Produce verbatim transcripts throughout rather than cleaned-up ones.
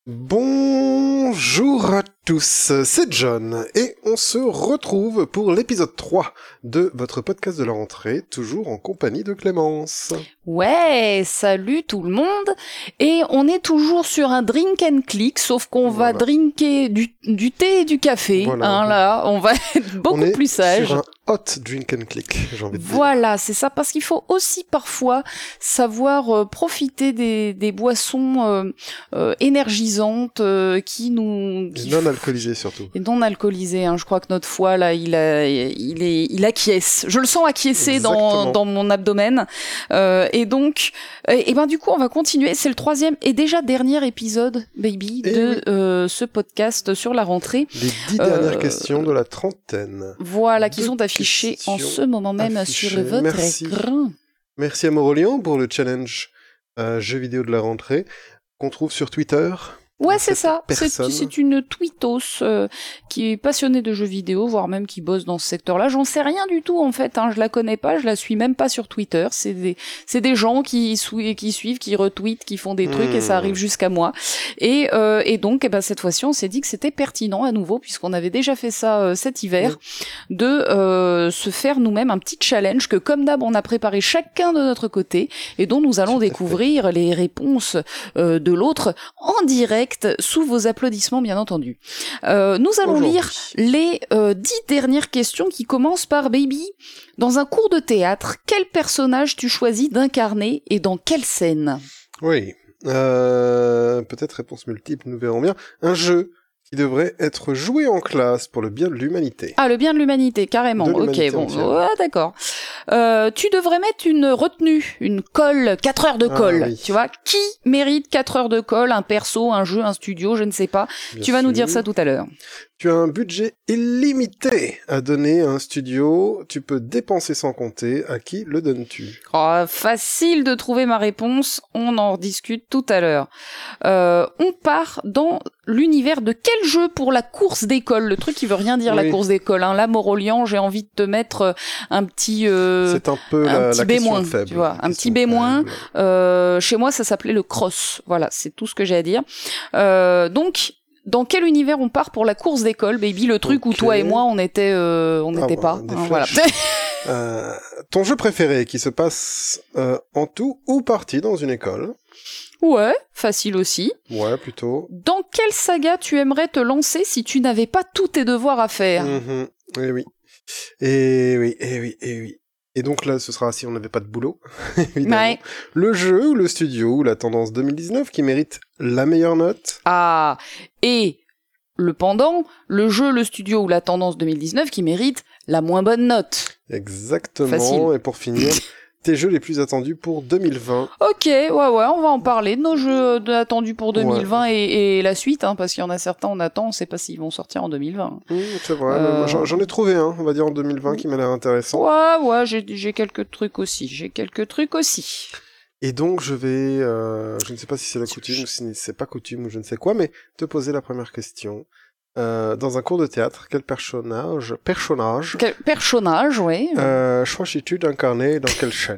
Bonjour à tous, c'est John, et on se retrouve pour l'épisode trois de votre podcast de la rentrée, toujours en compagnie de Clémence. Ouais, salut tout le monde, et on est toujours sur un drink and click, sauf qu'on Voilà. va drinker du, du thé et du café, Voilà. hein, là, on va être beaucoup on est plus sage. sur un hot drink and click, j'ai envie de dire. Voilà, c'est ça, parce qu'il faut aussi parfois savoir euh, profiter des, des boissons euh, euh, énergisantes euh, qui nous... Qui Non alcoolisé surtout. Et non alcoolisé, hein. Je crois que notre foie là, il a, il est, il acquiesce. Je le sens acquiescer dans, dans mon abdomen. Euh, et donc, et, et ben du coup, on va continuer. C'est le troisième et déjà dernier épisode, baby, Et de oui. euh, ce podcast sur la rentrée. Les dix dernières Euh, questions de la trentaine. Voilà, qui Deux sont affichées en questions ce moment même affichées. sur votre Merci. écran. Merci à Morolian pour le challenge euh, jeux vidéo de la rentrée qu'on trouve sur Twitter. Ouais, c'est Cette ça. C'est, personne. c'est une tweetos euh, qui est passionnée de jeux vidéo, voire même qui bosse dans ce secteur-là. J'en sais rien du tout en fait. Hein. Je la connais pas, je la suis même pas sur Twitter. C'est des, c'est des gens qui, sou- qui suivent, qui retweetent, qui font des trucs Mmh. et ça arrive jusqu'à moi. Et, euh, et donc, eh ben cette fois-ci, on s'est dit que c'était pertinent à nouveau, puisqu'on avait déjà fait ça euh, cet hiver, Mmh. de euh, se faire nous-mêmes un petit challenge que, comme d'hab, on a préparé chacun de notre côté et dont nous allons Tout à découvrir les réponses euh, de l'autre en direct sous vos applaudissements, bien entendu. Euh, nous allons Aujourd'hui. lire les euh, dix dernières questions qui commencent par Baby. Dans un cours de théâtre, quel personnage tu choisis d'incarner et dans quelle scène ? Oui. Euh, peut-être réponse multiple, nous verrons bien. Un jeu qui devrait être joué en classe pour le bien de l'humanité. Ah, le bien de l'humanité, carrément. De l'humanité ok, bon, entière. ouais, d'accord. Euh, tu devrais mettre une retenue, une colle, quatre heures de Ah, colle. oui. Tu vois, qui mérite quatre heures de colle ? Un perso, un jeu, un studio, je ne sais pas. Bien tu vas nous sûr. dire ça tout à l'heure. Tu as un budget illimité à donner à un studio. Tu peux dépenser sans compter. À qui le donnes-tu ? Oh, facile de trouver ma réponse, on en discute tout à l'heure. Euh, on part dans l'univers de quel jeu pour la course d'école ? Le truc qui veut rien dire, Oui. la course d'école. Hein. Là, Morolian, j'ai envie de te mettre euh, un petit... euh, C'est un peu un la, petit la B-, question faible. tu vois, un Question petit B-. faible. euh, chez moi, ça s'appelait le cross. Voilà, c'est tout ce que j'ai à dire. Euh, donc... Dans quel univers on part pour la course d'école, baby ? Le truc où Ok. toi et moi, on était, euh, on Ah n'était bah, pas. des hein, voilà. flashs. Euh, ton jeu préféré qui se passe euh, en tout ou partie dans une école ? Ouais, facile aussi. Ouais, plutôt. Dans quelle saga tu aimerais te lancer si tu n'avais pas tous tes devoirs à faire ? Mhm. Eh oui. Et oui, et oui, et oui. Et donc là, ce sera si on n'avait pas de boulot, évidemment. Ouais. Le jeu ou le studio ou la tendance deux mille dix-neuf qui mérite la meilleure note. Ah, et le pendant, le jeu, le studio ou la tendance deux mille dix-neuf qui mérite la moins bonne note. Exactement. Facile. Et pour finir, tes jeux les plus attendus pour deux mille vingt. Ok, ouais, ouais, on va en parler de nos jeux de- attendus pour deux mille vingt et, et la suite, hein, parce qu'il y en a certains, on attend, on sait pas s'ils vont sortir en deux mille vingt. Mmh, c'est vrai, Euh. moi, j'en, j'en ai trouvé un, on va dire en deux mille vingt, qui m'a l'air intéressant. Ouais, ouais, j'ai, j'ai quelques trucs aussi, j'ai quelques trucs aussi. Et donc je vais, euh, je ne sais pas si c'est la coutume ou si c'est pas coutume ou je ne sais quoi, mais te poser la première question. Euh, dans un cours de théâtre, quel personnage, personnage, Quel personnage, ouais. euh, choisis-tu d'incarner dans quelle chaîne ?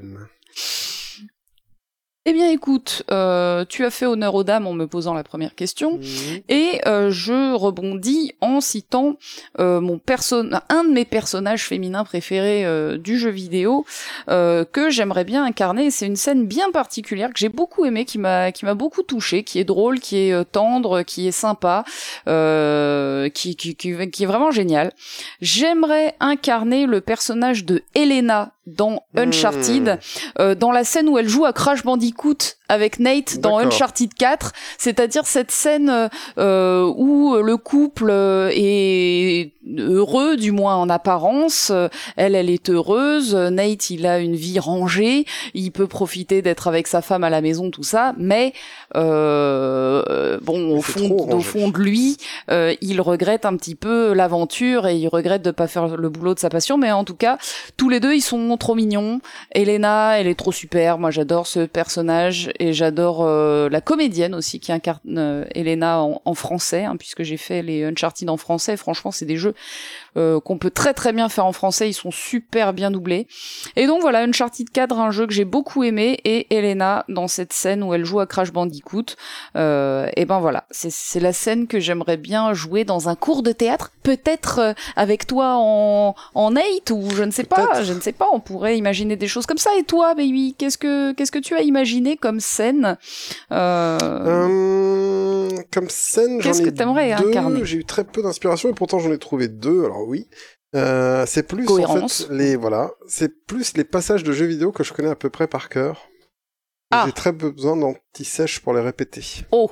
Eh bien, écoute, euh, tu as fait honneur aux dames en me posant la première question. Mmh. Et euh, je rebondis en citant euh, mon perso- un de mes personnages féminins préférés euh, du jeu vidéo euh, que j'aimerais bien incarner. C'est une scène bien particulière que j'ai beaucoup aimée, qui m'a qui m'a beaucoup touchée, qui est drôle, qui est euh, tendre, qui est sympa, euh, qui, qui qui qui est vraiment géniale. J'aimerais incarner le personnage de Elena dans Uncharted, Mmh. euh, dans la scène où elle joue à Crash Bandicoot avec Nate dans D'accord. Uncharted quatre, c'est-à-dire cette scène euh, où le couple euh, est heureux, du moins en apparence. Elle, elle est heureuse. Nate, il a une vie rangée. Il peut profiter d'être avec sa femme à la maison, tout ça. Mais euh, bon, au C'est fond, trop au rangé. fond de lui, euh, il regrette un petit peu l'aventure et il regrette de pas faire le boulot de sa passion. Mais en tout cas, tous les deux, ils sont trop mignons. Elena, elle est trop super. Moi, j'adore ce personnage et j'adore euh, la comédienne aussi qui incarne euh, Elena en, en français, hein, puisque j'ai fait les Uncharted en français. Franchement, c'est des jeux euh, qu'on peut très très bien faire en français, ils sont super bien doublés. Et donc voilà, Uncharted quatre, un jeu que j'ai beaucoup aimé, et Elena dans cette scène où elle joue à Crash Bandicoot, euh, et ben voilà, c'est, c'est la scène que j'aimerais bien jouer dans un cours de théâtre, peut-être euh, avec toi en, en eight, ou je ne sais pas, Peut-être. je ne sais pas, on pourrait imaginer des choses comme ça. Et toi, baby, qu'est-ce que, qu'est-ce que tu as imaginé comme scène euh... Euh, Comme scène, j'en Qu'est-ce ai que t'aimerais deux. incarner ? J'ai eu très peu d'inspiration et pourtant j'en ai trouvé deux. Alors oui, euh, c'est plus Cohérence. en fait les voilà, c'est plus les passages de jeux vidéo que je connais à peu près par cœur. Ah. J'ai très besoin d'anti-sèche pour les répéter. Oh.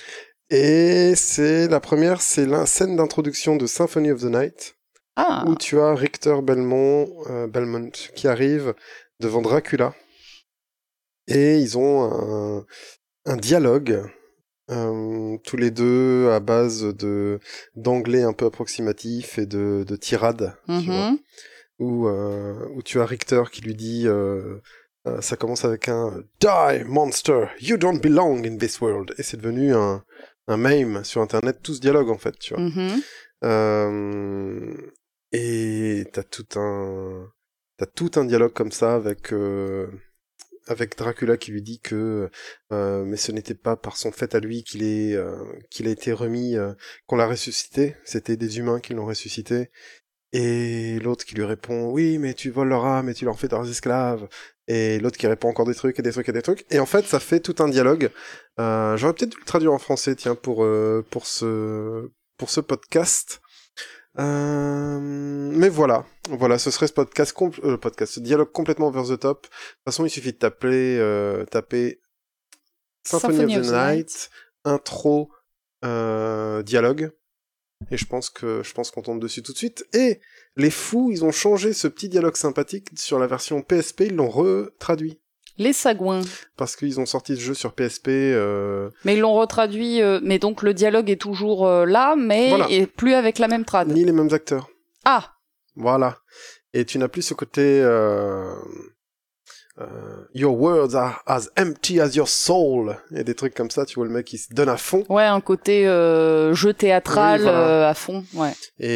Et c'est la première, c'est la scène d'introduction de Symphony of the Night, Ah. où tu as Richter Belmont, euh, Belmont qui arrive devant Dracula et ils ont un, un dialogue. Euh, tous les deux à base de d'anglais un peu approximatif et de, de tirades, Mm-hmm. tu vois, où, euh, où tu as Richter qui lui dit, euh, euh, ça commence avec un Die, monster, you don't belong in this world, et c'est devenu un, un meme sur internet, tout ce dialogue en fait, tu vois. Mm-hmm. Euh, et t'as tout un t'as tout un dialogue comme ça avec euh, avec Dracula qui lui dit que euh, mais ce n'était pas par son fait à lui qu'il est euh, qu'il a été remis, euh, qu'on l'a ressuscité, c'était des humains qui l'ont ressuscité. Et l'autre qui lui répond oui mais tu voles leur âme et tu leur fais leurs esclaves, et l'autre qui répond encore des trucs et des trucs et des trucs, et en fait ça fait tout un dialogue. Euh, j'aurais peut-être dû le traduire en français, tiens, pour euh, pour ce pour ce podcast. Euh, mais voilà, voilà, ce serait ce podcast, compl- euh, podcast, ce dialogue complètement over the top. De toute façon, il suffit de taper, euh, taper Symphony, Symphony of the, of the Night, Night, intro, euh, dialogue, et je pense que je pense qu'on tombe dessus tout de suite. Et les fous, ils ont changé ce petit dialogue sympathique sur la version P S P, ils l'ont retraduit. Les sagouins. Parce qu'ils ont sorti ce jeu sur P S P. Euh... Mais ils l'ont retraduit, euh, mais donc le dialogue est toujours euh, là, mais voilà. Et plus avec la même trad. Ni les mêmes acteurs. Ah. Voilà. Et tu n'as plus ce côté euh... Euh... Your words are as empty as your soul. Et des trucs comme ça, tu vois le mec qui se donne à fond. Ouais, un côté euh, jeu théâtral oui, voilà. euh, à fond, ouais.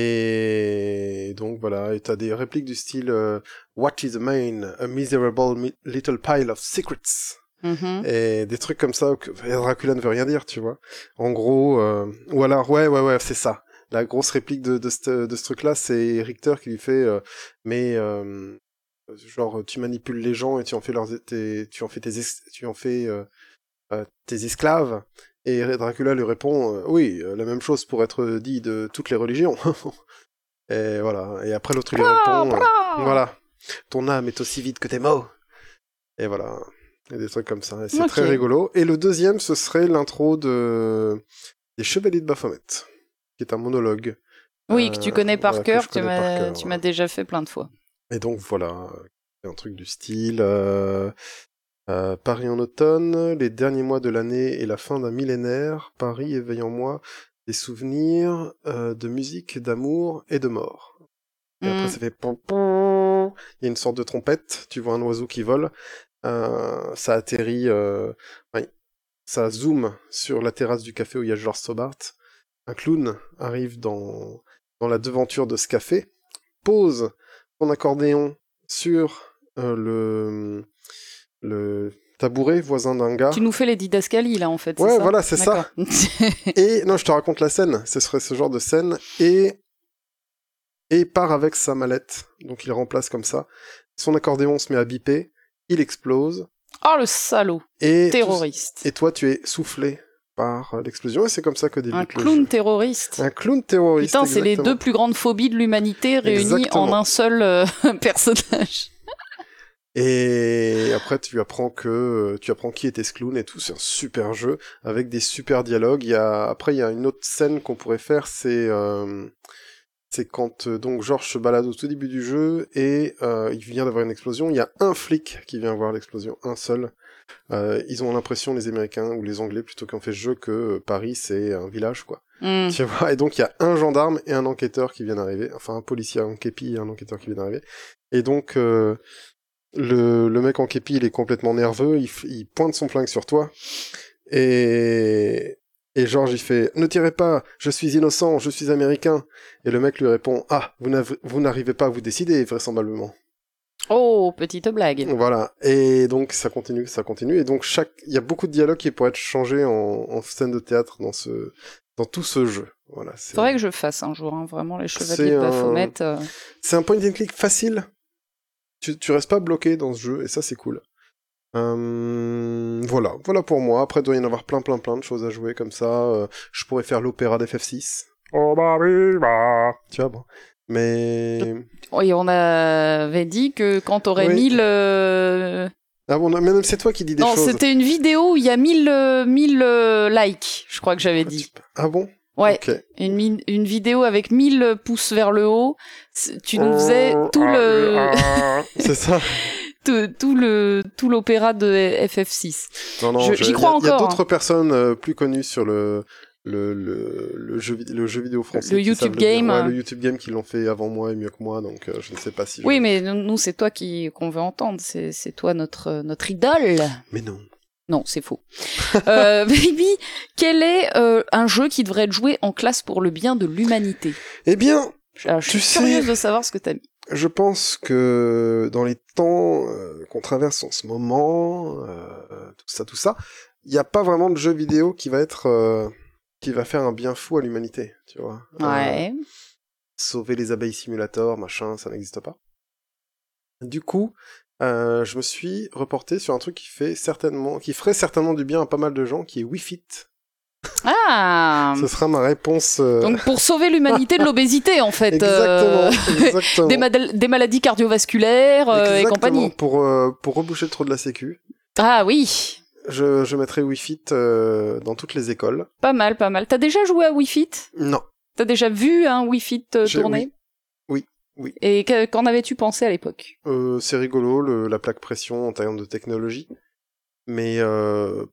Et donc voilà, et t'as des répliques du style euh, What is a man? A miserable mi- little pile of secrets. Mm-hmm. Et des trucs comme ça que Dracula ne veut rien dire, tu vois. En gros, euh... ou alors ouais, ouais, ouais, c'est ça. La grosse réplique de de ce de ce truc-là, c'est Richter qui lui fait euh, mais euh, genre tu manipules les gens et tu en fais leurs tes, tu en fais tes es- tu en fais euh, euh, tes esclaves. Et Dracula lui répond euh, oui, euh, la même chose pourrait être dit de toutes les religions. Et voilà. Et après l'autre lui répond euh, voilà, ton âme est aussi vide que tes mots. Et voilà. Et des trucs comme ça. Et c'est okay. Très rigolo. Et le deuxième, ce serait l'intro de des Chevaliers de Baphomet, qui est un monologue. Oui, euh, que tu connais par voilà, cœur. Tu m'as, par cœur, tu voilà. m'as déjà fait plein de fois. Et donc voilà, un truc du style. Euh... Euh, Paris en automne, les derniers mois de l'année et la fin d'un millénaire, Paris éveille en moi des souvenirs euh, de musique, d'amour et de mort. Et mmh. après ça fait pom pom, il y a une sorte de trompette, tu vois un oiseau qui vole, euh, ça atterrit, euh, ouais, ça zoome sur la terrasse du café où il y a George Stobart, un clown arrive dans, dans la devanture de ce café, pose son accordéon sur euh, le... le tabouret voisin d'un gars. Tu nous fais les didascalies là en fait. Ouais, c'est ça voilà, c'est D'accord. ça. Et non, je te raconte la scène. Ce serait ce genre de scène et et il part avec sa mallette. Donc il remplace comme ça. Son accordéon se met à biper. Il explose. Oh le salaud. Et terroriste. Tout... Et toi, tu es soufflé par l'explosion et c'est comme ça que débute un le clown jeu. terroriste. Un clown terroriste. Putain, c'est les deux plus grandes phobies de l'humanité réunies exactement. En un seul euh, personnage. Et après, tu apprends que tu apprends qui était ce clown et tout. C'est un super jeu avec des super dialogues. Il y a après, il y a une autre scène qu'on pourrait faire. C'est euh... c'est quand euh, donc George se balade au tout début du jeu et euh, il vient d'avoir une explosion. Il y a un flic qui vient voir l'explosion, un seul. Euh, ils ont l'impression, les Américains ou les Anglais plutôt qui ont fait ce jeu, que euh, Paris c'est un village quoi. Mm. Tu vois. Et donc il y a un gendarme et un enquêteur qui viennent d'arriver. Enfin un policier en képi et un enquêteur qui vient d'arriver. Et donc euh, le, le mec en képi, il est complètement nerveux, il, f- il pointe son flingue sur toi, et, et George, il fait « Ne tirez pas, je suis innocent, je suis américain !» Et le mec lui répond « Ah, vous, n'av- vous n'arrivez pas à vous décider, vraisemblablement. » Oh, petite blague. Voilà, et donc ça continue, ça continue, et donc chaque, il y a beaucoup de dialogues qui pourraient être changés en, en scène de théâtre dans ce, dans tout ce jeu. Voilà. C'est Faudrait que je fasse un jour, hein, vraiment les C'est chevaliers de un- Baphomet. euh. C'est un point and click facile. Tu, tu restes pas bloqué dans ce jeu, et ça c'est cool. Euh, voilà, voilà pour moi. Après, il doit y en avoir plein, plein, plein de choses à jouer comme ça. Euh, je pourrais faire l'opéra d'F F six. Oh bah oui, bah. Tu vois, bon. Mais. Oui, on avait dit que quand t'aurais Oui. mille... euh, Ah bon, non, mais même c'est toi qui dis des Non, choses. c'était une vidéo où il y a mille, euh, mille euh, likes, je crois que j'avais Pourquoi dit. tu- Ah bon? Ouais, Ok. une, mi- une vidéo avec mille pouces vers le haut. C'est- Tu nous faisais tout le... C'est ça. tout, tout le tout l'opéra de F F six. Non, non, Je- je- j'y il y a- crois Il y a encore, d'autres personnes euh, plus connues sur le, le, le, le, jeu, vid- le jeu vidéo français. Le qui YouTube savent dire. Game. Ouais, le YouTube Game qui l'ont fait avant moi et mieux que moi, donc euh, je ne sais pas si... je- Oui, mais nous, nous, c'est toi qui qu'on veut entendre. C'est c'est toi notre notre idole. Mais non. Non, c'est faux. euh, Baby, quel est euh, un jeu qui devrait être joué en classe pour le bien de l'humanité? Eh bien, Alors, je suis Tu sais- curieuse de savoir ce que t'as mis. je pense que dans les temps euh, qu'on traverse en ce moment, euh, tout ça, tout ça, il n'y a pas vraiment de jeu vidéo qui va être... euh, qui va faire un bien fou à l'humanité, tu vois. Euh, Ouais. sauver les abeilles simulator, machin, ça n'existe pas. Du coup, euh, je me suis reporté sur un truc qui fait certainement, qui ferait certainement du bien à pas mal de gens, qui est Wii Fit. Ah. Ce sera ma réponse. euh, Donc pour sauver l'humanité de l'obésité, en fait. exactement, euh, exactement. des, mal- des maladies cardiovasculaires euh, et Exactement, compagnie. Pour euh, pour reboucher le trou de la Sécu, Ah oui. je je mettrai Wii Fit euh, dans toutes les écoles. Pas mal, pas mal. T'as déjà joué à Wii Fit? Non, T'as déjà vu un Wii Fit euh, J'ai- tourner? oui. Oui, oui. Et que- qu'en avais-tu pensé à l'époque? euh, c'est rigolo le, la plaque pression en termes de technologie, mais euh,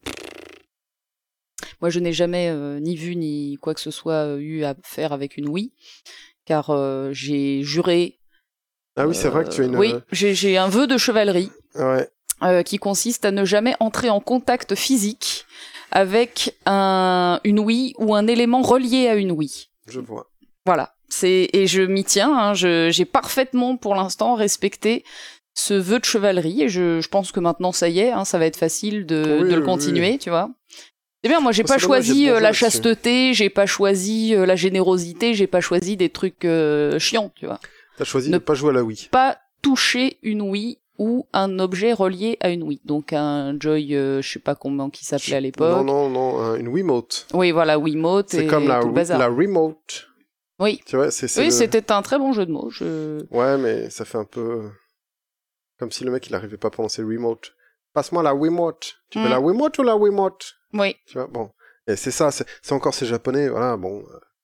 Moi, je n'ai jamais euh, ni vu ni quoi que ce soit euh, eu à faire avec une Wii, car euh, j'ai juré. ah oui, c'est vrai que tu as une. Oui, j'ai j'ai un vœu de chevalerie Ouais. euh, qui consiste à ne jamais entrer en contact physique avec un, une Wii ou un élément relié à une Wii. Je vois. Voilà. C'est et je m'y tiens. Hein, je- j'ai parfaitement pour l'instant respecté ce vœu de chevalerie et je, je pense que maintenant ça y est, hein, ça va être facile de, Oui, de le oui, continuer, tu vois. C'est bien, moi j'ai Oh, pas c'est dommage, choisi j'ai de euh, bons la jeux là-dessus. chasteté, j'ai pas choisi euh, la générosité, j'ai pas choisi des trucs euh, chiants, tu vois. T'as choisi Ne- de pas jouer à la Wii. Pas toucher une Wii ou un objet relié à une Wii. Donc un Joy, euh, je sais pas comment qui s'appelait à l'époque. Non, non, non, un- une Wiimote. Oui, voilà, Wiimote C'est et comme la, tout le bazar. la Remote. Oui, Tu vois, c'est c'est oui, le- c'était un très bon jeu de mots. Je... Ouais, mais ça fait un peu comme si le mec il arrivait pas à prononcer Remote. Passe-moi la Wiimote. Tu Mm. veux la Wiimote ou la Wiimote? Oui, Tu vois, bon. Et c'est ça, c'est c'est encore ces japonais, voilà, bon.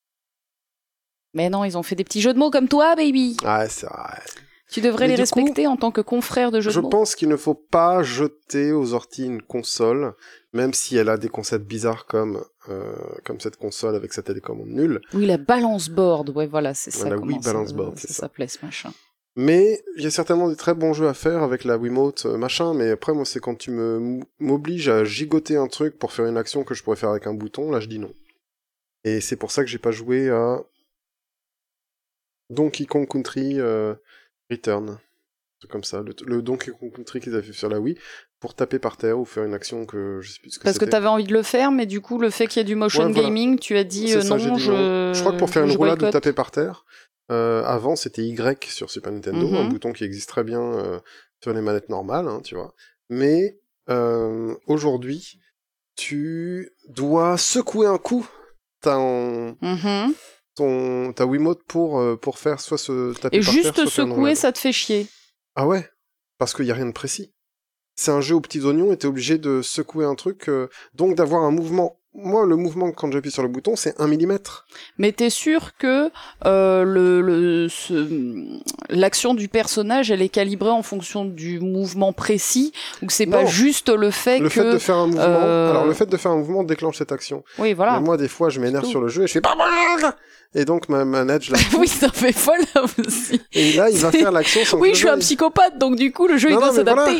mais non, ils ont fait des petits jeux de mots comme toi, baby. Ah, c'est vrai. Tu devrais Mais les du coup, respecter en tant que confrère de jeux Je de mots. pense qu'il ne faut pas jeter aux orties une console, même si elle a des concepts bizarres comme euh, comme cette console avec sa télécommande nulle. Oui, la balance board, ouais, voilà, c'est ça. La comment Wii ça- Balance Board, c'est ça ça. s'appelait ce machin. Mais il y a certainement des très bons jeux à faire avec la Wiimote, euh, machin, mais après, moi, c'est quand tu me m- m'obliges à gigoter un truc pour faire une action que je pourrais faire avec un bouton, là, je dis non. Et c'est pour ça que j'ai pas joué à Donkey Kong Country euh, Return. Un truc comme ça. Le, le Donkey Kong Country qu'ils avaient fait sur la Wii, pour taper par terre ou faire une action que je sais plus ce que Parce que c'était. t'avais envie de le faire, mais du coup, le fait qu'il y ait du motion Ouais, voilà. gaming, tu as dit C'est euh, ça, non, j'ai dit je... non. Je crois que pour faire une je roulade ou boycotte. taper par terre, euh, avant c'était Y sur Super Nintendo, Mhm. un bouton qui existe très bien euh, sur les manettes normales, hein, tu vois. Mais euh, aujourd'hui, tu dois secouer un coup ton, Mhm. ton, ta Wiimote pour, euh, pour faire soit se taper Et par juste terre, soit faire une secouer, roulade. ça te fait chier. Ah ouais, parce qu'il y a rien de précis. C'est un jeu aux petits oignons et t'es obligé de secouer un truc, euh, donc d'avoir un mouvement moi, le mouvement, quand j'appuie sur le bouton, c'est un millimètre. Mais t'es sûr que euh, le, le ce, l'action du personnage, elle est calibrée en fonction du mouvement précis, ou que c'est Non. pas juste le fait Le que... fait de faire un mouvement, euh, alors le fait de faire un mouvement déclenche cette action. Oui, voilà. Mais moi, des fois, je m'énerve tout. sur le jeu et je fais et donc ma manette, je la Oui, ça fait folle là aussi. et là, il va C'est- faire l'action sans Oui, que je le suis jeu un ait- psychopathe, donc du coup, le jeu, Non, il doit non, mais s'adapter.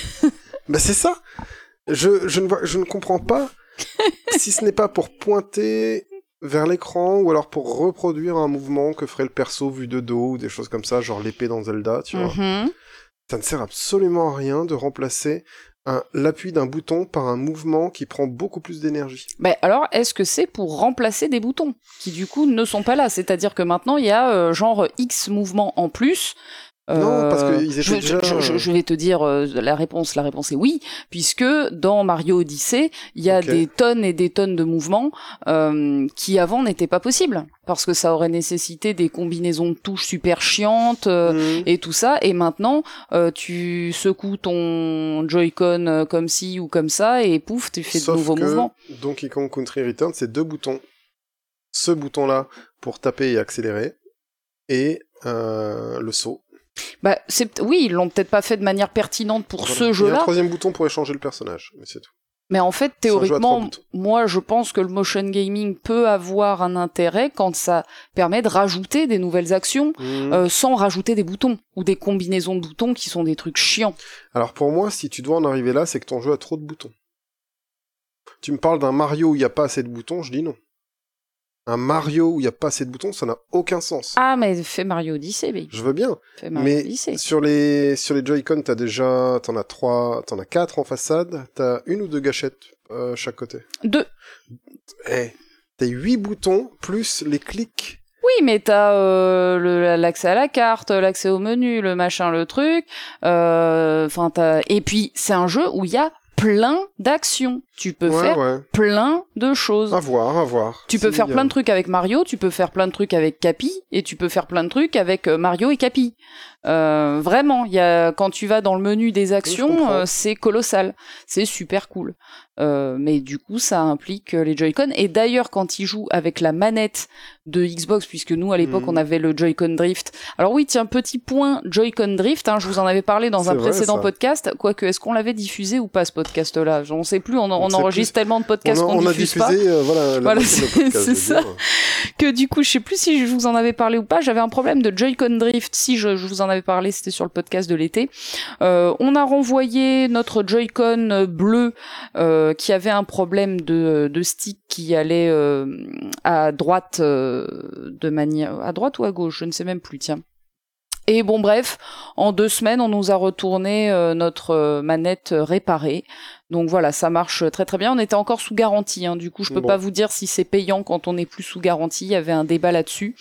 Bah c'est ça. Je je ne vois, je ne comprends pas si ce n'est pas pour pointer vers l'écran ou alors pour reproduire un mouvement que ferait le perso vu de dos ou des choses comme ça, genre l'épée dans Zelda, tu vois. Mhm. Ça ne sert absolument à rien de remplacer un, l'appui d'un bouton par un mouvement qui prend beaucoup plus d'énergie. Ben alors, est-ce que c'est pour remplacer des boutons qui du coup ne sont pas là? C'est-à-dire que maintenant il y a euh, genre X mouvements en plus. Non, parce qu'ils étaient je, déjà- je, je, je vais te dire euh, la réponse. La réponse est oui, puisque dans Mario Odyssey, il y a Ok. des tonnes et des tonnes de mouvements euh, qui avant n'étaient pas possibles, parce que ça aurait nécessité des combinaisons de touches super chiantes. euh, Mhm. et tout ça, et maintenant euh, tu secoues ton Joy-Con euh, comme ci ou comme ça, et pouf, tu fais Sauf de nouveaux que mouvements. Donkey Kong Country Return, c'est deux boutons. Ce bouton-là pour taper et accélérer, et euh, le saut. Bah, c'est oui, ils l'ont peut-être pas fait de manière pertinente pour Voilà. ce Et un jeu-là, troisième bouton pour échanger le personnage, mais c'est tout. mais en fait, C'est un jeu à trois théoriquement, boutons. moi, je pense que le motion gaming peut avoir un intérêt quand ça permet de rajouter des nouvelles actions Mhm. euh, sans rajouter des boutons ou des combinaisons de boutons qui sont des trucs chiants. Alors pour moi, si tu dois en arriver là, c'est que ton jeu a trop de boutons. Tu me parles d'un Mario où il n'y a pas assez de boutons, je dis non. Un Mario où il n'y a pas assez de boutons, ça n'a aucun sens. Ah, mais fais Mario Odyssey, baby. Je veux bien, Fais Mario mais Odyssey. sur les sur les Joy-Con, t'as déjà, t'en as trois, t'en as quatre en façade, t'as une ou deux gâchettes euh, chaque côté. Deux. Eh, t'as huit boutons plus les clics. Oui, mais t'as euh, le- l'accès à la carte, l'accès au menu, le machin, le truc. euh, Enfin, t'as. Et puis c'est un jeu où il y a plein d'actions. Tu peux Ouais, faire ouais. plein de choses. À voir, à voir. Tu peux Si, faire euh, plein de trucs avec Mario, tu peux faire plein de trucs avec Capi, et tu peux faire plein de trucs avec euh, Mario et Capi. Euh, vraiment, il y a quand tu vas dans le menu des je actions, comprends. euh, c'est colossal, c'est super cool. Euh, mais du coup, ça implique euh, les Joy-Con. Et d'ailleurs, quand ils jouent avec la manette de Xbox, puisque nous à l'époque Mhm. on avait le Joy-Con Drift. Alors oui, tiens, petit point Joy-Con Drift. Hein, je vous en avais parlé dans C'est un vrai, précédent ça. podcast. Quoique, est-ce qu'on l'avait diffusé ou pas ce podcast-là? On sait plus. On, on, On ne sait enregistre tellement de On, podcasts a, qu'on on a diffuse diffusé, pas. euh, voilà, la Voilà, moitié de nos c'est- podcasts, c'est je veux ça. dire. Que du coup, je sais plus si je vous en avais parlé ou pas. J'avais un problème de Joy-Con Drift. Si je, je vous en avais parlé, c'était sur le podcast de l'été. Euh, on a renvoyé notre Joy-Con euh, bleu euh, qui avait un problème de, de stick qui allait euh, à droite euh, de manière à droite ou à gauche, je ne sais même plus. Tiens. Et bon, bref, en deux semaines, on nous a retourné euh, notre euh, manette euh, réparée. Donc voilà, ça marche très très bien. On était encore sous garantie, hein. Du coup, je peux Bon. pas vous dire si c'est payant quand on n'est plus sous garantie. Il y avait un débat là-dessus.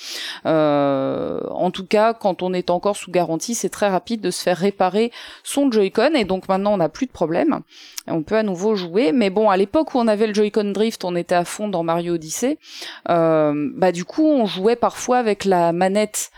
Euh, en tout cas, quand on est encore sous garantie, c'est très rapide de se faire réparer son Joy-Con. Et donc maintenant, on n'a plus de problème. On peut à nouveau jouer. Mais bon, à l'époque où on avait le Joy-Con Drift, on était à fond dans Mario Odyssey. Euh, bah du coup, on jouait parfois avec la manette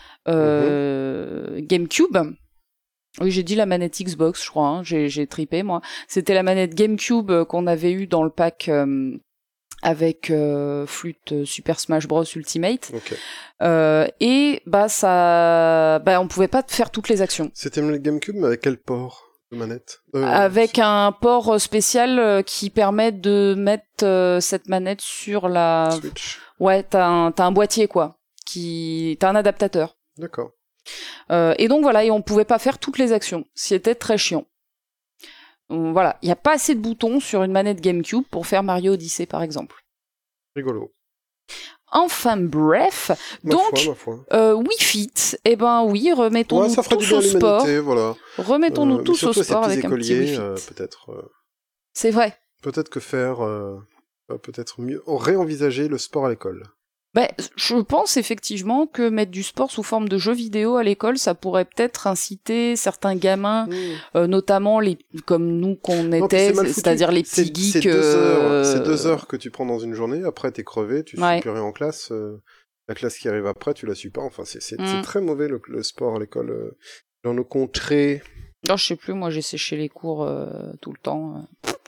euh, GameCube. Oui, j'ai dit la manette Xbox, je crois, hein. j'ai, j'ai tripé, moi. C'était la manette GameCube euh, qu'on avait eue dans le pack euh, avec euh, flûte euh, Super Smash Bros Ultimate. Ok. Euh, et bah ça, bah on pouvait pas faire toutes les actions. C'était le GameCube, mais avec quel port de manette Euh, Avec un port spécial euh, qui permet de mettre euh, cette manette sur la... Switch. Ouais, t'as un, t'as un boîtier, quoi. Qui... T'as un adaptateur. D'accord. Euh, et donc voilà, et on pouvait pas faire toutes les actions. C'était très chiant. Donc, voilà, il y a pas assez de boutons sur une manette GameCube pour faire Mario Odyssey par exemple. Rigolo. Enfin bref, Ma donc foi, ma foi. euh, Wii Fit, eh ben oui, remettons-nous Ouais, ça fera du tous bien au à sport. l'humanité, voilà. Remettons-nous Euh, mais tous au surtout à ces sport petits avec un petit écoliers, Wii Fit. euh, peut-être, euh, C'est vrai. peut-être que faire, euh, euh, peut-être mieux, réenvisager le sport à l'école. Ben, je pense effectivement que mettre du sport sous forme de jeux vidéo à l'école, ça pourrait peut-être inciter certains gamins, Mmh. euh, notamment les comme nous qu'on Non, puis était, c'est mal foutu. c'est-à-dire les petits C'est- geeks. C'est deux, heures, euh, c'est deux heures que tu prends dans une journée, après t'es crevé, tu Ouais. suis plus rien en classe, euh, la classe qui arrive après, tu la suis pas, enfin c'est c'est Mm. c'est très mauvais le, le sport à l'école. euh, dans nos contrées. Non, je sais plus, moi j'ai séché les cours euh, tout le temps.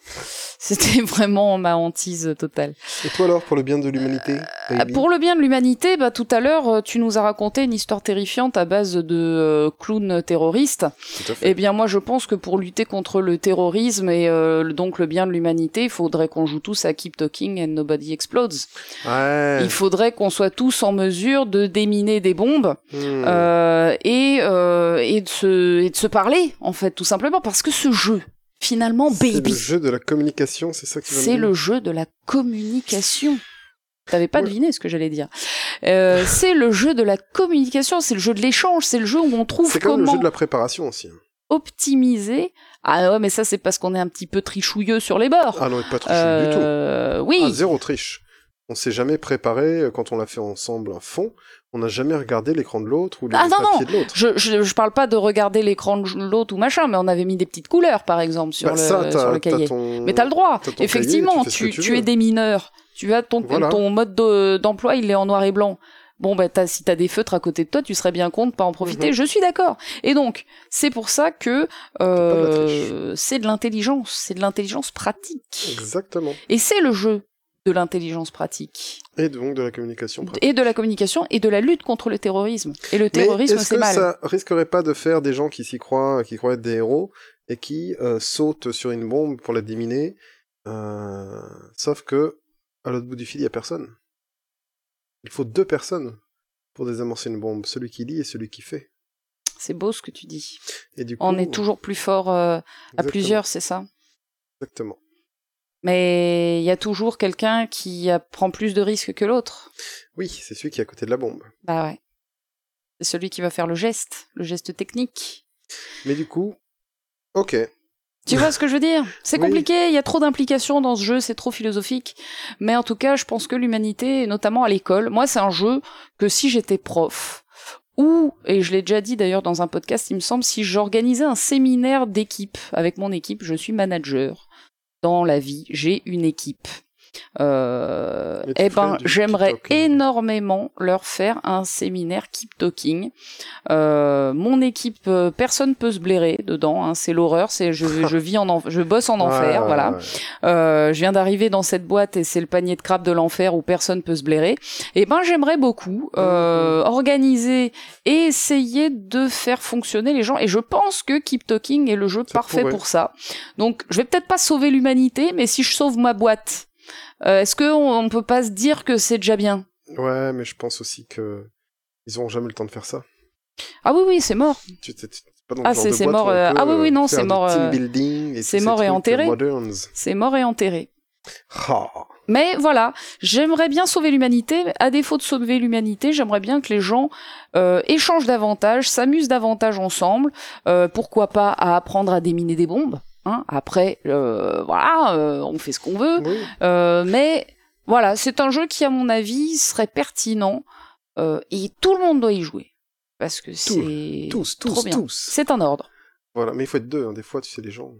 C'était vraiment ma hantise totale. Et toi alors, pour le bien de l'humanité euh, Pour le bien de l'humanité, bah, tout à l'heure, tu nous as raconté une histoire terrifiante à base de euh, clowns terroristes. Tout à fait. Eh bien, moi, je pense que pour lutter contre le terrorisme et euh, donc le bien de l'humanité, il faudrait qu'on joue tous à Keep Talking and Nobody Explodes. Ouais. Il faudrait qu'on soit tous en mesure de déminer des bombes mmh. euh, et, euh, et, de se, et de se parler, en fait, tout simplement, parce que ce jeu... Finalement, baby. C'est le jeu de la communication, c'est ça que tu veux me C'est dire ? le jeu de la communication. T'avais pas ouais. deviné ce que j'allais dire. Euh, c'est le jeu de la communication, c'est le jeu de l'échange, c'est le jeu où on trouve c'est comme comment le jeu de la préparation aussi. optimiser. Ah ouais, mais ça c'est parce qu'on est un petit peu trichouilleux sur les bords. Ah non, pas trichouilleux euh... du tout. Oui. Ah, zéro triche. On s'est jamais préparé quand on l'a fait ensemble un fond. On n'a jamais regardé l'écran de l'autre ou les ah, non, papiers non. de l'autre. Je, je, je parle pas de regarder l'écran de l'autre ou machin, mais on avait mis des petites couleurs, par exemple, sur, bah, le, ça, sur le cahier. T'as ton... Mais t'as le droit. T'as ton Effectivement, cahier, tu, tu, tu, tu es des mineurs. Tu as ton, voilà. ton mode de, d'emploi, il est en noir et blanc. Bon, bah, t'as, si t'as des feutres à côté de toi, tu serais bien con de pas en profiter. Mm-hmm. Je suis d'accord. Et donc, c'est pour ça que euh, c'est de l'intelligence. C'est de l'intelligence pratique. Exactement. Et c'est le jeu de l'intelligence pratique. Et donc de la communication pratique. Et de la communication et de la lutte contre le terrorisme. Et le terrorisme, c'est mal. Mais est-ce que ça risquerait pas de faire des gens qui s'y croient, qui croient être des héros, et qui euh, sautent sur une bombe pour la déminer, euh, sauf que à l'autre bout du fil, il y a personne. Il faut deux personnes pour désamorcer une bombe, celui qui lit et celui qui fait. C'est beau ce que tu dis. Et du coup, on est toujours plus fort euh, à plusieurs, c'est ça ? Exactement. Mais il y a toujours quelqu'un qui prend plus de risques que l'autre. Oui, c'est celui qui est à côté de la bombe. Bah ouais. C'est celui qui va faire le geste, le geste technique. Mais du coup, ok. Tu vois ce que je veux dire ? C'est oui. compliqué, il y a trop d'implications dans ce jeu, c'est trop philosophique. Mais en tout cas, je pense que l'humanité, notamment à l'école, moi c'est un jeu que si j'étais prof, ou, et je l'ai déjà dit d'ailleurs dans un podcast, il me semble, si j'organisais un séminaire d'équipe avec mon équipe, je suis manager. Dans la vie, j'ai une équipe. Euh, eh ben, j'aimerais énormément leur faire un séminaire Keep Talking. Euh, mon équipe, euh, personne peut se blairer dedans. Hein, c'est l'horreur. C'est je, je vis en, en je bosse en enfer. Ouais, voilà. Ouais. Euh, je viens d'arriver dans cette boîte et c'est le panier de crabes de l'enfer où personne peut se blairer. Eh ben, j'aimerais beaucoup euh, mmh. organiser et essayer de faire fonctionner les gens. Et je pense que Keep Talking est le jeu ça parfait pourrait. Pour ça. Donc, je vais peut-être pas sauver l'humanité, mais si je sauve ma boîte. Euh, est-ce qu'on on peut pas se dire que c'est déjà bien ? Ouais, mais je pense aussi que ils auront jamais le temps de faire ça. Ah oui, oui, c'est mort. Tu, tu, tu, pas dans ah, c'est, c'est mort. Euh... Ah oui, oui, non, c'est mort. Euh... Et c'est mort et enterré. C'est mort et enterré. Oh. Mais voilà, j'aimerais bien sauver l'humanité. À défaut de sauver l'humanité, j'aimerais bien que les gens euh, échangent davantage, s'amusent davantage ensemble. Euh, pourquoi pas à apprendre à déminer des bombes. Hein, après, euh, voilà, euh, on fait ce qu'on veut, oui. euh, mais voilà, c'est un jeu qui, à mon avis, serait pertinent euh, et tout le monde doit y jouer parce que c'est tous, tous, trop bien. tous. C'est un ordre. Voilà, mais il faut être deux. Hein. Des fois, tu sais, les gens.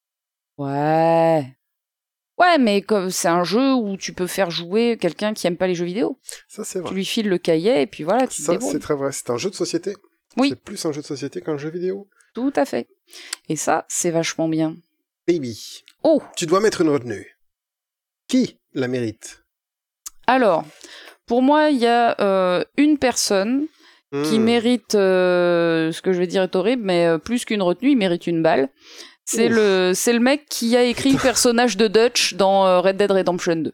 Ouais, ouais, mais comme c'est un jeu où tu peux faire jouer quelqu'un qui aime pas les jeux vidéo. Ça, c'est vrai. Tu lui files le cahier et puis voilà, tu ça, te débrouilles. C'est très vrai. C'est un jeu de société. Oui. C'est plus un jeu de société qu'un jeu vidéo. Tout à fait. Et ça, c'est vachement bien. Baby. Oh. Tu dois mettre une retenue. Qui la mérite ? Alors, pour moi, il y a euh, une personne mmh. qui mérite, euh, ce que je vais dire est horrible, mais euh, plus qu'une retenue, il mérite une balle. C'est le, c'est le mec qui a écrit Putain. le personnage de Dutch dans euh, Red Dead Redemption deux.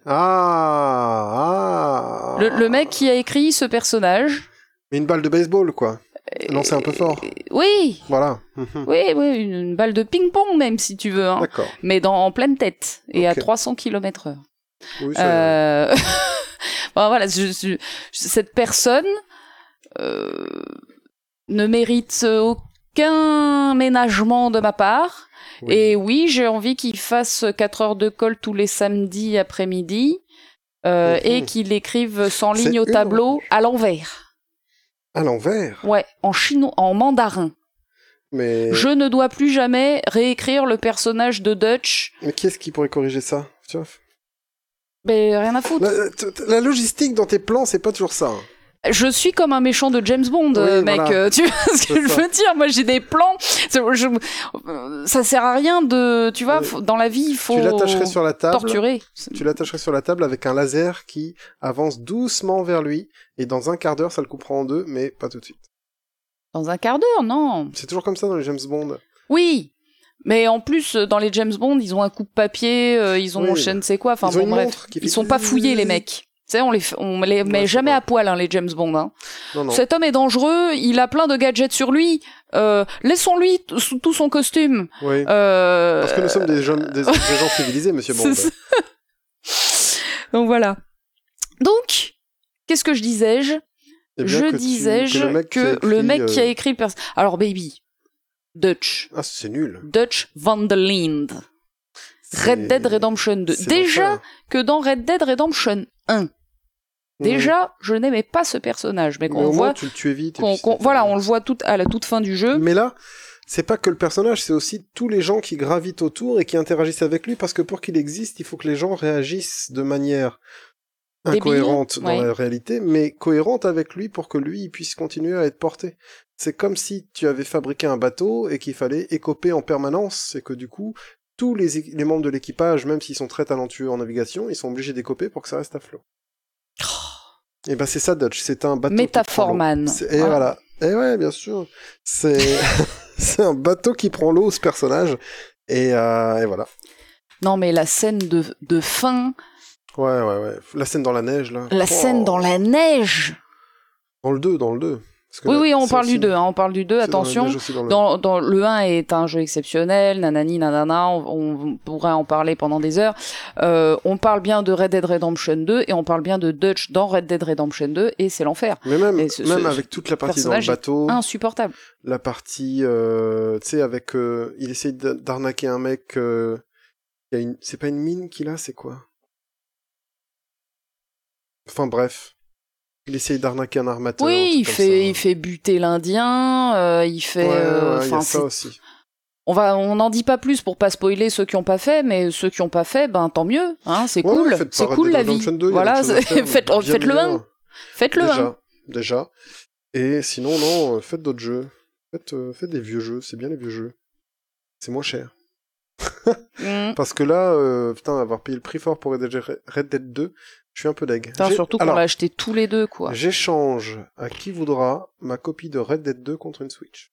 Ah, ah. Le, le mec qui a écrit ce personnage. Mais une balle de baseball, quoi. Non, c'est un peu fort. Oui. Voilà. oui, oui, une, une balle de ping-pong même, si tu veux. Hein. D'accord. Mais dans, en pleine tête et okay. à trois cents kilomètres heure. Oui, c'est euh... bon, voilà, je, je, cette personne euh, ne mérite aucun ménagement de ma part. Oui. Et oui, j'ai envie qu'il fasse quatre heures de colle tous les samedis après-midi euh, mmh. et qu'il écrive cent lignes au tableau une... à l'envers. À l'envers ? Ouais, en chinois, en mandarin. Mais... Je ne dois plus jamais réécrire le personnage de Dutch. Mais qui est-ce qui pourrait corriger ça ? Tu vois ? Ben, rien à foutre. La, la logistique dans tes plans, c'est pas toujours ça. je suis comme un méchant de James Bond, Oui, euh, mec. voilà. euh, tu vois ce que C'est je ça. veux dire? Moi, j'ai des plans. c'est- je- euh, ça sert à rien de, tu vois, Oui. faut- dans la vie, il faut Tu l'attacherais sur la table. torturer. Tu l'attacherais sur la table avec un laser qui avance doucement vers lui, et dans un quart d'heure, ça le coupera en deux, mais pas tout de suite. Dans un quart d'heure, non? C'est toujours comme ça dans les James Bond. Oui. Mais en plus, euh, dans les James Bond, ils ont un coupe-papier, euh, ils ont Oui. je ne sais quoi. Enfin Ils ont bon, une bref, montre qui fait ils sont pas fouillés les mecs. Tu sais, on les, f- on les met c'est jamais vrai. à poil, hein, les James Bond. Hein. Non, non. Cet homme est dangereux, il a plein de gadgets sur lui. Euh, laissons-lui t- sous tout son costume. Oui. Euh... Parce que nous sommes des, jeunes, des, des gens civilisés, monsieur Bond. c'est ça. Donc voilà. Donc, qu'est-ce que je disais-je Eh bien, Je que tu- disais-je que le mec, que qui, a écrit, le mec qui a euh, écrit le personnage... Alors, baby, Dutch. Ah, c'est nul. Dutch van der Linde. C'est- Red Dead Redemption deux. c'est Déjà l'enfer. que dans Red Dead Redemption un, déjà, je n'aimais pas ce personnage, mais Mais qu'on au moins, voit, tu le tues vite. et qu'on, puis qu'on- c'est- voilà, on le voit tout à la toute fin du jeu. Mais là, c'est pas que le personnage, c'est aussi tous les gens qui gravitent autour et qui interagissent avec lui, parce que pour qu'il existe, il faut que les gens réagissent de manière Débile, incohérente dans ouais. la réalité, mais cohérente avec lui pour que lui il puisse continuer à être porté. C'est comme si tu avais fabriqué un bateau et qu'il fallait écoper en permanence, et que du coup, tous les, é- les membres de l'équipage, même s'ils sont très talentueux en navigation, ils sont obligés d'écoper pour que ça reste à flot. Et ben c'est ça, Dutch, c'est un bateau. qui prend l'eau. Métaphorman. C'est- Et voilà. Et ouais, bien sûr. C'est c'est un bateau qui prend l'eau, ce personnage. Et, euh, et voilà. Non, mais la scène de, de fin, Ouais, ouais, ouais. La scène dans la neige, là. la Oh. scène dans la neige. Dans le deux, dans le deux. Parce que Oui, là, oui, on c'est parle aussi- du deux, hein, on parle du deux, c'est dans la attention. neige aussi dans le- Dans, dans le un est un jeu exceptionnel, nanani, nanana, on, on pourrait en parler pendant des heures. Euh, on parle bien de Red Dead Redemption deux et on parle bien de Dutch dans Red Dead Redemption deux et c'est l'enfer. Mais même, Et ce- même ce- avec toute la partie dans le personnage est bateau, Insupportable. la partie, euh, tu sais, avec, euh, il essaye d- d'arnaquer un mec, euh, il y a une, c'est pas une mine qu'il a, c'est quoi? Enfin bref. Il essaye d'arnaquer un armateur. un Oui, truc il comme fait, ça. il fait buter l'Indien, euh, il fait... Ouais, euh, ouais, il y a enfin, ça c'est- aussi. on va, on n'en dit pas plus pour pas spoiler ceux qui ont pas fait, mais ceux qui ont pas fait, ben tant mieux, hein, c'est Ouais, cool, ouais, faites pas c'est Red cool Dead la vie. Redemption deux, il y a Voilà, d'autres choses à c'est- faire, faites, bien faites le meilleurs. un, faites le un. Déjà, déjà. Et sinon, non, euh, faites d'autres jeux. Faites, euh, faites des vieux jeux, c'est bien les vieux jeux. C'est moins cher. Mm. Parce que là, euh, putain, avoir payé le prix fort pour Red Dead, Red Dead deux, je suis un peu deg. Putain, J'ai- surtout qu'on Alors, l'a acheté tous les deux, quoi. j'échange à qui voudra ma copie de Red Dead deux contre une Switch.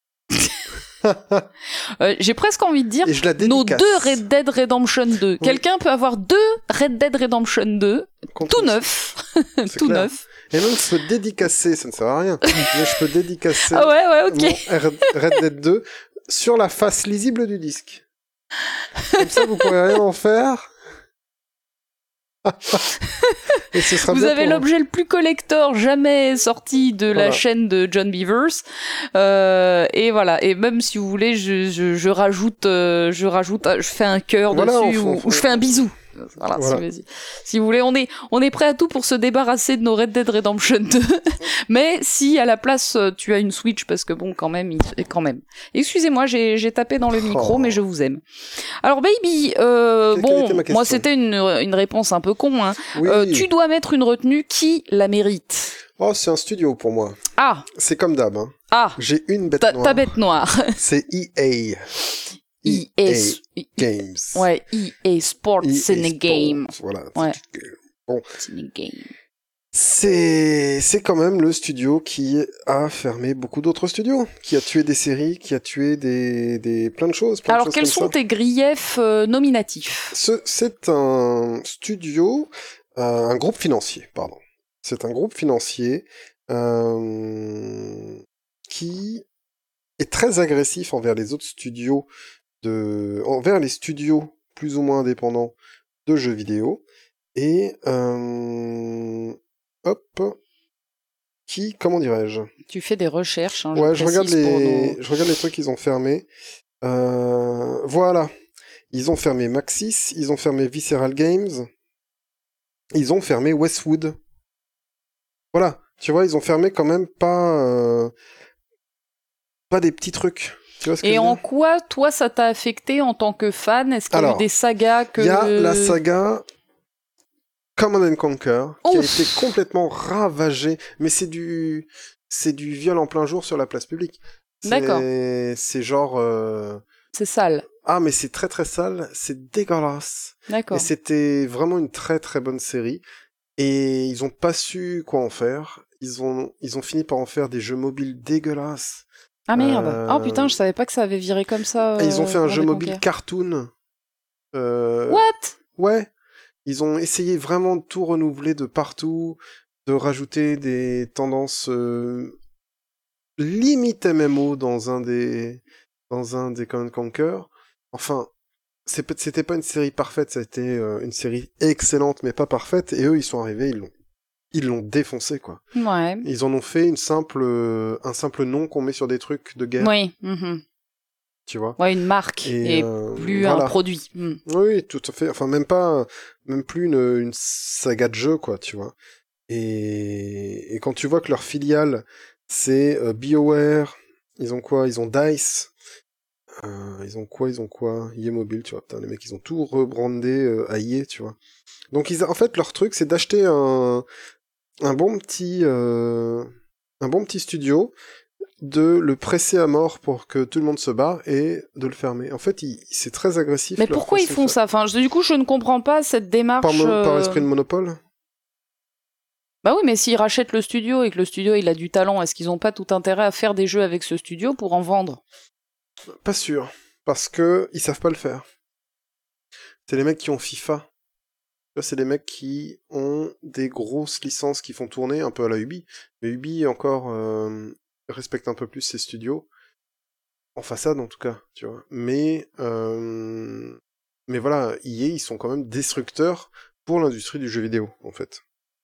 Euh, j'ai presque envie de dire Et je la nos dédicace. deux Red Dead Redemption deux. Quelqu'un peut avoir deux Red Dead Redemption deux, Contre tout une- neuf, C'est tout clair. neuf. Et même, je peux dédicacer, ça ne sert à rien, mais je peux dédicacer Ah ouais, ouais, ok. mon Red Red Dead deux sur la face lisible du disque. Comme ça, vous pourrez rien en faire. Et ce sera Vous bien avez pour- l'objet le plus collector jamais sorti de Voilà. la chaîne de John Beavers. Euh, et voilà. Et même si vous voulez, je, je, je rajoute, euh, je rajoute, je fais un cœur Voilà, dessus on ou, fait- ou je fais un bisou. Voilà, Voilà. Si, si vous voulez, on est, on est prêt à tout pour se débarrasser de nos Red Dead Redemption deux. Mais si à la place euh, tu as une Switch, parce que bon, quand même, il, quand même. Excusez-moi, j'ai, j'ai tapé dans le micro, Oh. mais je vous aime. Alors, baby, euh, Quelle- quelle bon, était ma question moi c'était une, une réponse un peu con. Hein. Oui. Euh, tu dois mettre une retenue qui la mérite. Oh, c'est un studio pour moi. Ah, C'est comme d'hab. Hein. ah, J'ai une bête ta, noire. ta bête noire. C'est E A. E E A A. Games. Ouais, E A Sports E A c'est une Sports, game. Voilà. Ouais. Bon. C'est une game. C'est c'est quand même le studio qui a fermé beaucoup d'autres studios, qui a tué des séries, qui a tué des des plein de choses. Plein de Alors, choses quels comme sont ça. tes griefs euh, nominatifs? Ce- C'est un studio, euh, un groupe financier, pardon. C'est un groupe financier euh, qui est très agressif envers les autres studios, de, envers les studios plus ou moins indépendants de jeux vidéo, et euh, hop, qui, comment dirais-je? Tu fais des recherches. Hein, Ouais, je regarde précise pour les, nos- je regarde les trucs qu'ils ont fermés. Euh, voilà. Ils ont fermé Maxis, ils ont fermé Visceral Games, ils ont fermé Westwood. Voilà. Tu vois, ils ont fermé quand même pas, euh, pas des petits trucs. Tu vois ce que Et je veux en dire quoi, toi, ça t'a affecté en tant que fan? Est-ce qu'il y a eu Alors, des sagas que... Il y a la saga Command and Conquer, qui Ouf. a été complètement ravagé, mais c'est du, c'est du viol en plein jour sur la place publique. C'est... D'accord. C'est genre, euh... C'est sale. ah, mais c'est très très sale, c'est dégueulasse. D'accord. Et c'était vraiment une très très bonne série. Et ils ont pas su quoi en faire. Ils ont, ils ont fini par en faire des jeux mobiles dégueulasses. Ah merde. Euh... Oh putain, je savais pas que ça avait viré comme ça. Et ils ont fait un euh, jeu Command and mobile Conquer. cartoon. Euh... What? Ouais. Ils ont essayé vraiment de tout renouveler de partout, de rajouter des tendances euh, limite M M O dans un des dans un des Command and Conquer. Enfin, c'est, c'était pas une série parfaite, c'était euh, une série excellente mais pas parfaite. Et eux, ils sont arrivés, ils l'ont ils l'ont défoncé quoi. Ouais. Ils en ont fait une simple euh, un simple nom qu'on met sur des trucs de guerre. Oui. Mm-hmm. Tu vois. Ouais, une marque et, et euh, plus voilà. un produit. Mm. Oui, tout à fait. Enfin, même pas, même plus une, une saga de jeu, quoi, tu vois. Et, et quand tu vois que leur filiale, c'est euh, BioWare, ils ont quoi? Ils ont DICE. Euh, ils ont quoi? Ils ont quoi? E A Mobile, tu vois. Putain, les mecs, ils ont tout rebrandé euh, à E A, tu vois. Donc, ils, en fait, leur truc, c'est d'acheter un, un bon petit, euh, un bon petit studio, de le presser à mort pour que tout le monde se barre et de le fermer. En fait, il, c'est très agressif. Mais leur pourquoi ils façon font de faire. ça? Enfin, je- du coup, je ne comprends pas cette démarche. Par, mo- par euh, esprit de monopole. Bah oui, mais s'ils rachètent le studio et que le studio il a du talent, est-ce qu'ils ont pas tout intérêt à faire des jeux avec ce studio pour en vendre? Pas sûr. Parce que ils savent pas le faire. C'est les mecs qui ont FIFA. Là, c'est les mecs qui ont des grosses licences qui font tourner, un peu à la Ubi. Mais Ubi, encore, euh, respecte un peu plus ses studios. En façade, en tout cas, tu vois. Mais, euh... mais voilà, E A, ils sont quand même destructeurs pour l'industrie du jeu vidéo, en fait.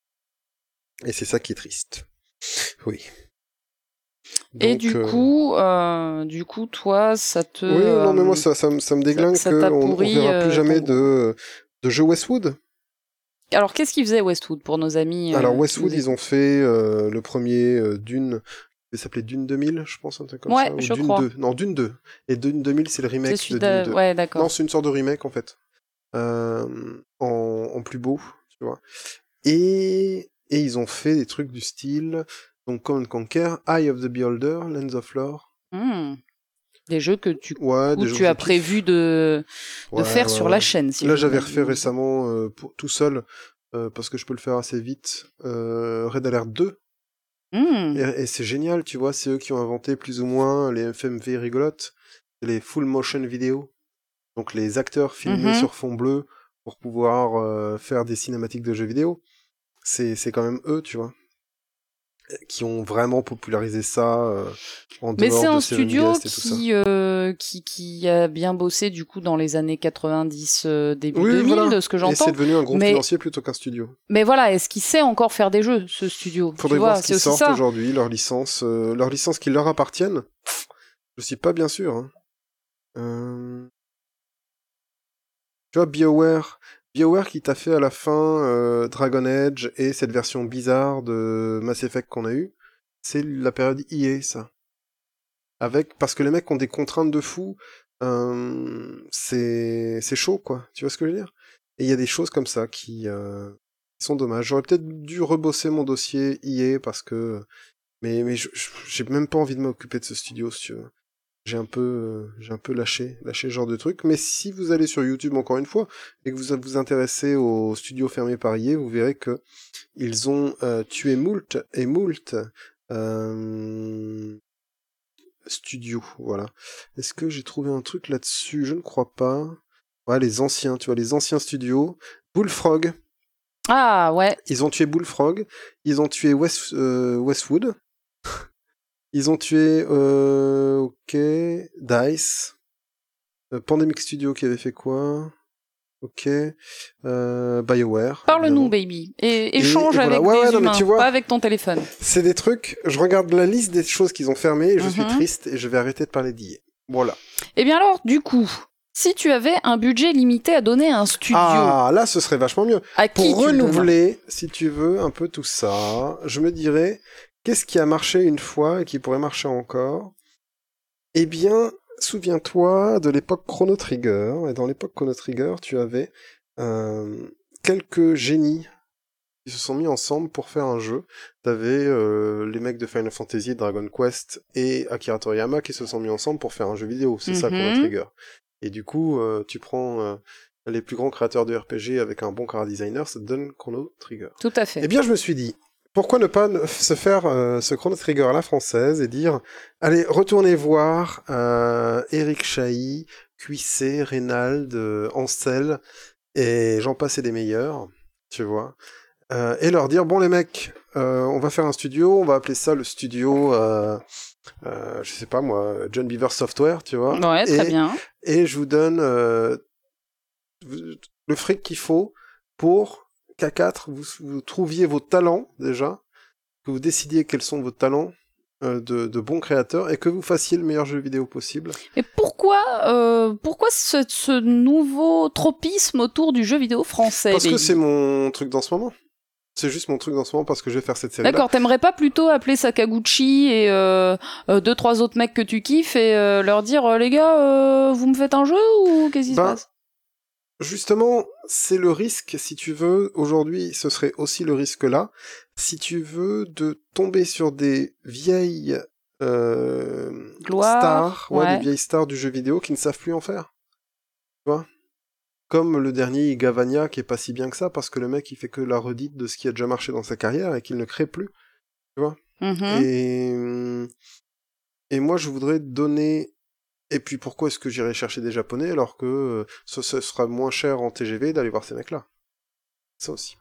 Et c'est ça qui est triste. Oui. Donc, et du euh... coup, euh, du coup, toi, ça te. Oui, non, mais moi, euh, ça, ça, me- ça me déglingue ça- ça qu'on t'a on pourri, verra euh, plus jamais ton- de, de jeux Westwood. Alors, qu'est-ce qu'ils faisaient Westwood pour nos amis? euh, Alors, qui Westwood, nous ils ont fait euh, le premier euh, Dune, il s'appelait Dune deux mille, je pense, un truc comme Ouais, ça, ou je Dune crois. deux. Non, Dune deux. Et Dune deux mille, c'est le C'est remake celui de Dune de... deux. Ouais, d'accord. Non, c'est une sorte de remake, en fait. Euh, en, en plus beau, tu vois. Et, et ils ont fait des trucs du style, donc Command and Conquer, Eye of the Beholder, Lens of Lore. Hmm. Des jeux que tu, Ouais, coup, des jeux tu que as je kiffe. prévu de, de Ouais, faire ouais, sur ouais. la chaîne. Si Là, je j'avais me- refait récemment, euh, pour, tout seul, euh, parce que je peux le faire assez vite, euh, Red Alert deux. Hmm. Et, et c'est génial, tu vois, c'est eux qui ont inventé plus ou moins les F M V rigolotes, les full motion vidéo. Donc les acteurs filmés Mhm. sur fond bleu pour pouvoir euh, faire des cinématiques de jeux vidéo. C'est, c'est quand même eux, tu vois, qui ont vraiment popularisé ça euh, en Mais dehors c'est de un Seven studio Guest et tout ça. qui, euh, qui, qui a bien bossé du coup dans les années quatre-vingt-dix, euh, début Oui, deux mille, voilà. de ce que Et c'est j'entends. devenu un groupe Mais, financier plutôt qu'un studio. mais voilà, est-ce qu'il sait encore faire des jeux, ce studio? Faudrait Tu voir vois, ce c'est qu'ils aussi sortent ça. aujourd'hui, leurs licences, euh, leurs licences qui leur appartiennent. Je suis pas bien sûr. Hein. Euh... Tu vois, BioWare, BioWare qui t'a fait à la fin euh, Dragon Age et cette version bizarre de Mass Effect qu'on a eu, c'est la période E A, ça. Avec, parce que les mecs ont des contraintes de fou, euh, c'est c'est chaud, quoi. Tu vois ce que je veux dire? Et il y a des choses comme ça qui, euh, qui sont dommages. J'aurais peut-être dû rebosser mon dossier E A parce que... Mais, mais je- je- j'ai même pas envie de m'occuper de ce studio, si tu veux. J'ai un peu, euh, j'ai un peu lâché, lâché ce genre de truc. Mais si vous allez sur YouTube encore une fois et que vous vous intéressez au studio fermé par E A, vous verrez que ils ont euh, tué moult et moult euh, studios. Voilà. Est-ce que j'ai trouvé un truc là-dessus? Je ne crois pas. Ouais, les anciens, tu vois, les anciens studios. Bullfrog. Ah ouais. Ils ont tué Bullfrog. Ils ont tué West, euh, Westwood. Ils ont tué, euh, ok, DICE, euh, Pandemic Studio qui avait fait quoi? Ok, euh, BioWare. Parle-nous, évidemment. baby. Et Et- échange et voilà. avec Ouais, ouais, des non, mais humains, tu vois- pas avec ton téléphone. C'est des trucs, je regarde la liste des choses qu'ils ont fermées et je suis Mhm. triste et je vais arrêter de parler d'I A. Voilà. Eh bien alors, du coup, si tu avais un budget limité à donner à un studio, Ah, là, ce serait vachement mieux. à qui Pour tu le donnes? renouveler, si tu veux, un peu tout ça, je me dirais, qu'est-ce qui a marché une fois et qui pourrait marcher encore? Eh bien, souviens-toi de l'époque Chrono Trigger, et dans l'époque Chrono Trigger, tu avais euh, quelques génies ils se sont mis ensemble pour faire un jeu. T'avais euh, les mecs de Final Fantasy, Dragon Quest et Akira Toriyama qui se sont mis ensemble pour faire un jeu vidéo. C'est mm-hmm. ça Chrono Trigger. Et du coup, euh, tu prends euh, les plus grands créateurs de R P G avec un bon chara designer, ça te donne Chrono Trigger. Tout à fait. Eh bien, je me suis dit, pourquoi ne pas se faire euh, ce Chrono Trigger à la française et dire, allez, retournez voir euh, Eric Chahi, Cuissé, Reynald, euh, Ansel, et j'en passe et des meilleurs, tu vois, euh, et leur dire, bon les mecs, euh, on va faire un studio, on va appeler ça le studio, euh, euh, je sais pas moi, John Beaver Software, tu vois. Ouais, très et, bien. Et je vous donne euh, le fric qu'il faut pour qu'à quatre, vous, vous trouviez vos talents, déjà, que vous décidiez quels sont vos talents euh, de, de bons créateurs, et que vous fassiez le meilleur jeu vidéo possible. Mais pourquoi, euh, pourquoi ce, ce nouveau tropisme autour du jeu vidéo français? Parce que c'est mon truc dans ce moment. C'est juste mon truc dans ce moment parce que je vais faire cette série. D'accord, t'aimerais pas plutôt appeler Sakaguchi et euh, euh, deux, trois autres mecs que tu kiffes et euh, leur dire euh, les gars, euh, vous me faites un jeu ou qu'est-ce qui ben, se passe? Justement, c'est le risque, si tu veux, aujourd'hui, ce serait aussi le risque là, si tu veux, de tomber sur des vieilles euh, Gloire, stars, ouais, ouais. des vieilles stars du jeu vidéo qui ne savent plus en faire. Tu vois ? Comme le dernier Gavania qui est pas si bien que ça, parce que le mec il fait que la redite de ce qui a déjà marché dans sa carrière et qu'il ne crée plus. Tu vois ? Mm-hmm. Et... et moi je voudrais donner... Et puis pourquoi est-ce que j'irai chercher des Japonais alors que euh, ce, ce sera moins cher en T G V d'aller voir ces mecs-là. Ça aussi.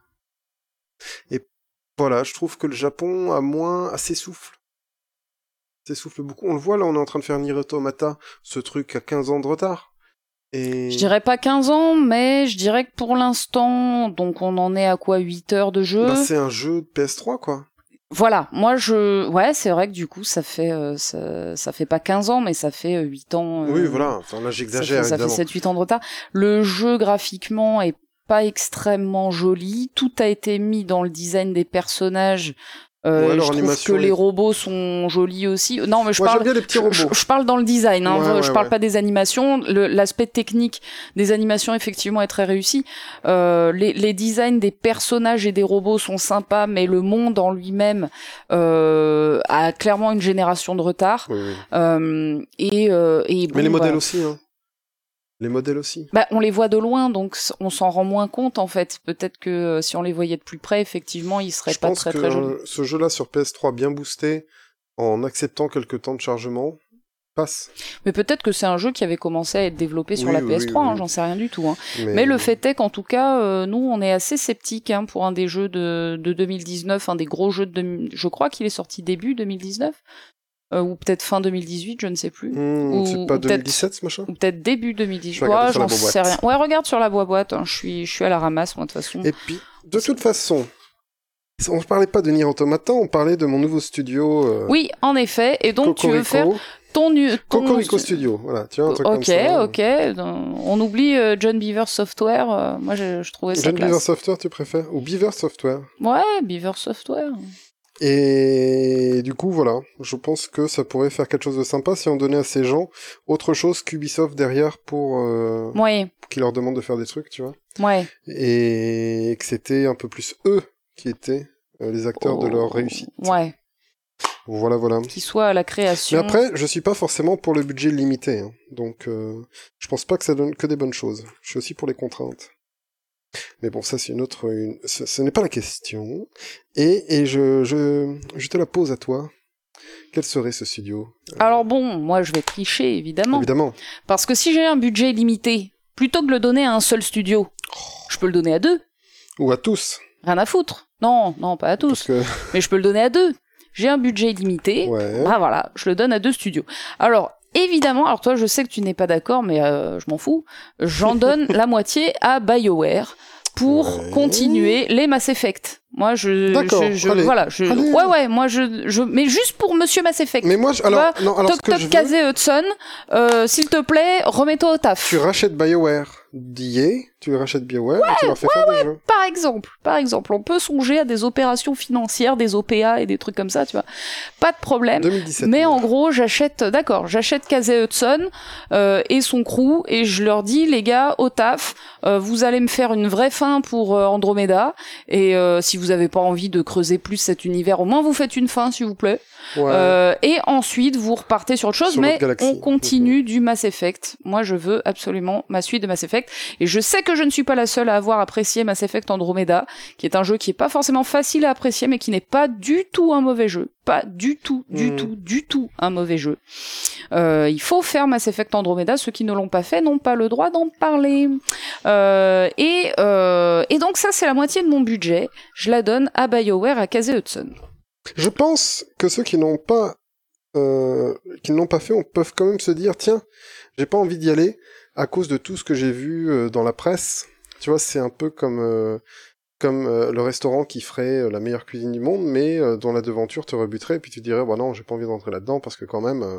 Et voilà, je trouve que le Japon a moins... a s'essouffle. S'essouffle beaucoup. On le voit là, on est en train de faire Nier Automata, ce truc à quinze ans de retard. Et... Je dirais pas quinze ans, mais je dirais que pour l'instant, donc on en est à quoi, huit heures de jeu. Bah, c'est un jeu de P S trois, quoi. Voilà, moi je... Ouais, c'est vrai que du coup, ça fait euh, ça, ça fait pas quinze ans, mais ça fait euh, huit ans... Euh... Oui, voilà, enfin là j'exagère, ça fait, évidemment. Ça fait sept huit ans de retard. Le jeu, graphiquement, est pas extrêmement joli. Tout a été mis dans le design des personnages. Euh, ouais, je trouve que est... les robots sont jolis aussi. Non, mais je Moi, parle. j'aime bien les petits robots. Je, je parle dans le design. Hein, ouais, ouais, je parle ouais. pas des animations. Le, l'aspect technique des animations effectivement est très réussi. Euh, les, les designs des personnages et des robots sont sympas, mais le monde en lui-même euh, a clairement une génération de retard. Oui, oui. Euh, et, euh, et bon, mais les modèles bah, aussi. Hein. Les modèles aussi. Bah, on les voit de loin, donc on s'en rend moins compte en fait. Peut-être que euh, si on les voyait de plus près, effectivement, ils seraient je pas pense très que, très jolis. Euh, ce jeu-là sur P S trois bien boosté, en acceptant quelques temps de chargement, passe. Mais peut-être que c'est un jeu qui avait commencé à être développé sur oui, la P S trois, oui, oui. Hein, j'en sais rien du tout. Hein. Mais... Mais le fait est qu'en tout cas, euh, nous, on est assez sceptiques hein, pour un des jeux de, de deux mille dix-neuf, un des gros jeux de... deux mille Je crois qu'il est sorti début deux mille dix-neuf. Euh, ou peut-être fin deux mille dix-huit, je ne sais plus. Mmh, ou, c'est pas ou deux mille dix-sept ce machin. Ou peut-être début deux mille dix-huit. Ouais, j'en sais rien. Ouais, regarde sur la boîte. Hein, je suis, je suis à la ramasse moi de toute façon. Et puis, de toute façon, on ne parlait pas de Nier Automata, on parlait de mon nouveau studio. Euh... Oui, en effet. Et donc Cocorico. tu veux faire ton, ton... Cocorico Studio. Voilà, tu vois un truc okay, comme ça. Ok, ok. On oublie euh, John Beaver Software. Euh, moi, je, je trouvais ça John classe. Beaver Software, tu préfères? Ou Beaver Software? Ouais, Beaver Software. Et du coup, voilà, je pense que ça pourrait faire quelque chose de sympa si on donnait à ces gens autre chose qu'Ubisoft derrière pour, euh, ouais. pour qu'ils leur demandent de faire des trucs, tu vois. Ouais. Et que c'était un peu plus eux qui étaient euh, les acteurs oh. de leur réussite. Ouais. Voilà, voilà. Qu'ils soient à la création. Mais après, je suis pas forcément pour le budget limité, hein. Donc euh, je pense pas que ça donne que des bonnes choses. Je suis aussi pour les contraintes. Mais bon, ça c'est une autre... Une... Ce, ce n'est pas la question. Et, et je, je, je te la pose à toi. Quel serait ce studio ? Alors bon, moi je vais tricher, évidemment. Évidemment. Parce que si j'ai un budget limité, plutôt que de le donner à un seul studio, oh. je peux le donner à deux. Ou à tous. Rien à foutre. Non, non, pas à tous. Que... Mais je peux le donner à deux. J'ai un budget limité, ouais. bah voilà, je le donne à deux studios. Alors... Évidemment, alors toi je sais que tu n'es pas d'accord, mais euh, je m'en fous, j'en donne la moitié à BioWare pour ouais. continuer les Mass Effect. Moi je, D'accord, je, je allez, voilà, je, allez. ouais ouais, moi je, je, mais juste pour Monsieur Mass Effect. Mais moi, je, alors, vois, non, alors toc ce que toc je veux... Casey Hudson, euh, s'il te plaît, remets-toi au taf. Tu rachètes BioWare d'I A, tu rachètes BioWare ouais, et tu leur fais ouais, faire ouais, des jeux. Par exemple, par exemple, on peut songer à des opérations financières, des O P A et des trucs comme ça, tu vois. Pas de problème. deux mille dix-sept. Mais en gros, j'achète, d'accord, j'achète Casey Hudson euh, et son crew et je leur dis, les gars, au taf, euh, vous allez me faire une vraie fin pour euh, Andromeda et euh, si vous vous avez pas envie de creuser plus cet univers, au moins vous faites une fin, s'il vous plaît. Ouais. Euh, et ensuite, vous repartez sur autre chose, Sur mais l'autre galaxie. on continue Ok. du Mass Effect. Moi, je veux absolument ma suite de Mass Effect. Et je sais que je ne suis pas la seule à avoir apprécié Mass Effect Andromeda, qui est un jeu qui est pas forcément facile à apprécier, mais qui n'est pas du tout un mauvais jeu. Pas du tout, du Mm. tout, du tout un mauvais jeu. Euh, il faut faire Mass Effect Andromeda. Ceux qui ne l'ont pas fait n'ont pas le droit d'en parler. Euh, et, euh, et donc ça, c'est la moitié de mon budget. Je la donne à BioWare, à Casey Hudson. Je pense que ceux qui n'ont pas, euh, qui ne l'ont pas fait, on peuvent quand même se dire, tiens, j'ai pas envie d'y aller à cause de tout ce que j'ai vu euh, dans la presse. Tu vois, c'est un peu comme, euh, comme euh, le restaurant qui ferait euh, la meilleure cuisine du monde, mais euh, dont la devanture te rebuterait, et puis tu dirais, bah non, j'ai pas envie d'entrer là-dedans, parce que quand même, euh,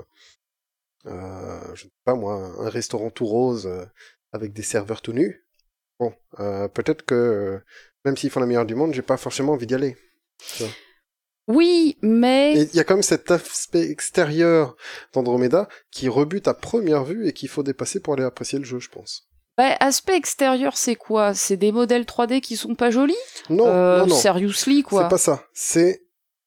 euh, je sais pas moi, un restaurant tout rose euh, avec des serveurs tout nus, bon, euh, peut-être que, euh, même s'ils font la meilleure du monde, j'ai pas forcément envie d'y aller. Tu vois. Oui, mais... Et il y a quand même cet aspect extérieur d'Andromeda qui rebute à première vue et qu'il faut dépasser pour aller apprécier le jeu, je pense. Bah, aspect extérieur, c'est quoi? C'est des modèles trois D qui sont pas jolis? Non, euh, non, non. Seriously, quoi. C'est pas ça. C'est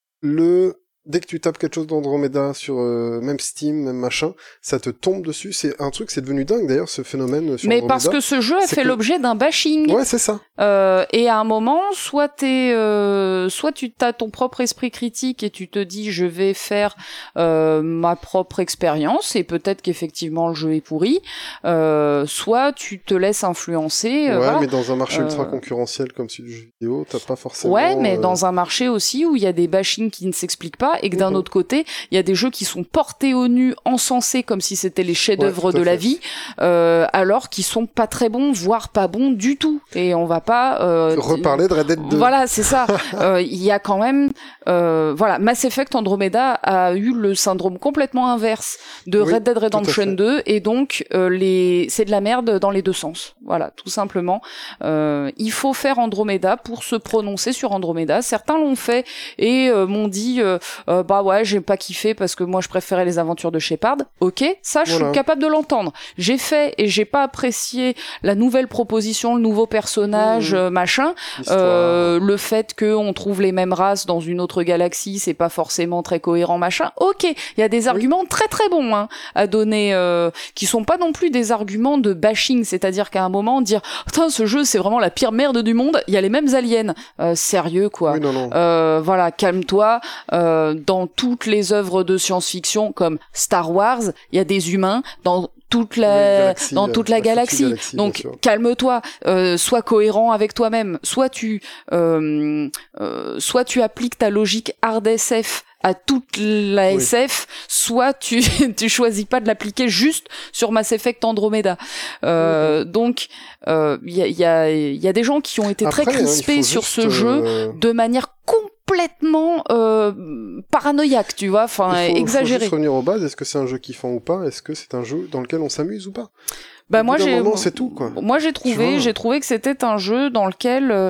le... Dès que tu tapes quelque chose d'Andromeda sur euh, même Steam, même machin, ça te tombe dessus. C'est un truc, c'est devenu dingue d'ailleurs, ce phénomène sur Mais Andromeda. parce que ce jeu a C'est fait que- l'objet d'un bashing. Ouais, c'est ça. Euh, et à un moment, soit t'es, euh, soit tu as ton propre esprit critique et tu te dis je vais faire euh, ma propre expérience et peut-être qu'effectivement le jeu est pourri, euh, soit tu te laisses influencer. ouais, euh, voilà. mais dans un marché Euh, ultra concurrentiel comme celui du jeu vidéo, t'as pas forcément... Ouais, mais euh, dans un marché aussi où il y a des bashings qui ne s'expliquent pas et que d'un Mhm. autre côté, il y a des jeux qui sont portés au nu, encensés comme si c'était les chefs-d'œuvre Ouais, tout à de la fait. vie, euh, alors qu'ils sont pas très bons, voire pas bons du tout. Et on va pas euh, Reparler de Red Dead deux. Voilà, c'est ça. Euh, Il y a quand même, euh, voilà, Mass Effect Andromeda a eu le syndrome complètement inverse de Oui, Red Dead tout à Redemption fait. deux, et donc euh, les, c'est de la merde dans les deux sens. Voilà, tout simplement. Euh, il faut faire Andromeda pour se prononcer sur Andromeda. Certains l'ont fait et euh, m'ont dit, euh, euh, bah ouais, j'ai pas kiffé parce que moi je préférais les aventures de Shepard. Ok, ça je Voilà. suis capable de l'entendre. J'ai fait et j'ai pas apprécié la nouvelle proposition, le nouveau personnage, Mmh. euh, machin. L'histoire. Euh, le fait qu'on trouve les mêmes races dans une autre galaxie, c'est pas forcément très cohérent, machin. Ok, il y a des arguments très très bons hein, à donner, euh, qui sont pas non plus des arguments de bashing, c'est-à-dire qu'à un moment dire putain ce jeu c'est vraiment la pire merde du monde, il y a les mêmes aliens, euh, sérieux quoi. Oui, non, non. Euh, voilà, calme-toi. Euh, dans toutes les œuvres de science-fiction comme Star Wars, il y a des humains. Dans toute la, Oui, galaxie, dans euh, toute la la future galaxie. galaxie, bien Donc sûr. calme-toi, euh, sois cohérent avec toi-même. Soit tu, euh, euh, soit tu appliques ta logique hard S F à toute la Oui. S F, soit tu tu choisis pas de l'appliquer juste sur Mass Effect Andromeda. Euh, Mhm. Donc il euh, y a il y a il y a des gens qui ont été Après, très hein, il crispés faut sur juste, ce jeu euh, de manière complètement euh, paranoïaque, tu vois, enfin il faut, faut exagérée. juste revenir aux bases. Est-ce que c'est un jeu kiffant ou pas? Est-ce que c'est un jeu dans lequel on s'amuse ou pas? Bah Au bout moi d'un j'ai moment, c'est tout, quoi. moi j'ai Tu trouvé vois. j'ai trouvé que c'était un jeu dans lequel euh,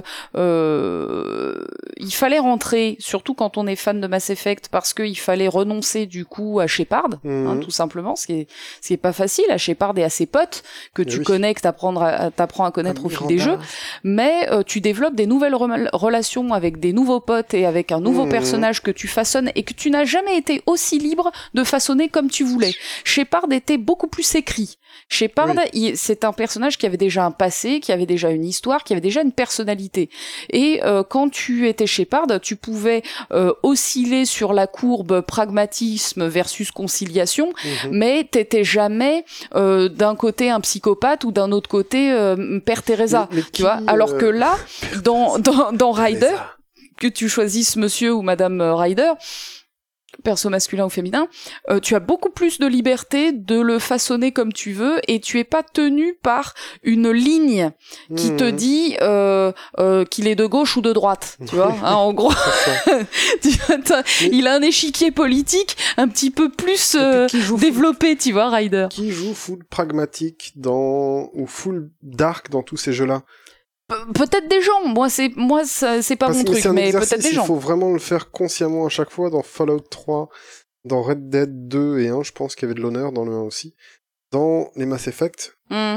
euh, il fallait rentrer, surtout quand on est fan de Mass Effect, parce qu'il fallait renoncer du coup à Shepard, Mhm. hein, tout simplement, ce qui est ce qui est pas facile, à Shepard et à ses potes que Eh tu oui. connais, que t'apprends à t'apprends à connaître Ah, au fil des Miranda. jeux, mais euh, tu développes des nouvelles rem- relations avec des nouveaux potes et avec un nouveau Mhm. personnage que tu façonnes et que tu n'as jamais été aussi libre de façonner comme tu voulais. Shepard était beaucoup plus écrit. Shepard, Oui. il- c'est un personnage qui avait déjà un passé, qui avait déjà une histoire, qui avait déjà une personnalité. Et euh, quand tu étais Shepard, tu pouvais euh, osciller sur la courbe pragmatisme versus conciliation, Mhm. mais t'étais jamais euh, d'un côté un psychopathe ou d'un autre côté euh, Père Teresa. Mais- mais Tu qui, vois, alors euh, que là, dans, dans, dans Ryder, Teresa. que tu choisisses monsieur ou madame euh, Ryder, perso masculin ou féminin, euh, tu as beaucoup plus de liberté de le façonner comme tu veux et tu es pas tenu par une ligne qui te Mhm. dit euh, euh, qu'il est de gauche ou de droite, tu vois, hein, en gros. C'est ça. Tu vois, t'as- il a un échiquier politique un petit peu plus Et euh, puis, qui joue développé, tu vois, Ryder. Qui joue full pragmatique dans ou full dark dans tous ces jeux-là? Pe- peut-être des gens, moi c'est moi ça- c'est pas Parce mon que truc, c'est un mais exercice, peut-être des il gens. faut vraiment le faire consciemment à chaque fois. Dans Fallout trois, dans Red Dead deux et un, je pense qu'il y avait de l'honneur dans le un aussi. Dans les Mass Effect, Hmm.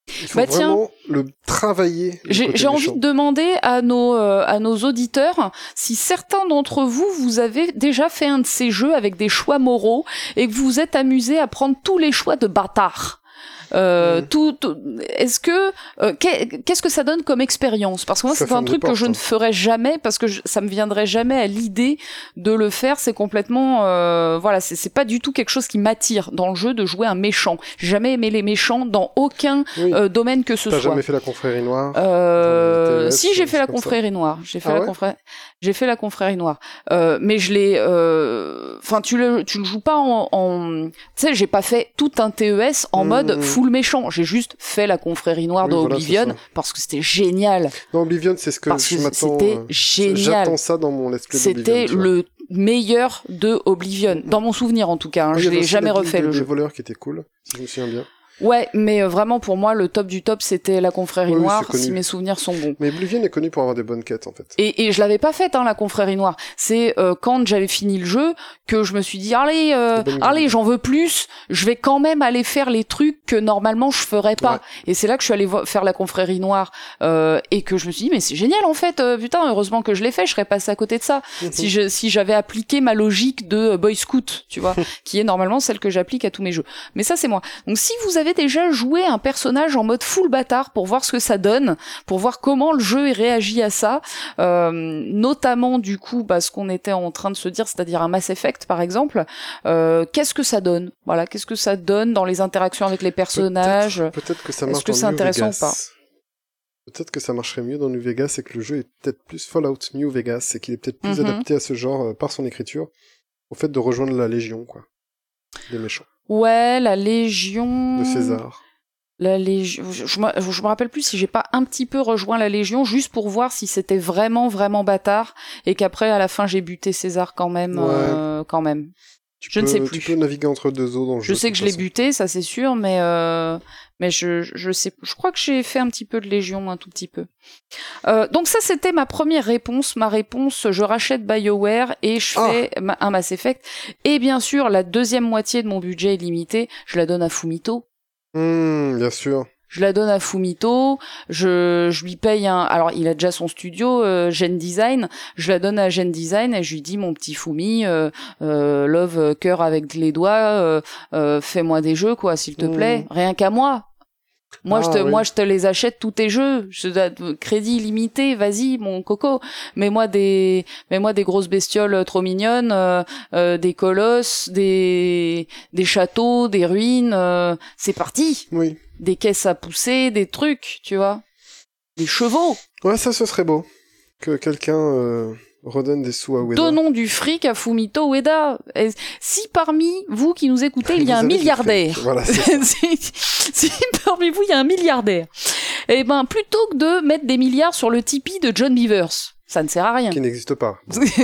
Il faut Bah, vraiment le travailler. le J'ai, côté j'ai envie méchant. de demander à nos, euh, à nos auditeurs si certains d'entre vous, vous avez déjà fait un de ces jeux avec des choix moraux et que vous vous êtes amusé à prendre tous les choix de bâtard. Euh, Mhm. tout, tout- est-ce que euh, qu'est- qu'est-ce que ça donne comme expérience? Parce que moi, Ça c'est un ferme des truc que portes, je hein. ne ferais jamais parce que je, ça me viendrait jamais à l'idée de le faire. C'est complètement, euh, voilà, c'est, c'est pas du tout quelque chose qui m'attire dans le jeu de jouer un méchant. J'ai jamais aimé les méchants dans aucun Oui. euh, domaine que ce T'as soit. jamais fait la confrérie noire Euh, dans les T E S, si j'ai euh, fait la comme ça. confrérie noire, j'ai fait Ah la ouais confrérie, j'ai fait la confrérie noire. Euh, mais je l'ai, euh, enfin tu le, tu le joues pas en, en... tu sais, j'ai pas fait tout un T E S en Mmh. mode full méchant. J'ai juste fait la confrérie noire Oui, de voilà, Oblivion c'est ça. parce que c'était génial, Dans Oblivion, c'est ce que parce je que m'attends. c'était euh, génial. J'attends ça dans mon let's play C'était d'Oblivion, tu vois. le meilleur de Oblivion, dans mon souvenir en tout cas. Hein, Oui, il y je avait l'ai aussi jamais la guilde refait le des jeu. voleurs qui était cool, si je me souviens bien. Ouais, mais euh, vraiment pour moi le top du top c'était la confrérie Oui, oui, noire, c'est connu. si mes souvenirs sont bons. Mais Oblivion est connu pour avoir des bonnes quêtes, en fait. Et, et je l'avais pas faite, hein, la confrérie noire. C'est euh, quand j'avais fini le jeu que je me suis dit, allez, euh, Des bonnes allez, guildes. j'en veux plus. Je vais quand même aller faire les trucs que normalement je ferais pas. Ouais. Et c'est là que je suis allée vo- faire la confrérie noire euh, et que je me suis dit, mais c'est génial en fait. Euh, putain, heureusement que je l'ai fait. Je serais passé à côté de ça si je si j'avais appliqué ma logique de Boy Scout, tu vois, qui est normalement celle que j'applique à tous mes jeux. Mais ça c'est moi. Donc si vous avez déjà joué un personnage en mode full bâtard pour voir ce que ça donne, pour voir comment le jeu réagit à ça, euh, notamment du coup bah, ce qu'on était en train de se dire, c'est-à-dire un Mass Effect par exemple, euh, qu'est-ce que ça donne? Voilà, qu'est-ce que ça donne dans les interactions avec les personnages? Peut-être, peut-être que ça Est-ce marche que dans c'est New intéressant Vegas. ou pas? Peut-être que ça marcherait mieux dans New Vegas et que le jeu est peut-être plus Fallout New Vegas et qu'il est peut-être plus Mhm. adapté à ce genre euh, par son écriture, au fait de rejoindre la Légion, quoi. Des méchants. Ouais, la Légion... De César. La Légion, je, je, me, je me rappelle plus si j'ai pas un petit peu rejoint la Légion juste pour voir si c'était vraiment vraiment bâtard et qu'après à la fin j'ai buté César quand même, Ouais. euh, quand même. Tu Je peux, ne sais plus. Tu peux naviguer entre deux eaux dans le Je jeu. sais de que je toute l'ai façon. buté, ça c'est sûr, mais euh, mais je je sais, je crois que j'ai fait un petit peu de Légion, un tout petit peu. Euh, donc ça c'était ma première réponse, ma réponse, je rachète BioWare et je Ah. fais ma- un Mass Effect. Et bien sûr la deuxième moitié de mon budget illimité, je la donne à Fumito. Hum, bien sûr. Je la donne à Fumito, je, je lui paye un... Alors, il a déjà son studio, euh, Gen Design, je la donne à Gen Design et je lui dis, mon petit Fumi, euh, euh, love, euh, cœur avec les doigts, euh, euh, fais-moi des jeux, quoi, s'il te Mmh. plaît. Rien qu'à moi. Moi, Ah, je te, oui. moi, je te les achète tous tes jeux. Je te crédit illimité, vas-y, mon coco. Mets-moi des, mets-moi des grosses bestioles trop mignonnes, euh, euh, des colosses, des, des châteaux, des ruines. Euh, c'est parti. Oui. Des caisses à pousser, des trucs, tu vois. Des chevaux. Ouais, ça, ce serait beau. Que quelqu'un euh, redonne des sous à Ueda. Donnons du fric à Fumito Ueda. Et si parmi vous qui nous écoutez, il y a Vous un avez du milliardaire. fric. Voilà, c'est ça. si, si parmi vous, il y a un milliardaire. Eh ben, plutôt que de mettre des milliards sur le Tipeee de John Beavers, ça ne sert à rien. Qui n'existe pas.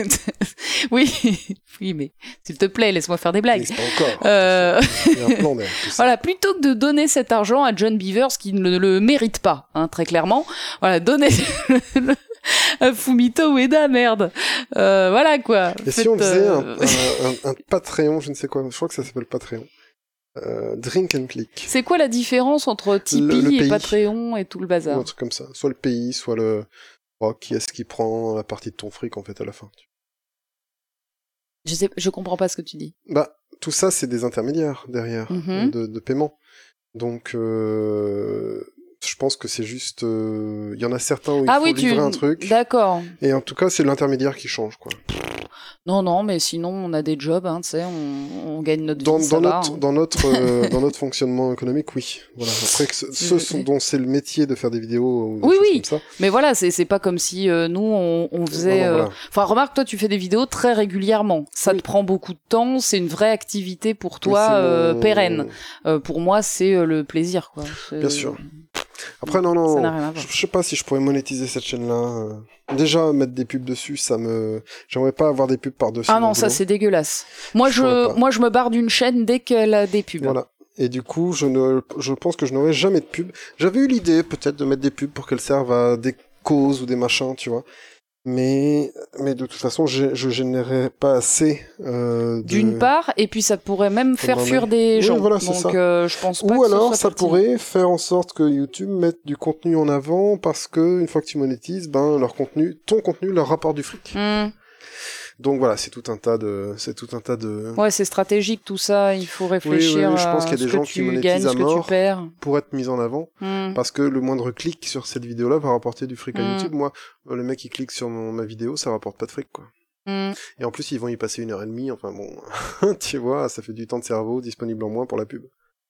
oui, oui, mais s'il te plaît, laisse-moi faire des Qui blagues. n'existe pas encore. Euh... Il y a un plan derrière tout ça. Voilà, plutôt que de donner cet argent à John Beavers qui ne le mérite pas, hein, très clairement. Voilà, donnez à Fumito Ueda, merde. Euh, voilà quoi. Et Faites, si on faisait euh, un, un, un Patreon, je ne sais quoi, je crois que ça s'appelle Patreon. Euh, drink and click. C'est quoi la différence entre Tipeee Le- le et pays. Patreon et tout le Ou bazar? un truc comme ça. Soit le pays, soit le... Oh, qui est-ce qui prend la partie de ton fric, en fait, à la fin. Je sais, je comprends pas ce que tu dis. Bah, tout ça, c'est des intermédiaires derrière, Mhm. de, de paiement. Donc, euh, je pense que c'est juste... euh, Il y en a certains où il Ah faut oui, tu... livrer un truc, D'accord. et en tout cas, c'est l'intermédiaire qui change, quoi. Non, non, mais sinon, on a des jobs, hein, tu sais, on, on gagne notre Dans, vie, ça dans, va, notre, hein. dans, notre, euh, dans notre fonctionnement économique, oui. Voilà. Après, que ce- ceux sont- dont c'est le métier de faire des vidéos ou des Oui, choses oui. comme ça. Mais voilà, c'est c'est pas comme si euh, nous, on, on faisait... Non, non, euh, voilà. Enfin, remarque, toi, tu fais des vidéos très régulièrement. Ça Oui. te prend beaucoup de temps, c'est une vraie activité pour Mais toi c'est euh, mon- pérenne. Euh, pour moi, c'est euh, le plaisir, quoi. C'est- Bien sûr. Après, non, non, Ça n'a rien à voir. je je sais pas si je pourrais monétiser cette chaîne-là. euh. Déjà, mettre des pubs dessus, ça me... J'aimerais pas avoir des pubs par-dessus. Ah mon non, ça boulot. c'est dégueulasse. Moi, Je pourrais je, pas. moi, je me barre d'une chaîne dès qu'elle a des pubs. Voilà. Et du coup, je, ne... je pense que je n'aurai jamais de pub. J'avais eu l'idée, peut-être, de mettre des pubs pour qu'elles servent à des causes ou des machins, tu vois. Mais, mais de toute façon, je, je générais pas assez. Euh, de... D'une part, et puis ça pourrait même faire Comment fuir on est... des oui, gens. voilà, c'est Donc ça. euh, je pense pas Ou que alors, ce soit ça pertinent. pourrait faire en sorte que YouTube mette du contenu en avant parce que une fois que tu monétises, ben leur contenu, ton contenu, leur rapporte du fric. Mmh. Donc voilà, c'est tout un tas de, c'est tout un tas de. Ouais, c'est stratégique tout ça. Il faut réfléchir Oui, oui, oui, je pense à qu'il y a des ce gens que qui tu monétisent gagnes, à ce que tu mort perds. pour être mis en avant. Mmh. Parce que le moindre clic sur cette vidéo-là va rapporter du fric à Mm. YouTube. Moi, le mec qui clique sur mon, ma vidéo, ça rapporte pas de fric, quoi. Mm. Et en plus, ils vont y passer une heure et demie. Enfin bon, tu vois, ça fait du temps de cerveau disponible en moins pour la pub.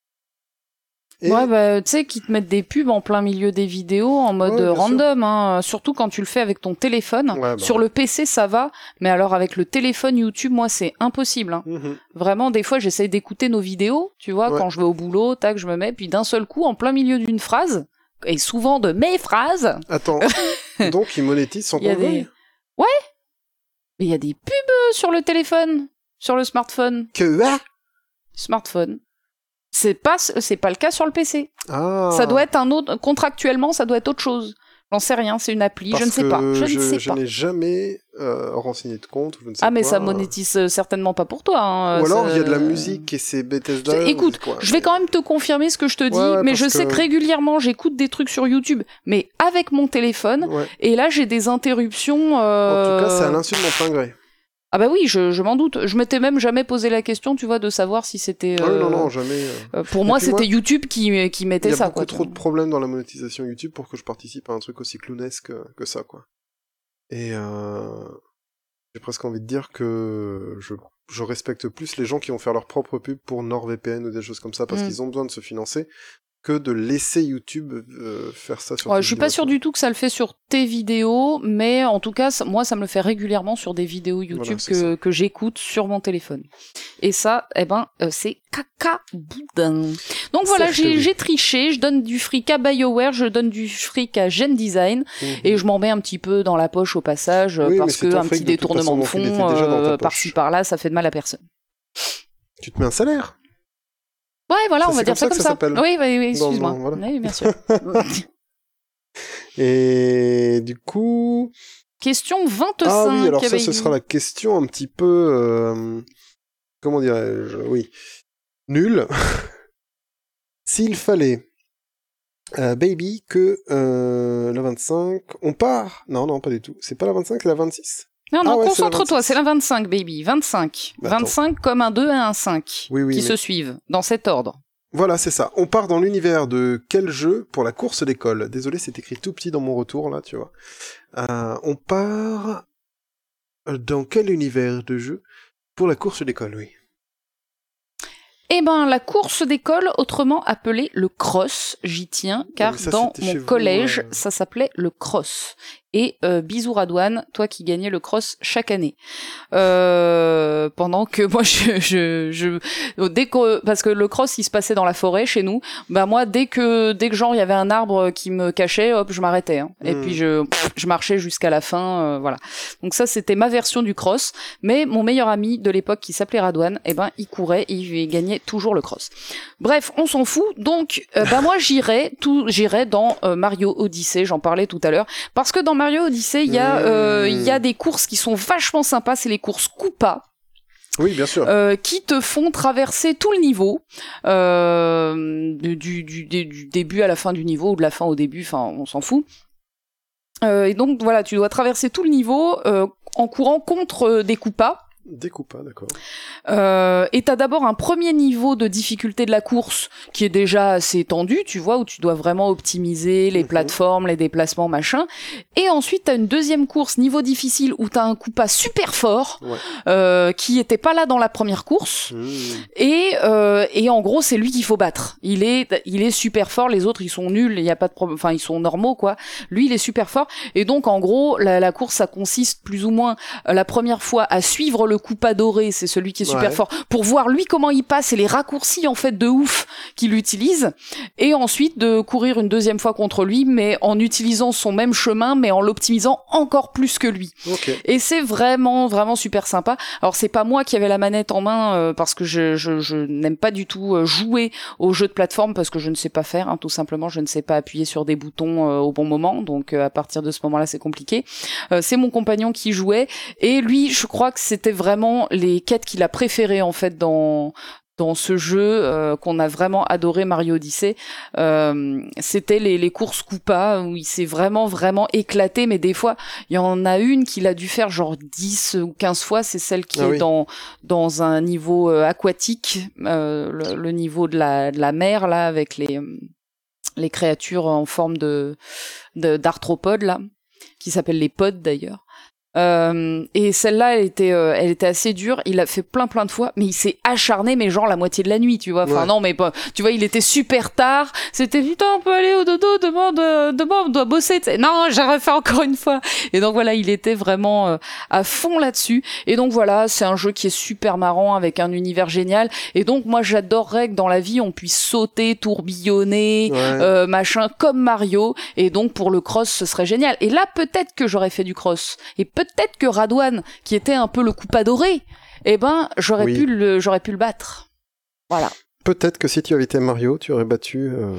Et... Ouais, bah, tu sais, qu'ils te mettent des pubs en plein milieu des vidéos en mode Ouais, bien random, hein, surtout quand tu le fais avec ton téléphone. Ouais, bah. Sur le P C, ça va, mais alors avec le téléphone YouTube, moi, c'est impossible. Hein. Mhm. Vraiment, des fois, j'essaye d'écouter nos vidéos, tu vois, Ouais. quand je vais au boulot, tac, je me mets, puis d'un seul coup, en plein milieu d'une phrase, et souvent de mes phrases, Attends, donc ils monétisent sans il y a qu'on le des... veuille. Ouais, mais il y a des pubs euh, sur le téléphone, sur le smartphone. Que ah Smartphone. C'est pas, c'est pas le cas sur le P C. Ah. Ça doit être un autre, contractuellement, ça doit être autre chose. J'en sais rien, c'est une appli, Parce je ne sais que pas. Je, je, ne sais je pas. n'ai jamais euh, renseigné de compte, je ne sais Ah, mais quoi. ça monétise euh, certainement pas pour toi. Hein, Ou alors il ça... y a de la musique et c'est Bethesda. Écoute, ou quoi, je vais quand même te confirmer ce que je te dis, Ouais, ouais, mais parce je sais que- que régulièrement j'écoute des trucs sur YouTube, mais avec mon téléphone, Ouais. et là j'ai des interruptions. Euh... En tout cas, c'est à l'insu de mon plein gré. Ah bah oui, je, je m'en doute. Je m'étais même jamais posé la question, tu vois, de savoir si c'était. Ah oui, euh, non, non, jamais. euh. euh, Pour Et moi, puis c'était moi, YouTube qui, qui Il mettait y a ça. beaucoup Quoi, trop de problèmes dans la monétisation YouTube pour que je participe à un truc aussi clownesque que, que ça, quoi. Et euh, j'ai presque envie de dire que je, je respecte plus les gens qui vont faire leur propre pub pour NordVPN ou des choses comme ça parce Mm. qu'ils ont besoin de se financer que de laisser YouTube euh, faire ça sur Ouais, tes je suis pas vidéos, sûre quoi. du tout que ça le fait sur tes vidéos, mais en tout cas, ça- moi, ça me le fait régulièrement sur des vidéos YouTube Voilà, c'est que, ça. que j'écoute sur mon téléphone. Et ça, eh ben, euh, c'est caca boudin. Donc voilà, Certes, j'ai oui. j'ai triché, je donne du fric à BioWare, je donne du fric à Gen Design, Mhm. et je m'en mets un petit peu dans la poche au passage, Oui, mais parce c'est que ton un fric, petit de toute détournement de façon, donc il fond, était déjà dans ta euh, poche. par-ci par-là, ça fait de mal à personne. Tu te mets un salaire. Ouais, voilà, Ça, on va c'est dire comme ça ça comme que ça. ça s'appelle. Oui, oui, oui, Dans- excuse-moi. dans- voilà. Oui, bien sûr. Et du coup... Question vingt-cinq. Ah oui, alors ça, Baby. ce sera la question un petit peu... euh, comment dirais-je? Oui. Nul. S'il fallait, euh, Baby, que euh, la vingt-cinq... On part? Non, non, pas du tout. C'est pas la vingt-cinq, c'est la vingt-six? Non, non, Ah ouais, concentre-toi, c'est la c'est la vingt-cinq, baby. vingt-cinq. Bah, attends. vingt-cinq comme un deux et un cinq. Oui, oui, qui mais- se suivent, dans cet ordre. Voilà, c'est ça. On part dans l'univers de quel jeu pour la course d'école? Désolé, c'est écrit tout petit dans mon retour, là, tu vois. Euh, on part dans quel univers de jeu pour la course d'école, oui. Eh ben, la course d'école, autrement appelée le cross, j'y tiens, car mais ça, dans c'était chez mon vous, collège, euh. ça s'appelait le cross. Et euh, bisous Radouane, toi qui gagnais le cross chaque année. Euh, pendant que moi, je, je, je, dès que, parce que le cross, il se passait dans la forêt chez nous. Bah moi, dès que, dès que genre il y avait un arbre qui me cachait, hop, je m'arrêtais. Hein. Et Mm. puis je, je marchais jusqu'à la fin, euh, voilà. Donc ça, c'était ma version du cross. Mais mon meilleur ami de l'époque, qui s'appelait Radouane, eh ben, il courait, et il gagnait toujours le cross. Bref, on s'en fout. Donc, euh, bah moi, j'irais, tout, j'irais dans euh, Mario Odyssey. J'en parlais tout à l'heure, parce que dans Mario Odyssey, il y a, euh, il y a des courses qui sont vachement sympas. C'est les courses Koopa. Oui, bien sûr. Euh, qui te font traverser tout le niveau, euh, du, du, du, du début à la fin du niveau, ou de la fin au début, enfin, on s'en fout. Euh, et donc, voilà, tu dois traverser tout le niveau euh, en courant contre euh, des Koopas. Découpe pas, d'accord. Euh, et t'as d'abord un premier niveau de difficulté de la course qui est déjà assez tendu, tu vois, où tu dois vraiment optimiser les Mhm. plateformes, les déplacements, machin. Et ensuite t'as une deuxième course niveau difficile où t'as un Koopa super fort Ouais. euh, qui était pas là dans la première course. Mmh. Et, euh, et en gros, c'est lui qu'il faut battre. Il est, il est super fort. Les autres, ils sont nuls. Il y a pas de problème. Enfin, ils sont normaux, quoi. Lui, il est super fort. Et donc, en gros, la, la course, ça consiste plus ou moins euh, la première fois à suivre le Koopa doré. C'est celui qui est super ouais. fort, pour voir lui comment il passe et les raccourcis en fait de ouf qu'il utilise, et ensuite de courir une deuxième fois contre lui, mais en utilisant son même chemin, mais en l'optimisant encore plus que lui. Okay. Et c'est vraiment, vraiment super sympa. Alors c'est pas moi qui avais la manette en main, euh, parce que je, je, je n'aime pas du tout euh, jouer aux jeux de plateforme, parce que je ne sais pas faire, hein, tout simplement, je ne sais pas appuyer sur des boutons euh, au bon moment, donc euh, à partir de ce moment-là, c'est compliqué. Euh, c'est mon compagnon qui jouait, et lui, je crois que c'était vraiment les quêtes qu'il a préférées en fait dans dans ce jeu euh, qu'on a vraiment adoré, Mario Odyssey. Euh, c'était les, les courses Koopa où il s'est vraiment vraiment éclaté, mais des fois il y en a une qu'il a dû faire genre dix ou quinze fois, c'est celle qui ah est oui. dans dans un niveau euh, aquatique, euh, le, le niveau de la de la mer là, avec les les créatures en forme de, de d'arthropodes là, qui s'appellent les pods d'ailleurs. Euh, et celle-là, elle était, euh, elle était assez dure. Il l'a fait plein, plein de fois, mais il s'est acharné, mais genre la moitié de la nuit, tu vois. Enfin ouais. non, mais pas. Tu vois, il était super tard. C'était putain, on peut aller au dodo. Demain, de, demain, on doit bosser. T'sais. Non, j'ai refait encore une fois. Et donc voilà, il était vraiment euh, à fond là-dessus. Et donc voilà, c'est un jeu qui est super marrant avec un univers génial. Et donc moi, j'adorerais que dans la vie, on puisse sauter, tourbillonner, Ouais. euh, machin, comme Mario. Et donc pour le cross, ce serait génial. Et là, peut-être que j'aurais fait du cross. Et peut-être que Radouane, qui était un peu le Koopa doré, eh ben, j'aurais Oui. pu le, j'aurais pu le battre. Voilà. Peut-être que si tu avais été Mario, tu aurais battu. Euh...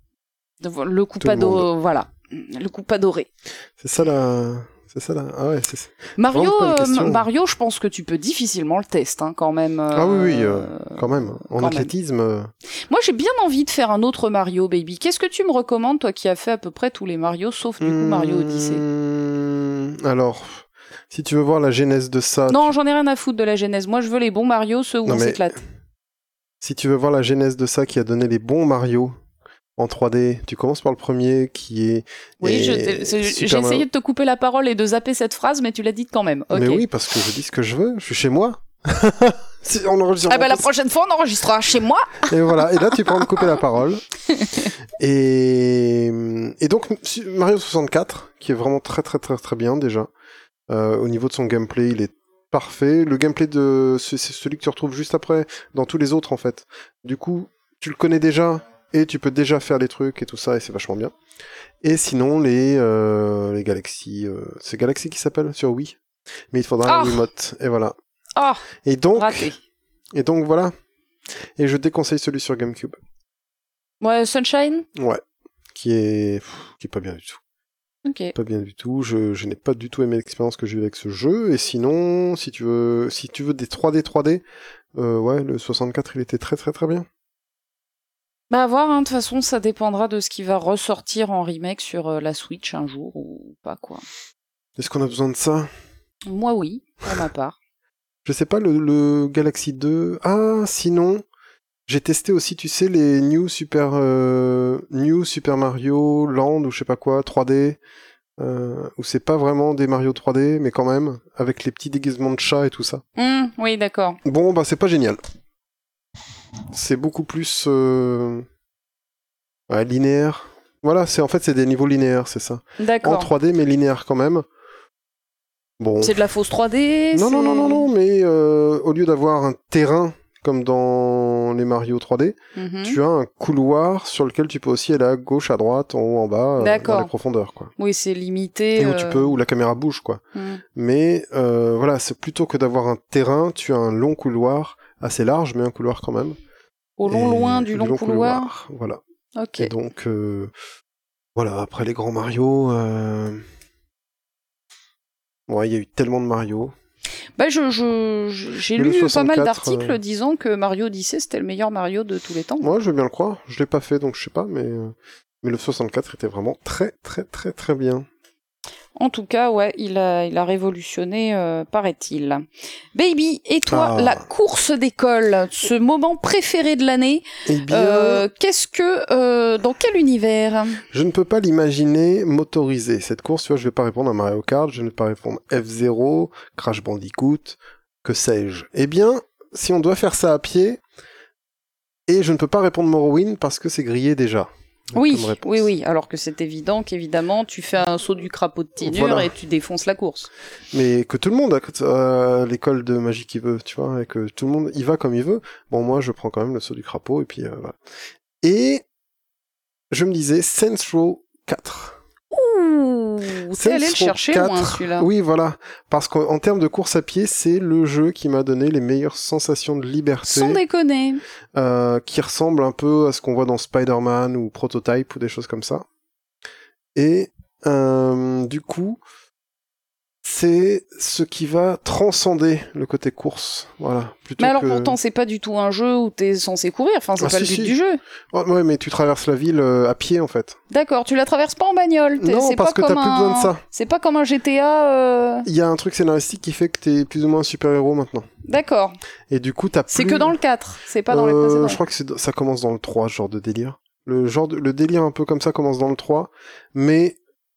Le Koopa doré, voilà. Le Koopa doré. C'est ça la. C'est ça là. Ah ouais, c'est Mario, vraiment pas une euh, question. Mario, je pense que tu peux difficilement le tester, hein, quand même. euh, Ah oui, oui, euh, quand même. En quand athlétisme. euh, Moi, j'ai bien envie de faire un autre Mario, baby. Qu'est-ce que tu me recommandes, toi, qui as fait à peu près tous les Mario, sauf du coup Mario Odyssey? hmm, Alors, si tu veux voir la genèse de ça. Non, tu- j'en ai rien à foutre de la genèse. Moi, je veux les bons Mario, ceux où Non, on mais- s'éclate. Si tu veux voir la genèse de ça qui a donné les bons Mario en trois D, tu commences par le premier qui est. Oui, est je t'ai- c'est- Super j'ai Mario. essayé de te couper la parole et de zapper cette phrase, mais tu l'as dite quand même. Ok. Mais oui, parce que je dis ce que je veux. Je suis chez moi. Si on enregistre Ah bah la en prochaine fois, on enregistrera chez moi. Et voilà, et là tu peux me couper la parole. Et, et donc Mario soixante-quatre, qui est vraiment très très très très bien déjà. Euh, au niveau de son gameplay, il est parfait. Le gameplay de c'est c'est celui que tu retrouves juste après dans tous les autres en fait. Du coup, tu le connais déjà et tu peux déjà faire les trucs et tout ça et c'est vachement bien. Et sinon les euh, les Galaxies, euh, c'est Galaxy qui s'appelle sur Wii. Mais il faudra Ah. un Wiimote et voilà. Ah, Et donc raté. et donc voilà. Et je déconseille celui sur GameCube. Ouais, Sunshine. Ouais, qui est pff, qui est pas bien du tout. Ok. Pas bien du tout. Je, je n'ai pas du tout aimé l'expérience que j'ai eue avec ce jeu. Et sinon, si tu veux, si tu veux des trois D trois D, euh, ouais, le soixante-quatre, il était très très très bien. Bah à voir, hein, de toute façon, ça dépendra de ce qui va ressortir en remake sur euh, la Switch un jour ou pas quoi. Est-ce qu'on a besoin de ça? Moi oui, pour ma part. Je sais pas, le, le Galaxy deux. Ah, sinon, j'ai testé aussi, tu sais, les New Super euh, New Super Mario Land ou je sais pas quoi, trois D. Euh, où c'est pas vraiment des Mario trois D, mais quand même, avec les petits déguisements de chat et tout ça. Hum, oui, d'accord. Bon, bah c'est pas génial. C'est beaucoup plus euh... ouais, linéaire. Voilà, c'est en fait c'est des niveaux linéaires, c'est ça. En D'accord. trois D mais linéaire quand même. Bon. C'est de la fausse trois D. Non c'est- non non non non, mais euh, au lieu d'avoir un terrain comme dans les Mario trois D, Mhm. tu as un couloir sur lequel tu peux aussi aller à gauche, à droite, en haut, en bas, euh, D'accord. dans les profondeurs quoi. Oui, c'est limité. Et où euh, tu peux où la caméra bouge quoi. hum. Mais euh, voilà, c'est plutôt que d'avoir un terrain, tu as un long couloir assez large, mais un couloir quand même. Au long, Et- loin du long, couloir. Voilà. Ok. Et donc, euh, voilà, après les grands Mario, euh... ouais, il y a eu tellement de Mario. Bah, je, je, je- j'ai Mais le lu pas mal soixante-quatre, d'articles euh, disant que Mario Odyssey c'était le meilleur Mario de tous les temps. Moi, je veux bien le croire. Je l'ai pas fait, donc je sais pas, mais, euh, mais le soixante-quatre était vraiment très, très, très, très bien. En tout cas, ouais, il a, il a révolutionné, euh, paraît-il. Baby, et toi, Ah. la course d'école, ce moment préféré de l'année, Eh bien, euh, qu'est-ce que, euh, dans quel univers? je ne peux pas l'imaginer motorisé. Cette course, tu vois, je vais pas répondre à Mario Kart, je ne vais pas répondre F zéro, Crash Bandicoot, que sais-je. Eh bien, si on doit faire ça à pied, et je ne peux pas répondre Morrowind parce que c'est grillé déjà. Oui, comme réponse. oui, oui. Alors que c'est évident qu'évidemment, tu fais un saut du crapaud de Tinur Voilà. et tu défonces la course. Mais que tout le monde a euh, l'école de magie qu'il veut, tu vois, et que tout le monde y va comme il veut. Bon, moi, je prends quand même le saut du crapaud, et puis euh, voilà. Et je me disais, Saints Row quatre. Ouh, t'es allé le chercher quatre, loin, celui-là. Oui, voilà. Parce qu'en termes de course à pied, c'est le jeu qui m'a donné les meilleures sensations de liberté. Sans déconner. Euh, qui ressemble un peu à ce qu'on voit dans Spider-Man ou Prototype ou des choses comme ça. Et euh, du coup, c'est ce qui va transcender le côté course, voilà. Plutôt mais alors que... pourtant, c'est pas du tout un jeu où t'es censé courir, enfin c'est ah, pas si, le but si. du jeu. Oh, ouais, mais tu traverses la ville euh, à pied en fait. D'accord, tu la traverses pas en bagnole. T'es, Non, c'est parce pas que comme t'as plus un... besoin de ça. C'est pas comme un G T A. Euh... Il y a un truc scénaristique qui fait que t'es plus ou moins un super-héros maintenant. D'accord. Et du coup, t'as plus... C'est que dans le quatre, c'est pas dans euh, les précédents. Je crois que c'est... ça commence dans le trois, ce genre de délire. Le genre de... le délire un peu comme ça commence dans le trois, mais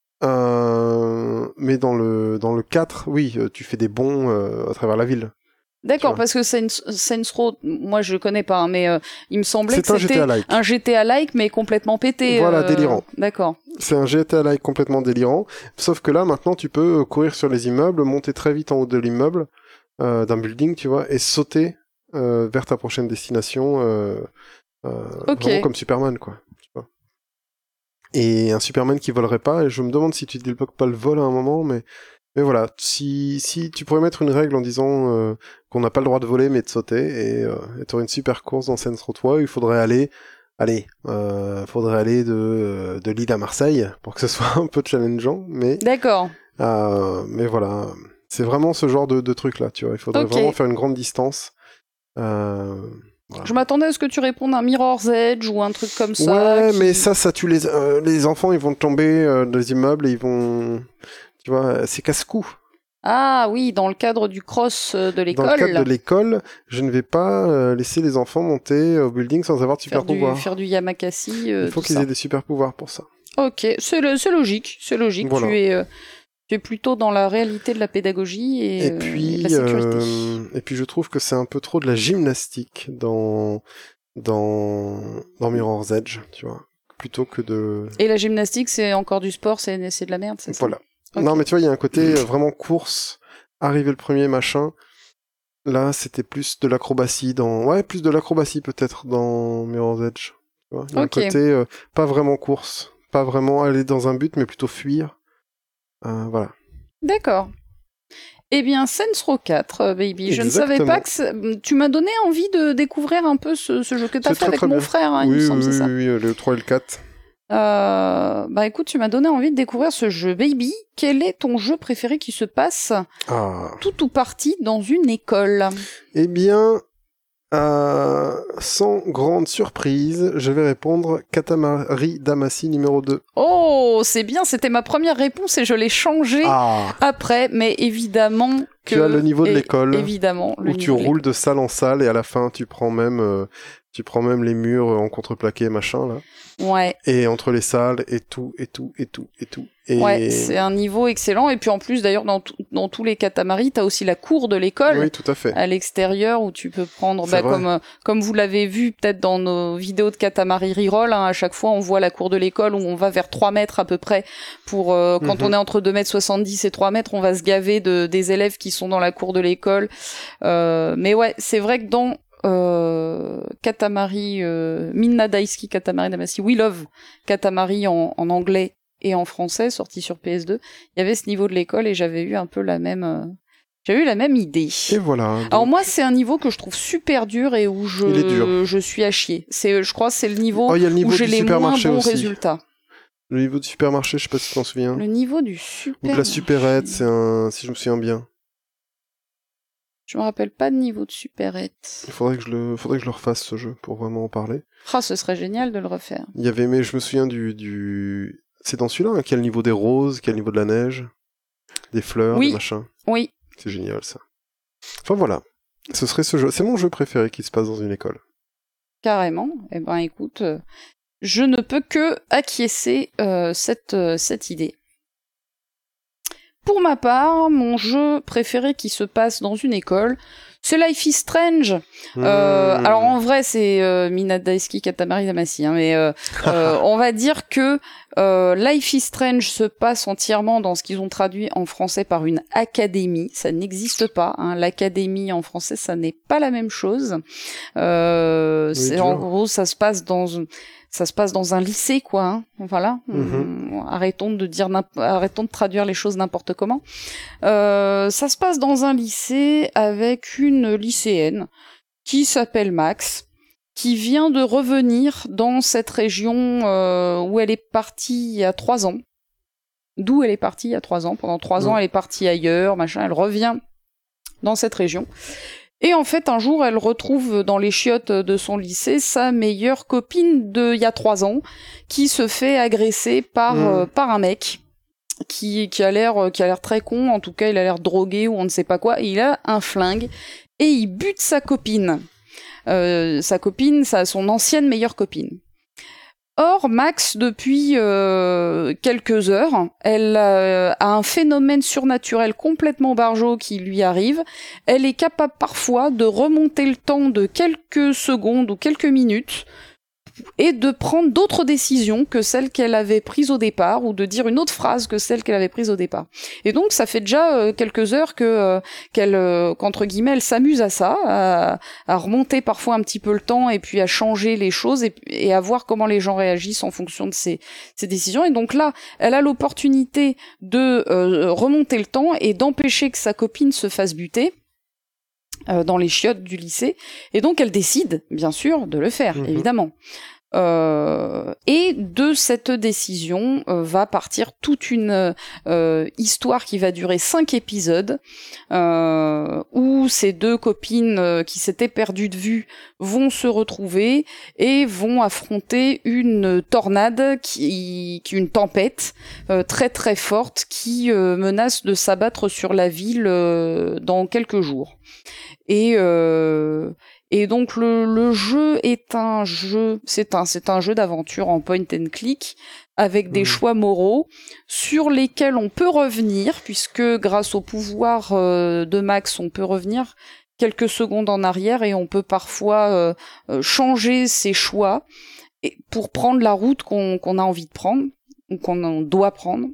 euh... mais dans le dans le quatre, oui, tu fais des bonds euh, à travers la ville. D'accord, parce que Saints, Saints Row, moi je connais pas, hein, mais euh, il me semblait c'est que c'était un G T A-like. un G T A-like, mais complètement pété. Voilà, euh... délirant. D'accord. C'est un G T A-like complètement délirant, sauf que là, maintenant, tu peux courir sur les immeubles, monter très vite en haut de l'immeuble, euh, d'un building, tu vois, et sauter euh, vers ta prochaine destination, euh, euh, okay. Vraiment comme Superman, quoi. Tu vois. Et un Superman qui volerait pas, et je me demande si tu débloques pas le vol à un moment, mais... Mais voilà, si, si tu pourrais mettre une règle en disant euh, qu'on n'a pas le droit de voler mais de sauter, et euh, tu aurais une super course dans Saints Row trois, il faudrait aller, allez, euh, faudrait aller de, de Lille à Marseille pour que ce soit un peu challengeant, mais... D'accord. Euh, mais voilà, c'est vraiment ce genre de, de truc là, tu vois, il faudrait okay. vraiment faire une grande distance. Euh... Voilà. Je m'attendais à ce que tu répondes à Mirror's Edge ou un truc comme ça. Ouais, qui... mais ça, ça tue les, euh, les enfants, ils vont tomber euh, des immeubles et ils vont... Tu vois, c'est casse-cou. Ah oui, dans le cadre du cross de l'école. Dans le cadre de l'école, je ne vais pas euh, laisser les enfants monter au building sans avoir de super faire du, pouvoir. Faire du Yamakasi. Euh, Il faut qu'ils ça. aient des super pouvoirs pour ça. Ok, c'est, le, c'est logique, c'est logique. Voilà. Tu es, euh, tu es plutôt dans la réalité de la pédagogie et, et puis, euh, et de la sécurité. Euh, et puis je trouve que c'est un peu trop de la gymnastique dans dans dans Mirror's Edge, tu vois, plutôt que de. Et la gymnastique, c'est encore du sport, c'est, c'est de la merde, c'est ça. Voilà. Okay. Non, mais tu vois, il y a un côté vraiment course, arriver le premier, machin. Là, c'était plus de l'acrobatie dans... Ouais, plus de l'acrobatie peut-être dans Mirror's Edge. Tu vois, il y a okay. un côté euh, pas vraiment course, pas vraiment aller dans un but, mais plutôt fuir. Euh, voilà. D'accord. Eh bien, Saints Row quatre, baby. Exactement. Je ne savais pas que... Ça... Tu m'as donné envie de découvrir un peu ce, ce jeu que tu as fait très, avec très mon bien. frère, hein, oui, il me semble, oui, c'est ça. Oui, oui, le trois et le quatre. Euh, bah écoute, tu m'as donné envie de découvrir ce jeu. Baby, quel est ton jeu préféré qui se passe ah. tout ou partie dans une école? Eh bien, euh, sans grande surprise, je vais répondre Katamari Damacy numéro deux. Oh, c'est bien, c'était ma première réponse et je l'ai changée ah. après, mais évidemment que... Tu as le niveau de l'école, évidemment, le où tu roules de salle en salle et à la fin tu prends même... Euh, Tu prends même les murs en contreplaqué, machin, là. Ouais. Et entre les salles, et tout, et tout, et tout, et tout. Et... Ouais, c'est un niveau excellent. Et puis en plus, d'ailleurs, dans, t- dans tous les Katamari, t'as aussi la cour de l'école. Oui, tout à fait. À l'extérieur, où tu peux prendre, bah, comme, euh, comme vous l'avez vu peut-être dans nos vidéos de Katamari Reroll, hein, à chaque fois, on voit la cour de l'école où on va vers trois mètres à peu près. Pour, euh, quand mm-hmm. on est entre deux mètres soixante-dix et trois mètres, on va se gaver de, des élèves qui sont dans la cour de l'école. Euh, mais ouais, c'est vrai que dans, Euh, Katamari, euh, Minna Daisuki Katamari Damacy, We Love Katamari en, en anglais et en français, sorti sur P S deux, il y avait ce niveau de l'école et j'avais eu un peu la même, euh, j'avais eu la même idée. Et voilà. Donc... Alors moi, c'est un niveau que je trouve super dur et où je, Il est dur. je suis à chier. C'est, je crois, que c'est le niveau, oh, il y a le niveau où j'ai les moins bons aussi. résultats. Le niveau du supermarché, je sais pas si tu t'en souviens. Le niveau du super. Ou de la supérette, c'est un, si je me souviens bien. Je me rappelle pas de niveau de supérette. Il faudrait que je le, faudrait que je le refasse ce jeu pour vraiment en parler. Ah, ce serait génial de le refaire. Il y avait, mais je me souviens du, du, c'est dans celui-là, hein, quel niveau des roses, quel niveau de la neige, des fleurs, oui. des machins. Oui. C'est génial ça. Enfin voilà, ce serait ce jeu. C'est mon jeu préféré qui se passe dans une école. Carrément. Eh ben écoute, euh, je ne peux que acquiescer euh, cette euh, cette idée. Pour ma part, mon jeu préféré qui se passe dans une école, c'est Life is Strange. Mmh. Euh, alors en vrai, c'est euh, Mina Daisuke Katamari Damacy, hein, mais euh, euh, on va dire que euh, Life is Strange se passe entièrement dans ce qu'ils ont traduit en français par une académie. Ça n'existe pas. Hein. L'académie en français, ça n'est pas la même chose. Euh, oui, c'est en gros, ça se passe dans ça se passe dans un lycée, quoi. Hein. Voilà. Mmh. Arrêtons de dire, arrêtons de traduire les choses n'importe comment. Euh, ça se passe dans un lycée avec une lycéenne qui s'appelle Max, qui vient de revenir dans cette région euh, où elle est partie il y a trois ans. D'où elle est partie il y a trois ans. Pendant trois mmh. ans, elle est partie ailleurs, machin. Elle revient dans cette région. Et en fait, un jour, elle retrouve dans les chiottes de son lycée sa meilleure copine d'il y a trois ans, qui se fait agresser par mmh. euh, par un mec qui qui a l'air qui a l'air très con. En tout cas, il a l'air drogué ou on ne sait pas quoi. Et il a un flingue et il bute sa copine. Euh, sa copine, sa son ancienne meilleure copine. Or, Max, depuis euh, quelques heures, elle euh, a un phénomène surnaturel complètement barjot qui lui arrive. Elle est capable parfois de remonter le temps de quelques secondes ou quelques minutes et de prendre d'autres décisions que celles qu'elle avait prises au départ, ou de dire une autre phrase que celle qu'elle avait prise au départ. Et donc, ça fait déjà euh, quelques heures que euh, qu'elle, euh, qu'entre guillemets, elle s'amuse à ça, à, à remonter parfois un petit peu le temps et puis à changer les choses et, et à voir comment les gens réagissent en fonction de ses, ses décisions. Et donc là, elle a l'opportunité de euh, remonter le temps et d'empêcher que sa copine se fasse buter euh, dans les chiottes du lycée. Et donc, elle décide, bien sûr, de le faire, mmh. évidemment. Euh, et de cette décision euh, va partir toute une euh, histoire qui va durer cinq épisodes euh, où ces deux copines euh, qui s'étaient perdues de vue vont se retrouver et vont affronter une tornade, qui, qui une tempête euh, très très forte qui euh, menace de s'abattre sur la ville euh, dans quelques jours. Et euh, Et donc le, le jeu est un jeu, c'est un c'est un jeu d'aventure en point and click avec des mmh. choix moraux sur lesquels on peut revenir, puisque grâce au pouvoir euh, de Max, on peut revenir quelques secondes en arrière et on peut parfois euh, euh, changer ses choix et pour prendre la route qu'on qu'on a envie de prendre ou qu'on doit prendre.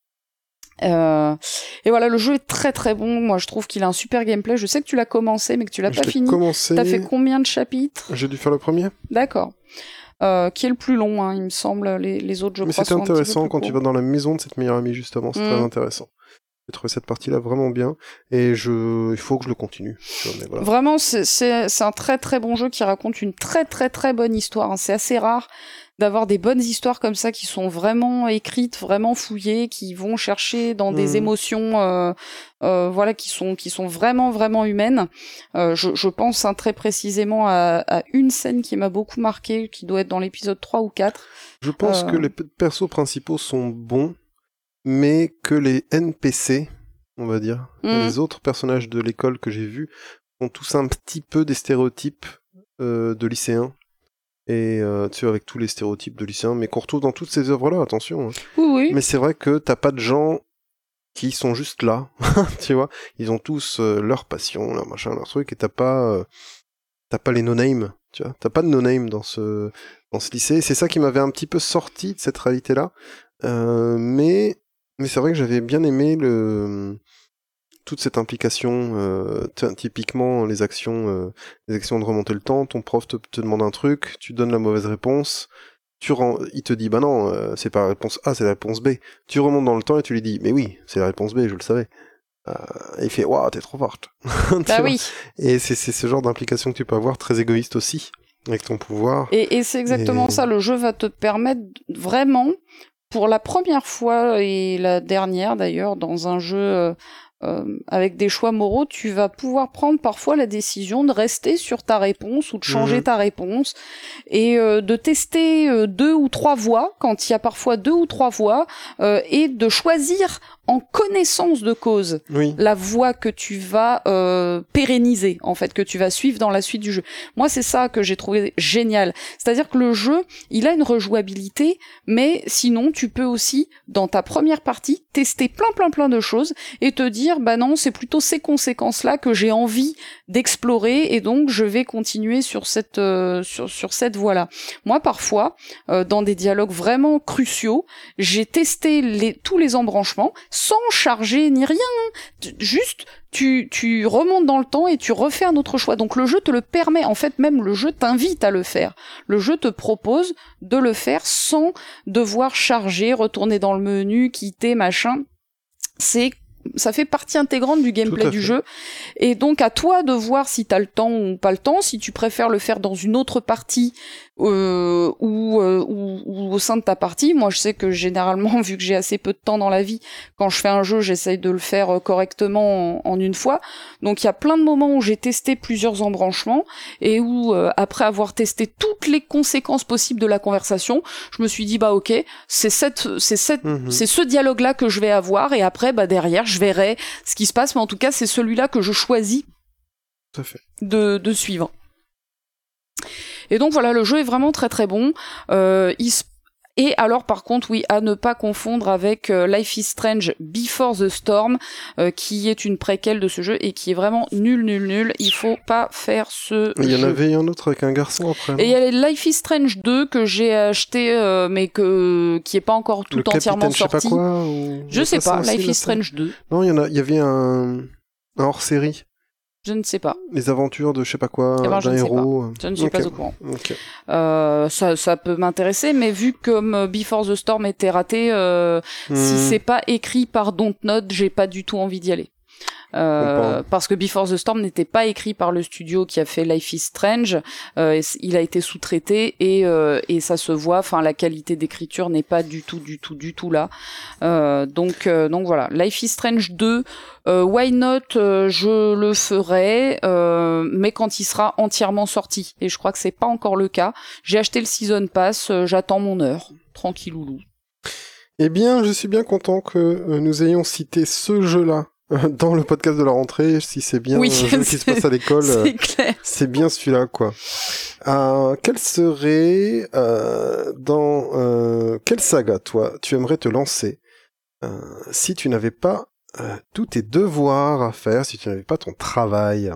Euh, et voilà, le jeu est très très bon. Moi, je trouve qu'il a un super gameplay. Je sais que tu l'as commencé, mais que tu l'as je pas fini. Commencé... T'as fait combien de chapitres ? J'ai dû faire le premier. D'accord. Euh, qui est le plus long, hein, il me semble. Les, les autres, je mais crois, sont un petit peu plus c'était intéressant quand courts. tu vas dans la maison de cette meilleure amie, justement. C'est mmh. très intéressant. J'ai trouvé cette partie-là vraiment bien. Et je, il faut que je le continue. Mais voilà. Vraiment, c'est, c'est, c'est un très très bon jeu qui raconte une très très très bonne histoire. Hein. C'est assez rare d'avoir des bonnes histoires comme ça qui sont vraiment écrites, vraiment fouillées, qui vont chercher dans des mmh. émotions, euh, euh, voilà, qui sont qui sont vraiment vraiment humaines. Euh, je, je pense hein, très précisément à, à une scène qui m'a beaucoup marqué, qui doit être dans l'épisode trois ou quatre. Je pense euh... que les persos principaux sont bons, mais que les N P C, on va dire, mmh. les autres personnages de l'école que j'ai vus, ont tous un petit peu des stéréotypes euh, de lycéens. Et euh, tu sais, avec tous les stéréotypes de lycéens, mais qu'on retrouve dans toutes ces œuvres-là, attention. Hein. Oui, oui. Mais c'est vrai que t'as pas de gens qui sont juste là, tu vois. Ils ont tous euh, leur passion, leur machin, leur truc, et t'as pas, euh, t'as pas les no-name, tu vois. T'as pas de no-name dans ce, dans ce lycée. C'est ça qui m'avait un petit peu sorti de cette réalité-là. Euh, mais, mais c'est vrai que j'avais bien aimé le, toute cette implication, euh, t- typiquement les actions, euh, les actions de remonter le temps. Ton prof te, te demande un truc, tu donnes la mauvaise réponse, tu rends, il te dit bah non, euh, c'est pas la réponse A, c'est la réponse B. Tu remontes dans le temps et tu lui dis mais oui, c'est la réponse B, je le savais. Euh, et il fait waouh, t'es trop forte. Bah oui. Et c'est, c'est ce genre d'implication que tu peux avoir, très égoïste aussi, avec ton pouvoir. Et, et c'est exactement et... ça. Le jeu va te permettre vraiment, pour la première fois et la dernière d'ailleurs, dans un jeu. Euh, Euh, avec des choix moraux, tu vas pouvoir prendre parfois la décision de rester sur ta réponse ou de changer mmh. ta réponse et euh, de tester euh, deux ou trois voies quand il y a parfois deux ou trois voies euh, et de choisir en connaissance de cause oui. la voie que tu vas euh, pérenniser, en fait, que tu vas suivre dans la suite du jeu. Moi, c'est ça que j'ai trouvé génial. C'est-à-dire que le jeu, il a une rejouabilité, mais sinon, tu peux aussi, dans ta première partie, tester plein, plein, plein de choses et te dire, bah non, c'est plutôt ces conséquences-là que j'ai envie d'explorer et donc je vais continuer sur cette, euh, sur, sur cette voie-là. Moi, parfois, euh, dans des dialogues vraiment cruciaux, j'ai testé les, tous les embranchements sans charger ni rien, juste tu tu remontes dans le temps et tu refais un autre choix. Donc le jeu te le permet, en fait même le jeu t'invite à le faire. Le jeu te propose de le faire sans devoir charger, retourner dans le menu, quitter, machin. C'est ça fait partie intégrante du gameplay du jeu. Et donc à toi de voir si t'as le temps ou pas le temps, si tu préfères le faire dans une autre partie euh, ou, euh, ou, ou au sein de ta partie. Moi je sais que généralement, vu que j'ai assez peu de temps dans la vie, quand je fais un jeu, j'essaye de le faire correctement en, en une fois. Donc il y a plein de moments où j'ai testé plusieurs embranchements et où euh, après avoir testé toutes les conséquences possibles de la conversation, je me suis dit bah ok, c'est cette, c'est cette, mmh. c'est ce dialogue-là que je vais avoir et après bah derrière je verrai ce qui se passe, mais en tout cas c'est celui-là que je choisis Tout à fait. de, de suivre. Et donc voilà, le jeu est vraiment très très bon. Euh, il se... Et alors par contre, oui, à ne pas confondre avec euh, Life is Strange Before the Storm, euh, qui est une préquelle de ce jeu et qui est vraiment nul, nul, nul. Il faut pas faire ce Il y jeu. en avait un autre avec un garçon après. Et il y a Life is Strange deux que j'ai acheté, euh, mais que qui est pas encore tout le entièrement sorti. Je sais pas quoi, ou... Je sais pas, Life is Strange deux. Non, il y en a, il y avait un, un hors-série. Je ne sais pas. Les aventures de je sais pas quoi, eh ben, d'un héros. Pas. Je ne suis okay. pas au courant. Okay. Euh, ça, ça peut m'intéresser, mais vu comme Before the Storm était raté, euh, mmh. si c'est pas écrit par Dontnod, j'ai pas du tout envie d'y aller. Euh, parce que Before the Storm n'était pas écrit par le studio qui a fait Life is Strange, euh, il a été sous-traité et euh, et ça se voit, enfin la qualité d'écriture n'est pas du tout du tout du tout là. Euh, donc euh, donc voilà, Life is Strange deux, euh, why not, euh, je le ferai, euh, mais quand il sera entièrement sorti. Et je crois que c'est pas encore le cas. J'ai acheté le Season Pass, euh, j'attends mon heure, tranquilloulou. Eh bien, je suis bien content que euh, nous ayons cité ce jeu-là dans le podcast de la rentrée. Si c'est bien oui, un jeu qui se passe à l'école, c'est, clair. c'est bien celui-là, quoi. Euh, quelle serait euh, dans euh, quelle saga, toi, tu aimerais te lancer euh, si tu n'avais pas euh, tous tes devoirs à faire, si tu n'avais pas ton travail?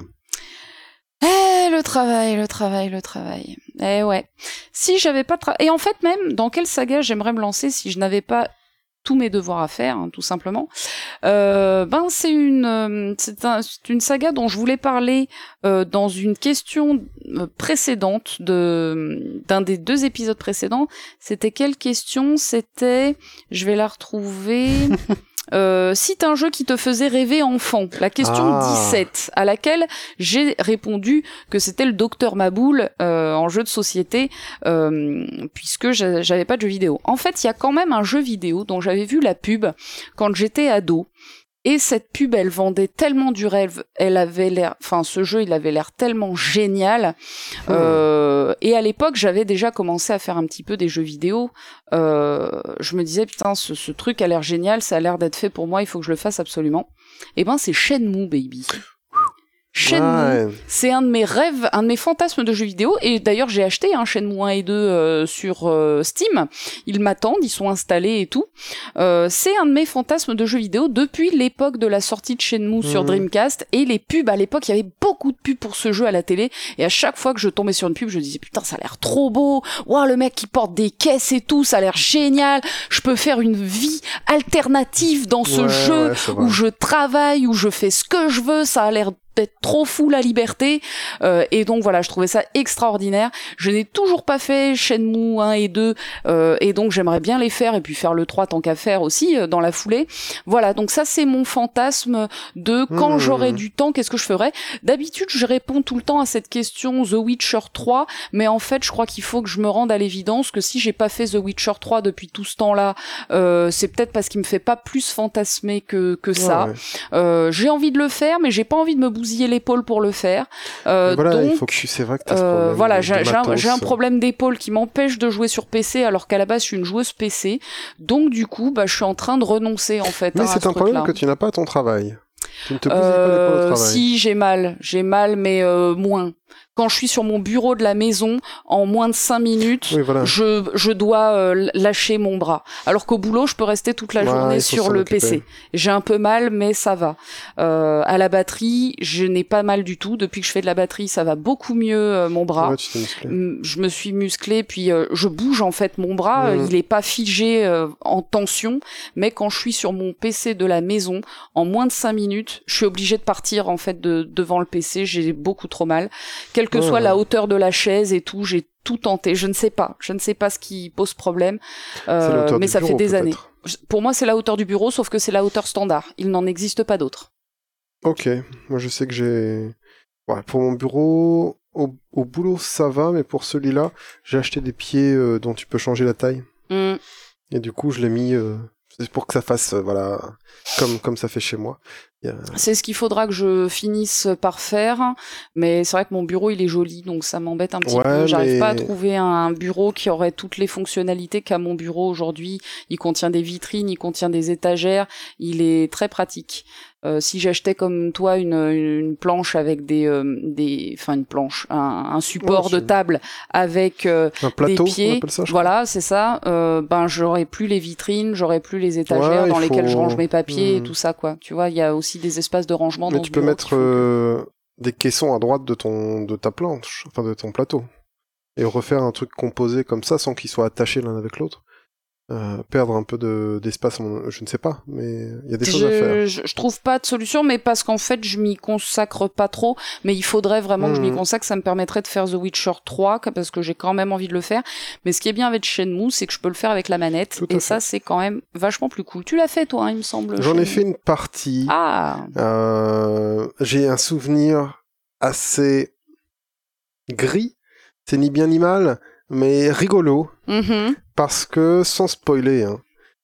Eh, le travail, le travail, le travail. Eh ouais. Si j'avais pas de travail, et en fait même, dans quelle saga j'aimerais me lancer si je n'avais pas tous mes devoirs à faire, hein, tout simplement. Euh, ben c'est une euh, c'est, un, c'est une saga dont je voulais parler euh, dans une question précédente de d'un des deux épisodes précédents. C'était quelle question? C'était, je vais la retrouver. Euh, cite un jeu qui te faisait rêver enfant. La question ah. dix-sept, à laquelle j'ai répondu que c'était le Docteur Maboul euh, en jeu de société, euh, puisque j'avais pas de jeu vidéo. En fait, il y a quand même un jeu vidéo dont j'avais vu la pub quand j'étais ado. Et cette pub, elle vendait tellement du rêve, elle avait l'air, enfin ce jeu, il avait l'air tellement génial. Mmh. Euh, et à l'époque, j'avais déjà commencé à faire un petit peu des jeux vidéo. Euh, je me disais putain, ce, ce truc a l'air génial, ça a l'air d'être fait pour moi, il faut que je le fasse absolument. Et ben c'est Shenmue, baby. Shenmue, ouais. C'est un de mes rêves, un de mes fantasmes de jeux vidéo, et d'ailleurs j'ai acheté hein, Shenmue un et deux euh, sur euh, Steam, ils m'attendent, ils sont installés et tout. Euh, c'est un de mes fantasmes de jeux vidéo depuis l'époque de la sortie de Shenmue mmh. sur Dreamcast, et les pubs, à l'époque il y avait beaucoup de pubs pour ce jeu à la télé, et à chaque fois que je tombais sur une pub, je disais putain ça a l'air trop beau, waouh le mec qui porte des caisses et tout, ça a l'air génial, je peux faire une vie alternative dans ce ouais, jeu, ouais, où je travaille, où je fais ce que je veux, ça a l'air d'être trop fou la liberté, euh, et donc voilà, je trouvais ça extraordinaire. Je n'ai toujours pas fait Shenmue un et deux, euh, et donc j'aimerais bien les faire, et puis faire le trois tant qu'à faire aussi, euh, dans la foulée. Voilà, donc ça c'est mon fantasme de quand mmh. j'aurai du temps, qu'est-ce que je ferais. D'habitude, je réponds tout le temps à cette question The Witcher trois, mais en fait, je crois qu'il faut que je me rende à l'évidence que si j'ai pas fait The Witcher trois depuis tout ce temps-là, euh, c'est peut-être parce qu'il me fait pas plus fantasmer que, que ça. Ouais, ouais. Euh, j'ai envie de le faire, mais j'ai pas envie de me bouser bousiller l'épaule pour le faire. Euh, voilà, donc, il faut que je... c'est vrai que t'as ce euh, problème. voilà, j'ai, j'ai, un, j'ai un euh. problème d'épaule qui m'empêche de jouer sur P C, alors qu'à la base, je suis une joueuse P C. Donc, du coup, bah, je suis en train de renoncer, en fait. Mais hein, c'est à un ce problème truc-là. que tu n'as pas à ton travail. Tu ne te bousilles Euh, pas l'épaule au travail. si, j'ai mal. J'ai mal, mais euh, moins. Quand je suis sur mon bureau de la maison, en moins de cinq minutes, oui, voilà. je, je dois euh, lâcher mon bras. Alors qu'au boulot, je peux rester toute la ouais, journée sur le P C. J'ai un peu mal, mais ça va. Euh, à la batterie, je n'ai pas mal du tout. Depuis que je fais de la batterie, ça va beaucoup mieux, euh, mon bras. Ouais, tu t'es musclé. Je me suis musclé, puis euh, je bouge en fait mon bras. Mmh. Il est pas figé euh, en tension, mais quand je suis sur mon P C de la maison, en moins de cinq minutes, je suis obligée de partir en fait de, devant le P C. J'ai beaucoup trop mal. Quelle que ouais, soit ouais. la hauteur de la chaise et tout, j'ai tout tenté. Je ne sais pas. Je ne sais pas ce qui pose problème. Euh, mais ça bureau, fait des peut-être. années. Pour moi, c'est la hauteur du bureau, sauf que c'est la hauteur standard. Il n'en existe pas d'autre. Ok. Moi, je sais que j'ai... Ouais, pour mon bureau, au, au boulot, ça va, mais pour celui-là, j'ai acheté des pieds euh, dont tu peux changer la taille. Mm. Et du coup, je l'ai mis... Euh... C'est pour que ça fasse, euh, voilà, comme, comme ça fait chez moi. A... C'est ce qu'il faudra que je finisse par faire, mais c'est vrai que mon bureau, il est joli, donc ça m'embête un petit ouais, peu. J'arrive mais... pas à trouver un bureau qui aurait toutes les fonctionnalités qu'a mon bureau aujourd'hui. Il contient des vitrines, il contient des étagères, il est très pratique. Euh, si j'achetais comme toi une, une planche avec des, euh, des, enfin une planche, un, un support ouais, de table avec euh, un plateau, des pieds, on appelle ça, je voilà, c'est ça. Euh, ben j'aurais plus les vitrines, j'aurais plus les étagères ouais, dans faut... lesquelles je range mes papiers mmh. et tout ça, quoi. Tu vois, il y a aussi des espaces de rangement. Mais dans tu ce peux bureau mettre euh, que... des caissons à droite de ton, de ta planche, enfin de ton plateau, et refaire un truc composé comme ça sans qu'ils soient attachés l'un avec l'autre. Euh, perdre un peu de, d'espace, je ne sais pas, mais il y a des choses je, à faire. Je, je trouve pas de solution, mais parce qu'en fait, je m'y consacre pas trop, mais il faudrait vraiment mmh. que je m'y consacre, ça me permettrait de faire The Witcher trois, parce que j'ai quand même envie de le faire. Mais ce qui est bien avec Shenmue, c'est que je peux le faire avec la manette, Tout et fait. Ça, c'est quand même vachement plus cool. Tu l'as fait, toi, hein, il me semble. J'en Shenmue. ai fait une partie. Ah. Euh, j'ai un souvenir assez gris, c'est ni bien ni mal, mais rigolo, mmh. parce que, sans spoiler, hein,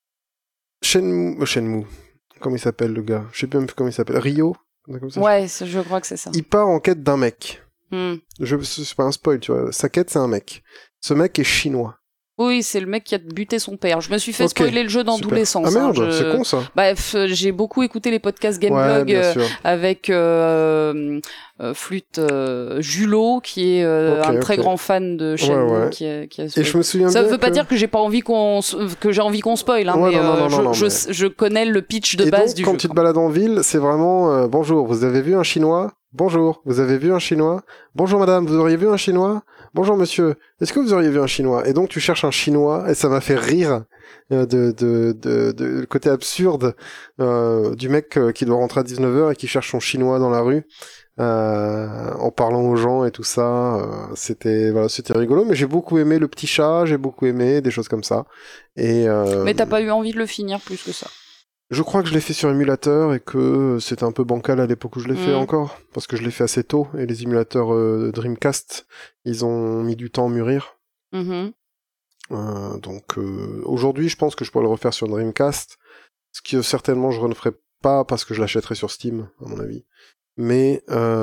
Shenmue, euh, Shenmue, comment il s'appelle le gars? Je sais plus même comment il s'appelle. Rio? Comme ça, ouais, je... je crois que c'est ça. Il part en quête d'un mec. Mm. Je, c'est pas un spoil, tu vois. Sa quête, c'est un mec. Ce mec est chinois. Oui, c'est le mec qui a buté son père. Je me suis fait okay. spoiler le jeu dans Super. tous les sens. Ah merde, hein. je... c'est con ça. Bref, j'ai beaucoup écouté les podcasts Gameblog ouais, euh, avec euh, euh, Flûte euh, Julot, qui est euh, okay, un très okay. grand fan de Shenmue. Ouais, ouais. Qui a, qui a Et je me souviens ça bien veut que... pas dire que j'ai pas envie qu'on que j'ai envie qu'on spoil, hein, ouais, mais, non, non, euh, non, je, non, je, mais... je connais le pitch de Et base donc, du quand jeu. Quand tu te balades en ville, c'est vraiment euh, bonjour. Vous avez vu un Chinois? Bonjour. Vous avez vu un Chinois? Bonjour madame. Vous auriez vu un Chinois? Bonjour monsieur. Est-ce que vous auriez vu un Chinois? Et donc tu cherches un Chinois et ça m'a fait rire euh, de, de, de, de le côté absurde euh, du mec euh, qui doit rentrer à dix-neuf heures et qui cherche son Chinois dans la rue euh, en parlant aux gens et tout ça. Euh, c'était voilà, c'était rigolo. Mais j'ai beaucoup aimé le petit chat. J'ai beaucoup aimé des choses comme ça. Et euh, mais t'as pas eu envie de le finir plus que ça? Je crois que je l'ai fait sur émulateur et que c'était un peu bancal à l'époque où je l'ai mmh. fait encore, parce que je l'ai fait assez tôt, et les émulateurs euh, Dreamcast, ils ont mis du temps à mûrir. Mmh. Euh, donc euh, aujourd'hui, je pense que je pourrais le refaire sur Dreamcast, ce que certainement je ne referai pas parce que je l'achèterai sur Steam, à mon avis. Mais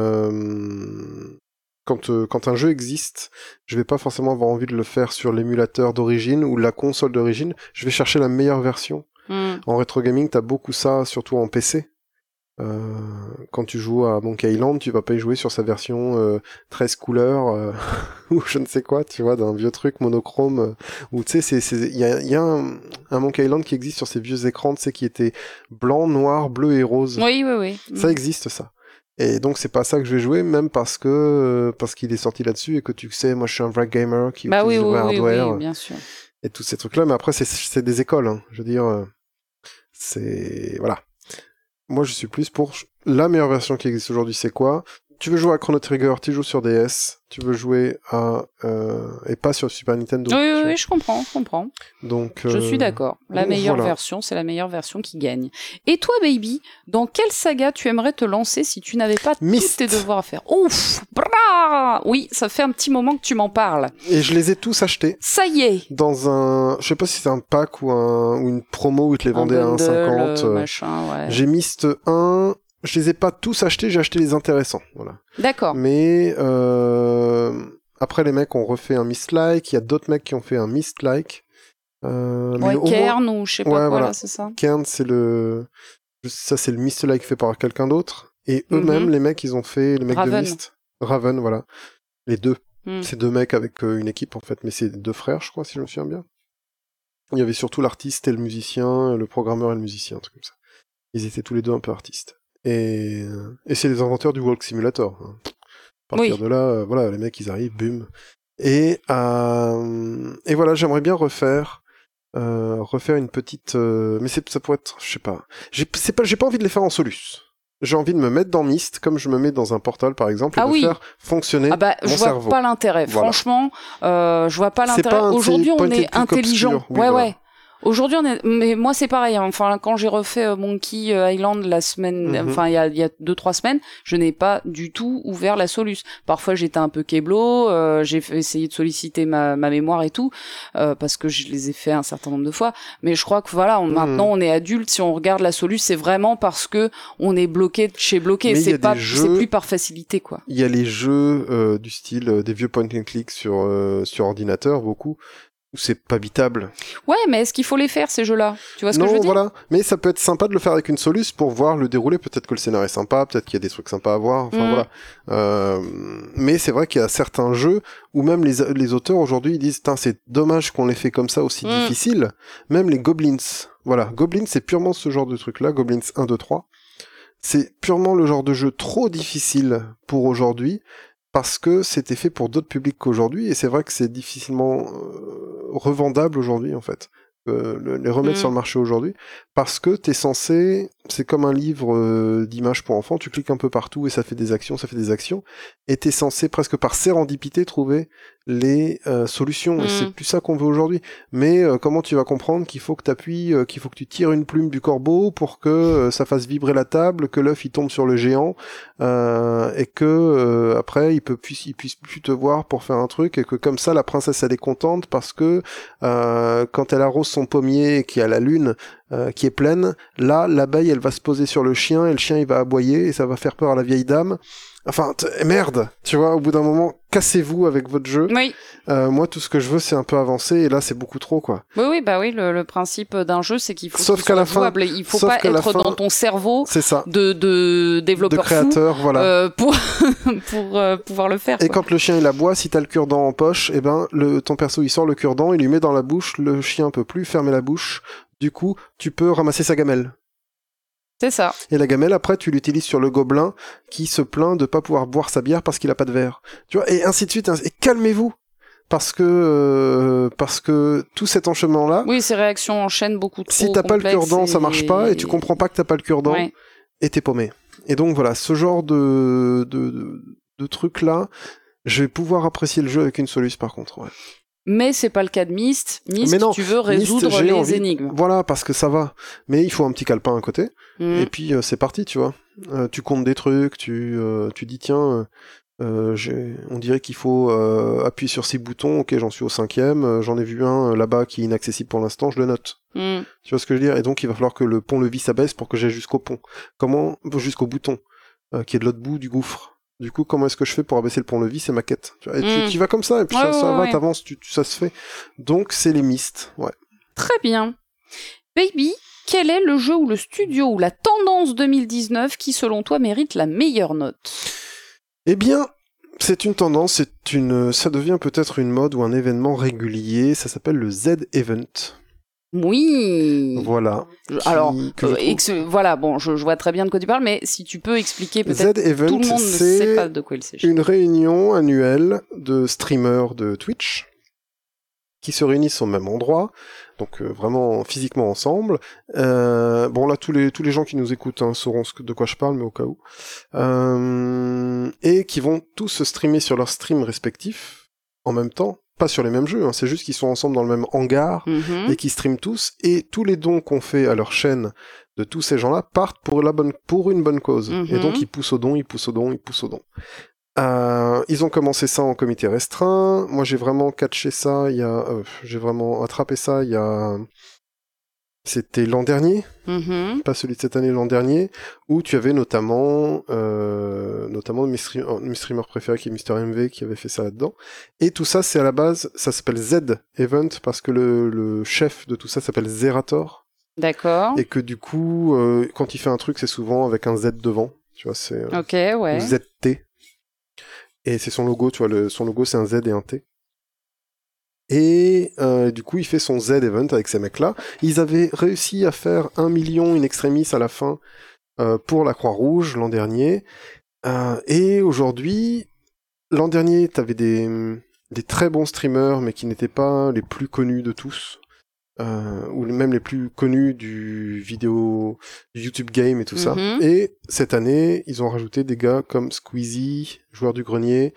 euh, quand, euh, quand un jeu existe, je vais pas forcément avoir envie de le faire sur l'émulateur d'origine ou la console d'origine, je vais chercher la meilleure version. Mm. En rétro gaming, t'as beaucoup ça, surtout en P C. Euh, quand tu joues à Monkey Island, tu vas pas y jouer sur sa version euh, treize couleurs euh, ou je ne sais quoi, tu vois, d'un vieux truc monochrome. Euh, où tu sais, il y a, y a un, un Monkey Island qui existe sur ces vieux écrans, tu sais, qui était blanc, noir, bleu et rose. Oui, oui, oui. Ça mm. existe, ça. Et donc c'est pas ça que je vais jouer, même parce que euh, parce qu'il est sorti là-dessus et que tu sais, moi je suis un vrai gamer qui bah utilise oui, le vrai oui, hardware. Oui, oui, bien sûr. Et tous ces trucs-là, mais après c'est, c'est des écoles, hein. Je veux dire. Euh, C'est... Voilà. Moi, je suis plus pour... La meilleure version qui existe aujourd'hui, c'est quoi? Tu veux jouer à Chrono Trigger, tu joues sur D S. Tu veux jouer à... Euh... Et pas sur Super Nintendo. Oui, oui, oui, je comprends, je comprends. Donc, je euh... suis d'accord. La meilleure voilà. version, c'est la meilleure version qui gagne. Et toi, baby, dans quelle saga tu aimerais te lancer si tu n'avais pas Myst. tous tes devoirs à faire? Ouf! Bra! Oui, ça fait un petit moment que tu m'en parles. Et je les ai tous achetés. Ça y est! Dans un... Je sais pas si c'est un pack ou, un... ou une promo où ils te les vendaient à un cinquante. Euh, machin, ouais. J'ai Myst un, je les ai pas tous achetés, j'ai acheté les intéressants, voilà. D'accord. Mais euh, après les mecs ont refait un Mist-like, il y a d'autres mecs qui ont fait un Mist-like. Euh, ouais, mais Cairn moins... ou je sais pas ouais, quoi, voilà. là, c'est ça. Cairn, c'est le, ça c'est le Mist-like fait par quelqu'un d'autre. Et eux-mêmes, mm-hmm. les mecs, ils ont fait les mecs Raven. de Myst, Raven, voilà, les deux. Mm. C'est deux mecs avec euh, une équipe en fait, mais c'est deux frères, je crois, si je me souviens bien. Il y avait surtout l'artiste et le musicien, le programmeur et le musicien, un truc comme ça. Ils étaient tous les deux un peu artistes. Et, et c'est les inventeurs du Walk Simulator. Hein. À partir oui. de là, euh, voilà, les mecs, ils arrivent, boum. Et, euh, et voilà, j'aimerais bien refaire, euh, refaire une petite, euh, mais c'est, ça pourrait être, je sais pas. J'ai, c'est pas, j'ai pas envie de les faire en Solus. J'ai envie de me mettre dans Myst, comme je me mets dans un portal, par exemple, et ah de oui. faire fonctionner ah bah, mon je vois cerveau. pas l'intérêt. Voilà. Franchement, euh, je vois pas C'est l'intérêt. pas un Aujourd'hui, on est click intelligent. obscur. Oui, ouais, voilà. ouais. Aujourd'hui, on est, mais moi c'est pareil. Hein. Enfin, quand j'ai refait euh, Monkey Island la semaine, Mm-hmm. enfin il y a, il y a deux trois semaines, je n'ai pas du tout ouvert la Solus. Parfois, j'étais un peu kéblo, euh, j'ai fait, essayé de solliciter ma, ma mémoire et tout, euh, parce que je les ai fait un certain nombre de fois. Mais je crois que voilà, on, mm-hmm. maintenant on est adulte. Si on regarde la Solus, c'est vraiment parce que on est bloqué de chez bloqué. Mais c'est pas, jeux... c'est plus par facilité quoi. Il y a les jeux euh, du style euh, des vieux point and click sur euh, sur ordinateur, beaucoup. C'est pas habitable. Ouais, mais est-ce qu'il faut les faire, ces jeux-là? Tu vois ce non, que je veux dire? voilà. Mais ça peut être sympa de le faire avec une Solus pour voir le déroulé. Peut-être que le scénario est sympa, peut-être qu'il y a des trucs sympas à voir. Enfin, mm. voilà. Euh, mais c'est vrai qu'il y a certains jeux où même les, les auteurs aujourd'hui, ils disent, c'est dommage qu'on les fait comme ça aussi mm. difficile. Même les Goblins. Voilà. Goblins, c'est purement ce genre de truc-là. Goblins un, deux, trois. C'est purement le genre de jeu trop difficile pour aujourd'hui. Parce que c'était fait pour d'autres publics qu'aujourd'hui, et c'est vrai que c'est difficilement euh, revendable aujourd'hui, en fait. Euh, le, les remettre mmh. sur le marché aujourd'hui, parce que t'es censé, c'est comme un livre euh, d'images pour enfants, tu cliques un peu partout et ça fait des actions, ça fait des actions, et t'es censé presque par sérendipité trouver les euh, solutions, mmh. et c'est plus ça qu'on veut aujourd'hui. Mais euh, comment tu vas comprendre qu'il faut que t'appuies, euh, qu'il faut que tu tires une plume du corbeau pour que euh, ça fasse vibrer la table, que l'œuf il tombe sur le géant, euh, et que euh, après il peut puisse, il puisse plus te voir pour faire un truc, et que comme ça la princesse elle est contente parce que euh, quand elle arrose son pommier et qu'il y a la lune euh, qui est pleine, là l'abeille elle va se poser sur le chien et le chien il va aboyer et ça va faire peur à la vieille dame. Enfin, t- merde, tu vois, au bout d'un moment, cassez-vous avec votre jeu. Oui. Euh, moi, tout ce que je veux, c'est un peu avancer, et là, c'est beaucoup trop, quoi. Oui, oui, bah oui, le, le principe d'un jeu, c'est qu'il faut sauf qu'il qu'à soit la fin, jouable. Il faut pas être fin, dans ton cerveau c'est ça. de, de développeur de créateur, fou, voilà. euh, pour, pour euh, pouvoir le faire. Et quoi. quand le chien, il aboie, si t'as le cure-dent en poche, eh ben, le, ton perso, il sort le cure-dent, il lui met dans la bouche, le chien peut plus fermer la bouche, du coup, tu peux ramasser sa gamelle. C'est ça. Et la gamelle, après, tu l'utilises sur le gobelin qui se plaint de pas pouvoir boire sa bière parce qu'il a pas de verre. Tu vois, et ainsi de suite. Et calmez-vous. Parce que, euh, parce que tout cet enchaînement-là. Oui, ces réactions enchaînent beaucoup trop. Si t'as pas le cure-dent, et... ça marche pas, et tu comprends pas que t'as pas le cure-dent, ouais. et t'es paumé. Et donc voilà, ce genre de, de, de, de truc-là, je vais pouvoir apprécier le jeu avec une Solus par contre, ouais. Mais c'est pas le cas de Myst. Myst, non, tu veux résoudre Myst, les envie... énigmes. Voilà, parce que ça va. Mais il faut un petit calepin à côté. Mmh. Et puis euh, c'est parti, tu vois. Euh, tu comptes des trucs, tu, euh, tu dis tiens, euh, j'ai... on dirait qu'il faut euh, appuyer sur ces boutons. Ok, j'en suis au cinquième. Euh, j'en ai vu un euh, là-bas qui est inaccessible pour l'instant. Je le note. Mmh. Tu vois ce que je veux dire? Et donc il va falloir que le pont-levis s'abaisse pour que j'aille jusqu'au pont. Comment? Jusqu'au bouton euh, qui est de l'autre bout du gouffre. Du coup, comment est-ce que je fais pour abaisser le pont-levis? C'est ma quête. Tu, vois, et mmh. tu, tu vas comme ça, et puis ouais, ça, ça ouais, va, ouais. t'avances, tu, tu, ça se fait. Donc, c'est les Myst, ouais. Très bien. Baby, quel est le jeu ou le studio ou la tendance deux mille dix-neuf qui, selon toi, mérite la meilleure note? Eh bien, c'est une tendance, c'est une, ça devient peut-être une mode ou un événement régulier, ça s'appelle le Z-Event. Oui. Voilà. Alors, qui, euh, ex- voilà, bon, je, je vois très bien de quoi tu parles, mais si tu peux expliquer peut-être, Z-Event, tout le monde ne sait pas de quoi il s'agit. Une réunion annuelle de streamers de Twitch qui se réunissent au même endroit, donc euh, vraiment physiquement ensemble. Euh, bon là, tous les tous les gens qui nous écoutent hein, sauront ce que, de quoi je parle, mais au cas où. Euh, et qui vont tous se streamer sur leurs streams respectifs en même temps. Pas sur les mêmes jeux, hein, c'est juste qu'ils sont ensemble dans le même hangar mm-hmm. et qu'ils streament tous, et tous les dons qu'on fait à leur chaîne de tous ces gens-là partent pour, la bonne, pour une bonne cause. Mm-hmm. Et donc ils poussent au don, ils poussent au don, ils poussent au don. Euh, ils ont commencé ça en comité restreint, moi j'ai vraiment catché ça, il y a, euh, j'ai vraiment attrapé ça il y a C'était l'an dernier, Mm-hmm. pas celui de cette année, l'an dernier, où tu avais notamment, euh, notamment mes, stream- mes streamers préférés qui est Mister M V qui avait fait ça là-dedans. Et tout ça, c'est à la base, ça s'appelle Z Event parce que le, le chef de tout ça s'appelle Zerator. D'accord. Et que du coup, euh, quand il fait un truc, c'est souvent avec un Z devant. Tu vois, c'est euh, Ok, ouais. Z T. Et c'est son logo, tu vois, le, son logo c'est un Z et un T. Et euh, du coup, il fait son Z Event avec ces mecs-là. Ils avaient réussi à faire un million in extremis à la fin euh, pour la Croix-Rouge l'an dernier. Euh, et aujourd'hui, l'an dernier, t'avais des, des très bons streamers, mais qui n'étaient pas les plus connus de tous. Euh, ou même les plus connus du vidéo, du YouTube game et tout ça. Mhm. Et cette année, ils ont rajouté des gars comme Squeezie, joueur du grenier,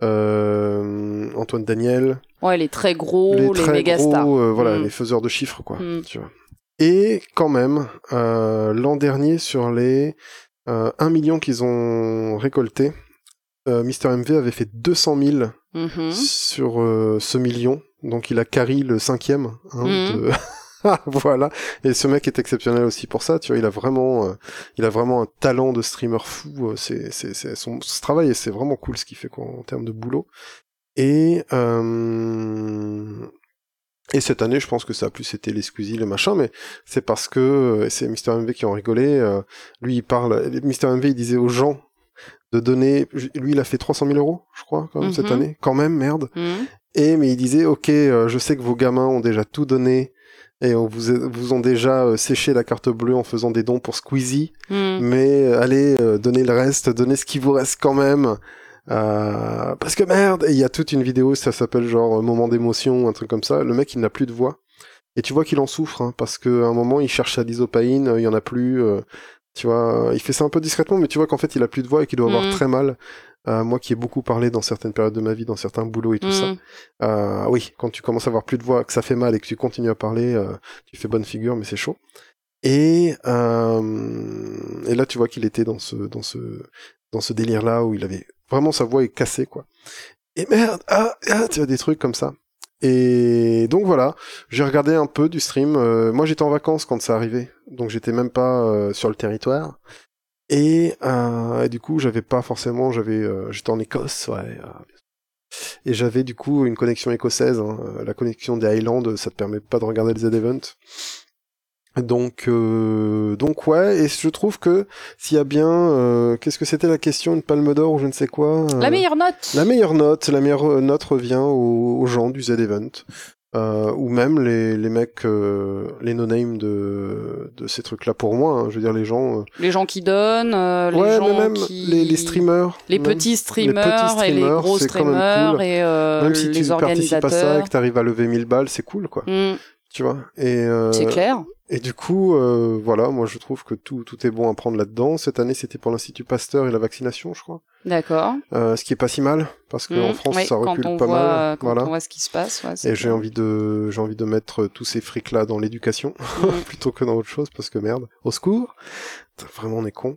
euh, Antoine Daniel, Ouais, les très gros, les les, très méga gros, stars. euh, voilà, Mm. les faiseurs de chiffres, quoi. Mm. Tu vois. Et quand même, euh, l'an dernier, sur les euh, un million qu'ils ont récolté, euh, Mister M V avait fait deux cent mille Mhm. sur euh, ce million, donc il a carry le cinquième. Hein, Mhm. de... voilà. Et ce mec est exceptionnel aussi pour ça. Tu vois, il a vraiment, euh, il a vraiment un talent de streamer fou. euh, C'est, c'est, c'est son ce travail et c'est vraiment cool ce qu'il fait quoi, en termes de boulot. Et euh... et cette année, je pense que ça a plus été les Squeezie, les machins, mais c'est parce que euh, c'est Mister M V qui en rigolait. Euh, lui, il parle. Mister M V, il disait aux gens de donner. Lui, il a fait trois cent mille euros, je crois, quand même, Mhm. cette année. Quand même, merde. Mm. Et mais il disait, ok, euh, je sais que vos gamins ont déjà tout donné et on vous, a- vous ont déjà euh, séché la carte bleue en faisant des dons pour Squeezie, Mm. mais euh, allez euh, donner le reste, donner ce qui vous reste quand même. Euh, parce que merde, et il y a toute une vidéo, ça s'appelle genre euh, moment d'émotion, un truc comme ça. Le mec, il n'a plus de voix. Et tu vois qu'il en souffre, hein, parce qu'à un moment, il cherche sa l'isopaïne, euh, il y en a plus. euh, tu vois, il fait ça un peu discrètement, mais tu vois qu'en fait, il a plus de voix et qu'il doit avoir Mm. très mal. Euh, moi qui ai beaucoup parlé dans certaines périodes de ma vie, dans certains boulots et tout ça. Mm. Euh, oui, quand tu commences à avoir plus de voix, que ça fait mal et que tu continues à parler, euh, tu fais bonne figure, mais c'est chaud. Et, euh, et là, tu vois qu'il était dans ce, dans ce, dans ce délire-là où il avait vraiment sa voix est cassée, quoi. Et merde, ah, ah, tu as des trucs comme ça. Et donc voilà, j'ai regardé un peu du stream. Euh, moi, j'étais en vacances quand ça arrivait, donc j'étais même pas euh, sur le territoire. Et, euh, et du coup, j'avais pas forcément, j'avais, euh, j'étais en Écosse, ouais. euh, et j'avais du coup une connexion écossaise. Hein. La connexion des Highlands, ça te permet pas de regarder les Z-Event. Donc, euh, donc ouais, et je trouve que s'il y a bien, euh, qu'est-ce que c'était la question, une palme d'or ou je ne sais quoi. euh, La meilleure note. La meilleure note, la meilleure euh, note revient aux, aux gens du Z-Event. Euh, ou même les, les mecs, euh, les no-name de, de ces trucs-là pour moi. Hein. Je veux dire, les gens... euh, Les gens qui donnent, euh, les ouais, gens mais même qui... les, les streamers. Les même, petits streamers, les petits et les streamers, gros c'est quand même streamers cool. et euh, Même si les tu participes à ça et organisateurs. que t'arrives à lever mille balles, c'est cool, quoi. Mm. Tu vois. Et, euh, C'est clair. Et du coup, euh, voilà, moi je trouve que tout, tout est bon à prendre là-dedans. Cette année, c'était pour l'Institut Pasteur et la vaccination, je crois. D'accord. Euh, ce qui est pas si mal, parce qu'en Mm. France, Oui, ça quand recule on pas voit, mal. Quand Voilà. on voit ce qui se passe. Ouais, c'est Et j'ai clair. envie de, j'ai envie de mettre tous ces frics-là dans l'éducation, Mm. plutôt que dans autre chose, parce que merde. Au secours. Vraiment, on est con.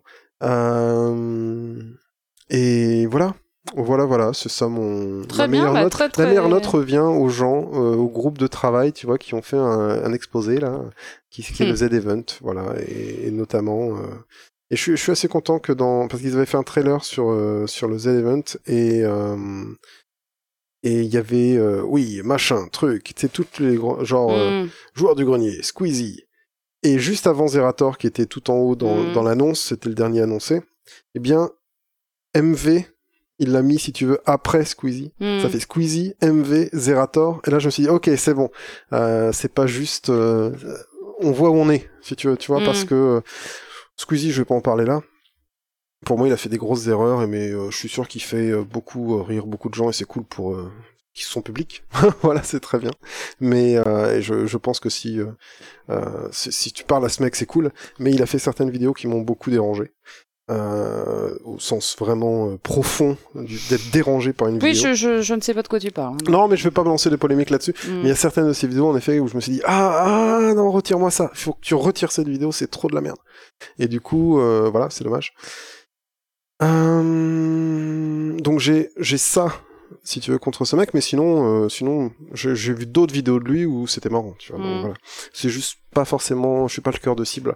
Euh... Et voilà. Voilà, voilà, c'est ça mon... Très la bien, meilleure bah, note. très, La très- meilleure note revient aux gens, euh, au groupe de travail, tu vois, qui ont fait un, un exposé, là, qui, qui est le Hmm. Z-Event, voilà, et, et notamment... euh, Et je suis, je suis assez content que dans... Parce qu'ils avaient fait un trailer sur, euh, sur le Z-Event, et... euh, Et il y avait, euh, oui, machin, truc, c'est toutes les grands... Genre, euh, Mm. joueur du grenier, Squeezie. Et juste avant Zerator, qui était tout en haut dans, Mm. dans l'annonce, c'était le dernier annoncé, eh bien, M V, il l'a mis, si tu veux, après Squeezie. Mm. Ça fait Squeezie, M V, Zerator. Et là, je me suis dit, ok, c'est bon. Euh, c'est pas juste... euh, on voit où on est, si tu veux, tu vois, Mm. parce que euh, Squeezie, je vais pas en parler là. Pour moi, il a fait des grosses erreurs, mais euh, je suis sûr qu'il fait euh, beaucoup euh, rire beaucoup de gens, et c'est cool pour... Euh, qui sont publics. Voilà, c'est très bien. Mais euh, et je, je pense que si, euh, euh, si si tu parles à ce mec, c'est cool. Mais il a fait certaines vidéos qui m'ont beaucoup dérangé. Euh, au sens vraiment euh, profond du- d'être dérangé par une Oui, vidéo. je, je, je ne sais pas de quoi tu parles. Non, mais je vais pas me lancer des polémiques là-dessus. Mm. Mais il y a certaines de ces vidéos, en effet, où je me suis dit, ah, ah non, retire-moi ça. Il faut que tu retires cette vidéo, c'est trop de la merde. Et du coup, euh, voilà, c'est dommage. Euh, donc j'ai j'ai ça si tu veux, contre ce mec, mais sinon, euh, sinon, j'ai, j'ai vu d'autres vidéos de lui où c'était marrant, tu vois. Mm. Donc, voilà. C'est juste pas forcément, je suis pas le cœur de cible.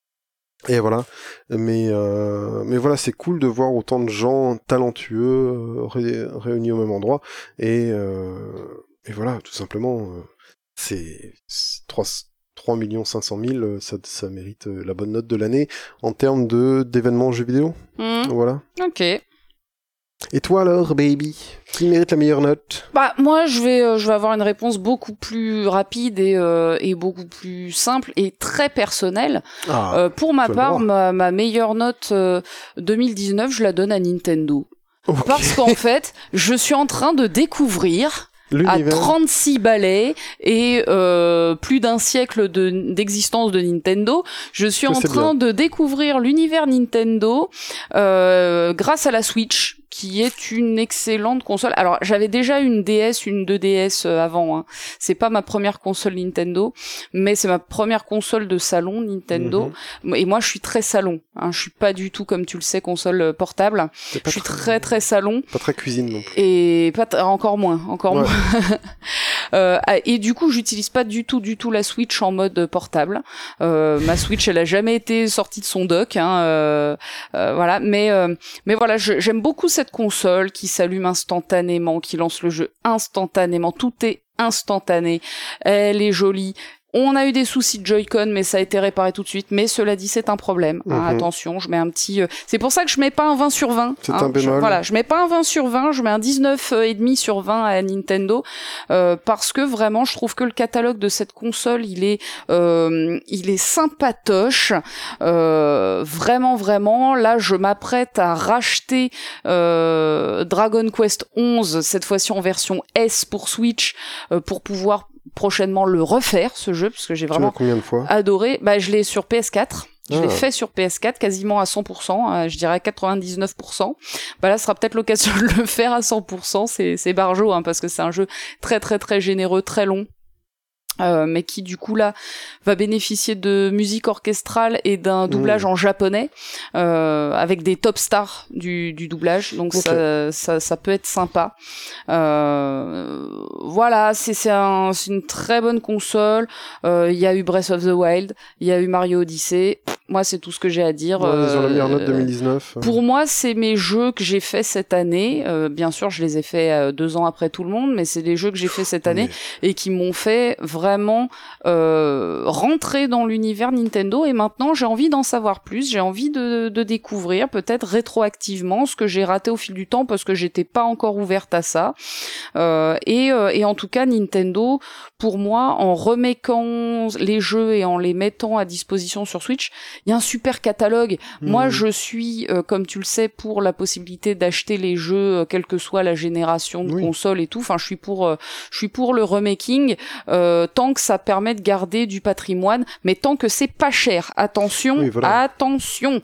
Et voilà. Mais, euh, mais voilà, c'est cool de voir autant de gens talentueux euh, ré, réunis au même endroit. Et, euh, et voilà, tout simplement, euh, c'est, c'est trois millions cinq cent mille, ça, ça mérite la bonne note de l'année en termes de, d'événements jeux vidéo. Mm. Voilà. Ok. Et toi alors, baby, qui mérite la meilleure note? Bah moi je vais euh, je vais avoir une réponse beaucoup plus rapide et euh, et beaucoup plus simple et très personnelle. Ah, euh, pour ma tu as le part, droit. ma, ma meilleure note euh, deux mille dix-neuf, je la donne à Nintendo. Ok. Parce qu'en fait, je suis en train de découvrir à L'univers. trente-six balais et euh, plus d'un siècle de, d'existence de Nintendo, je suis Ça, en c'est train de découvrir l'univers Nintendo euh, grâce à la Switch, qui est une excellente console. Alors, j'avais déjà une D S, une deux D S euh, avant. Hein. C'est pas ma première console Nintendo, mais c'est ma première console de salon Nintendo. Mhm. Et moi, je suis très salon. Hein. Je suis pas du tout, comme tu le sais, console portable. C'est pas Je suis très très salon. Pas très cuisine non plus. Et pas t- encore moins, encore Ouais. moins. euh, et du coup, j'utilise pas du tout, du tout la Switch en mode portable. Euh, ma Switch, elle a jamais été sortie de son dock, hein, euh, euh, voilà. Mais, euh, mais voilà, je, j'aime beaucoup cette console qui s'allume instantanément, qui lance le jeu instantanément. Tout est instantané. Elle est jolie. On a eu des soucis de Joy-Con, mais ça a été réparé tout de suite. Mais cela dit, c'est un problème. Hein, Mhm. attention, je mets un petit... euh, C'est pour ça que je mets pas un vingt sur vingt. C'est hein. un bémol. Je, voilà, je mets pas un vingt sur vingt, je mets un dix-neuf virgule cinq sur vingt à Nintendo. Euh, parce que vraiment, je trouve que le catalogue de cette console, il est, euh, il est sympatoche. Euh, vraiment, vraiment. Là, je m'apprête à racheter euh, Dragon Quest onze, cette fois-ci en version S pour Switch, euh, pour pouvoir prochainement le refaire, ce jeu, parce que j'ai Tu l'as vraiment combien de fois? adoré. Bah, je l'ai sur P S quatre. Je Ah. l'ai fait sur P S quatre quasiment à cent pour cent, euh, je dirais quatre-vingt-dix-neuf pour cent. Bah là, ce sera peut-être l'occasion de le faire à cent pour cent. C'est, c'est barjo, hein, parce que c'est un jeu très très très généreux, très long. Euh, mais qui du coup là va bénéficier de musique orchestrale et d'un doublage Mmh. en japonais euh, avec des top stars du, du doublage, donc Ok. ça, ça ça peut être sympa. Euh, voilà, c'est c'est, un, c'est une très bonne console. Il euh, y a eu Breath of the Wild, il y a eu Mario Odyssey. Moi, c'est tout ce que j'ai à dire. Ouais, ils ont la meilleure note Euh, deux mille dix-neuf. Pour moi, c'est mes jeux que j'ai fait cette année. Euh, bien sûr, je les ai fait euh, deux ans après tout le monde, mais c'est les jeux que j'ai fait cette année Mais- et qui m'ont fait vraiment euh, rentrer dans l'univers Nintendo. Et maintenant, j'ai envie d'en savoir plus. J'ai envie de, de découvrir, peut-être rétroactivement, ce que j'ai raté au fil du temps parce que j'étais pas encore ouverte à ça. Euh, et, euh, et en tout cas, Nintendo, pour moi, en reméquant les jeux et en les mettant à disposition sur Switch, il y a un super catalogue. Mmh. Moi, je suis, euh, comme tu le sais, pour la possibilité d'acheter les jeux, euh, quelle que soit la génération de Oui. console et tout. Enfin, je suis pour, euh, je suis pour le remaking, euh, tant que ça permet de garder du patrimoine, mais tant que c'est pas cher. Attention, Oui, voilà. attention.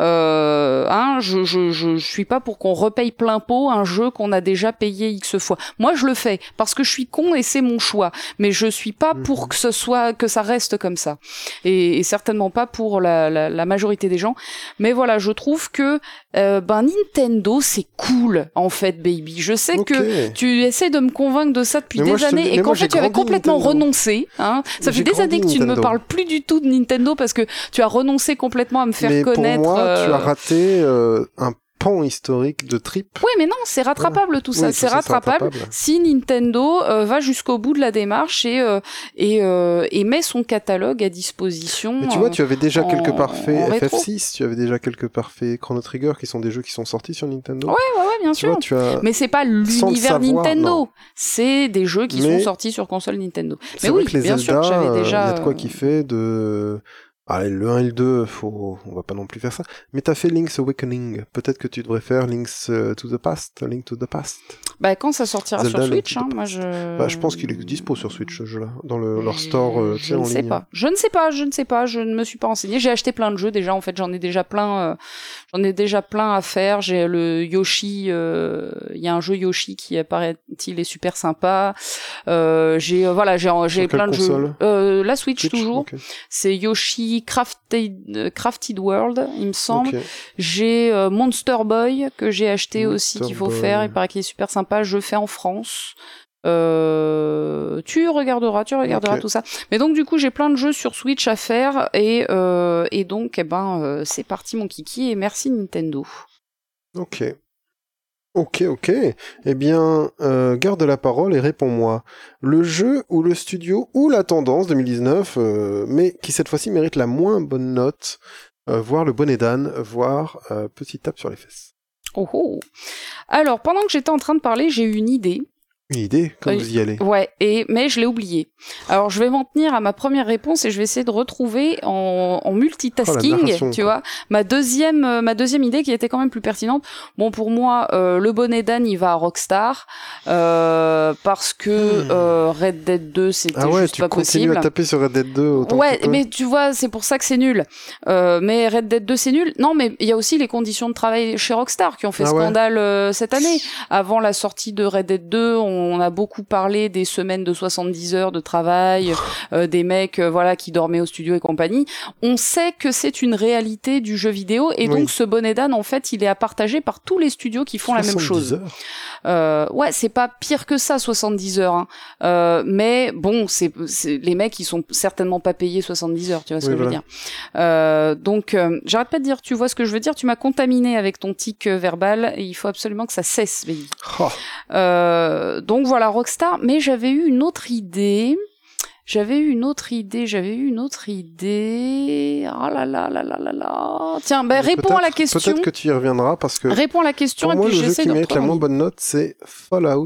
Euh, hein, je, je, je, je suis pas pour qu'on repaye plein pot un jeu qu'on a déjà payé X fois. Moi, je le fais parce que je suis con et c'est mon choix. Mais je suis pas Mhm. pour que ce soit, que ça reste comme ça. Et, et certainement pas pour la, la, la majorité des gens. Mais voilà, je trouve que euh, ben Nintendo c'est cool en fait, baby. Je sais Ok. que tu essaies de me convaincre de ça depuis Mais moi, des je te années dis- et mais qu'en moi, fait j'ai tu avais grandi complètement Nintendo. renoncé. Hein. Ça J'ai fait des grandi années que tu ne me Nintendo. parles plus du tout de Nintendo parce que tu as renoncé complètement à me faire Mais connaître. pour moi, euh, tu as raté euh, un pan historique de trip. Oui, mais non, c'est rattrapable tout ça. Oui, c'est tout ça, c'est rattrapable rattrapable. si Nintendo euh, va jusqu'au bout de la démarche et euh, et, euh, et met son catalogue à disposition. Mais tu vois, tu avais déjà en- quelque part fait en F rétro. F six, tu avais déjà quelque part fait Chrono Trigger, qui sont des jeux qui sont sortis sur Nintendo. Ouais, ouais, ouais, bien Tu sûr. vois, tu as... Mais c'est pas Sans le l'univers savoir, Nintendo, non. c'est des jeux qui Mais- sont sortis sur console Nintendo. C'est Mais vrai oui, que les bien Zelda, sûr, j'avais euh, déjà. y a de quoi euh, kiffer de... Ah, le un et le deux, faut... on va pas non plus faire ça. Mais t'as fait Link's Awakening. Peut-être que tu devrais faire Link's euh, to the Past, Link to the Past. Bah quand ça sortira Zelda, sur Link Switch, to the hein, Past. moi je. Bah, je pense qu'il est dispo sur Switch, ce jeu-là, dans le, leur store, euh, tu sais, je en ne sais ligne. pas. Je ne sais pas, je ne sais pas, je ne me suis pas renseignée. J'ai acheté plein de jeux déjà, en fait, j'en ai déjà plein, euh, j'en ai déjà plein à faire. J'ai le Yoshi, il euh, y a un jeu Yoshi qui apparaît-il est super sympa. Euh, j'ai euh, voilà, j'ai j'ai Sur plein quelle de console jeux. Euh, la Switch, Switch, toujours. ok. C'est Yoshi Crafted, euh, Crafted World, il me semble. Ok. J'ai euh, Monster Boy que j'ai acheté Monster aussi qu'il faut Boy. faire. Il paraît qu'il est super sympa. page Je fais en France. Euh, tu regarderas, tu regarderas okay. tout ça. Mais donc du coup j'ai plein de jeux sur Switch à faire et euh, et donc eh ben euh, c'est parti mon kiki et merci Nintendo. Ok. Ok, ok. Eh bien, euh, garde la parole et réponds-moi. Le jeu ou le studio ou la tendance deux mille dix-neuf, euh, mais qui cette fois-ci mérite la moins bonne note, euh, voire le bonnet d'âne, voire euh, petite tape sur les fesses. Oh oh. Alors, pendant que j'étais en train de parler, j'ai eu une idée. Une idée, comme euh, vous y allez. Ouais, et mais je l'ai oublié. Alors je vais m'en tenir à ma première réponse et je vais essayer de retrouver en, en multitasking, oh, tu vois, ma deuxième euh, ma deuxième idée qui était quand même plus pertinente. Bon pour moi, euh, le bonnet d'âne il va à Rockstar euh, parce que hmm. euh, Red Dead deux c'était ah ouais, juste pas possible. Tu continues à taper sur Red Dead deux autant ouais, que tu peux. Mais tu vois, c'est pour ça que c'est nul. Euh, mais Red Dead deux c'est nul. Non, mais il y a aussi les conditions de travail chez Rockstar qui ont fait ah scandale ouais. euh, cette année. Avant la sortie de Red Dead deux, on on a beaucoup parlé des semaines de soixante-dix heures de travail, euh, des mecs euh, voilà qui dormaient au studio et compagnie. On sait que c'est une réalité du jeu vidéo et oui. donc ce bonnet d'âne en fait, il est à partager par tous les studios qui font la même chose. Heures. Euh, ouais, c'est pas pire que ça soixante-dix heures hein. euh, mais bon, c'est, c'est les mecs ils sont certainement pas payés soixante-dix heures, tu vois ce oui, que voilà. je veux dire. Euh, donc euh, j'arrête pas de dire, tu vois ce que je veux dire, tu m'as contaminé avec ton tic euh, verbal et il faut absolument que ça cesse, Véli. Oh. Euh, donc voilà Rockstar, mais j'avais eu une autre idée. J'avais eu une autre idée, j'avais eu une autre idée. Oh là là là là là là. Tiens, ben réponds à la question. Peut-être que tu y reviendras parce que. Réponds à la question pour et moi, puis le j'essaie jeu qui de. mérite la moins bonne note, c'est Fallout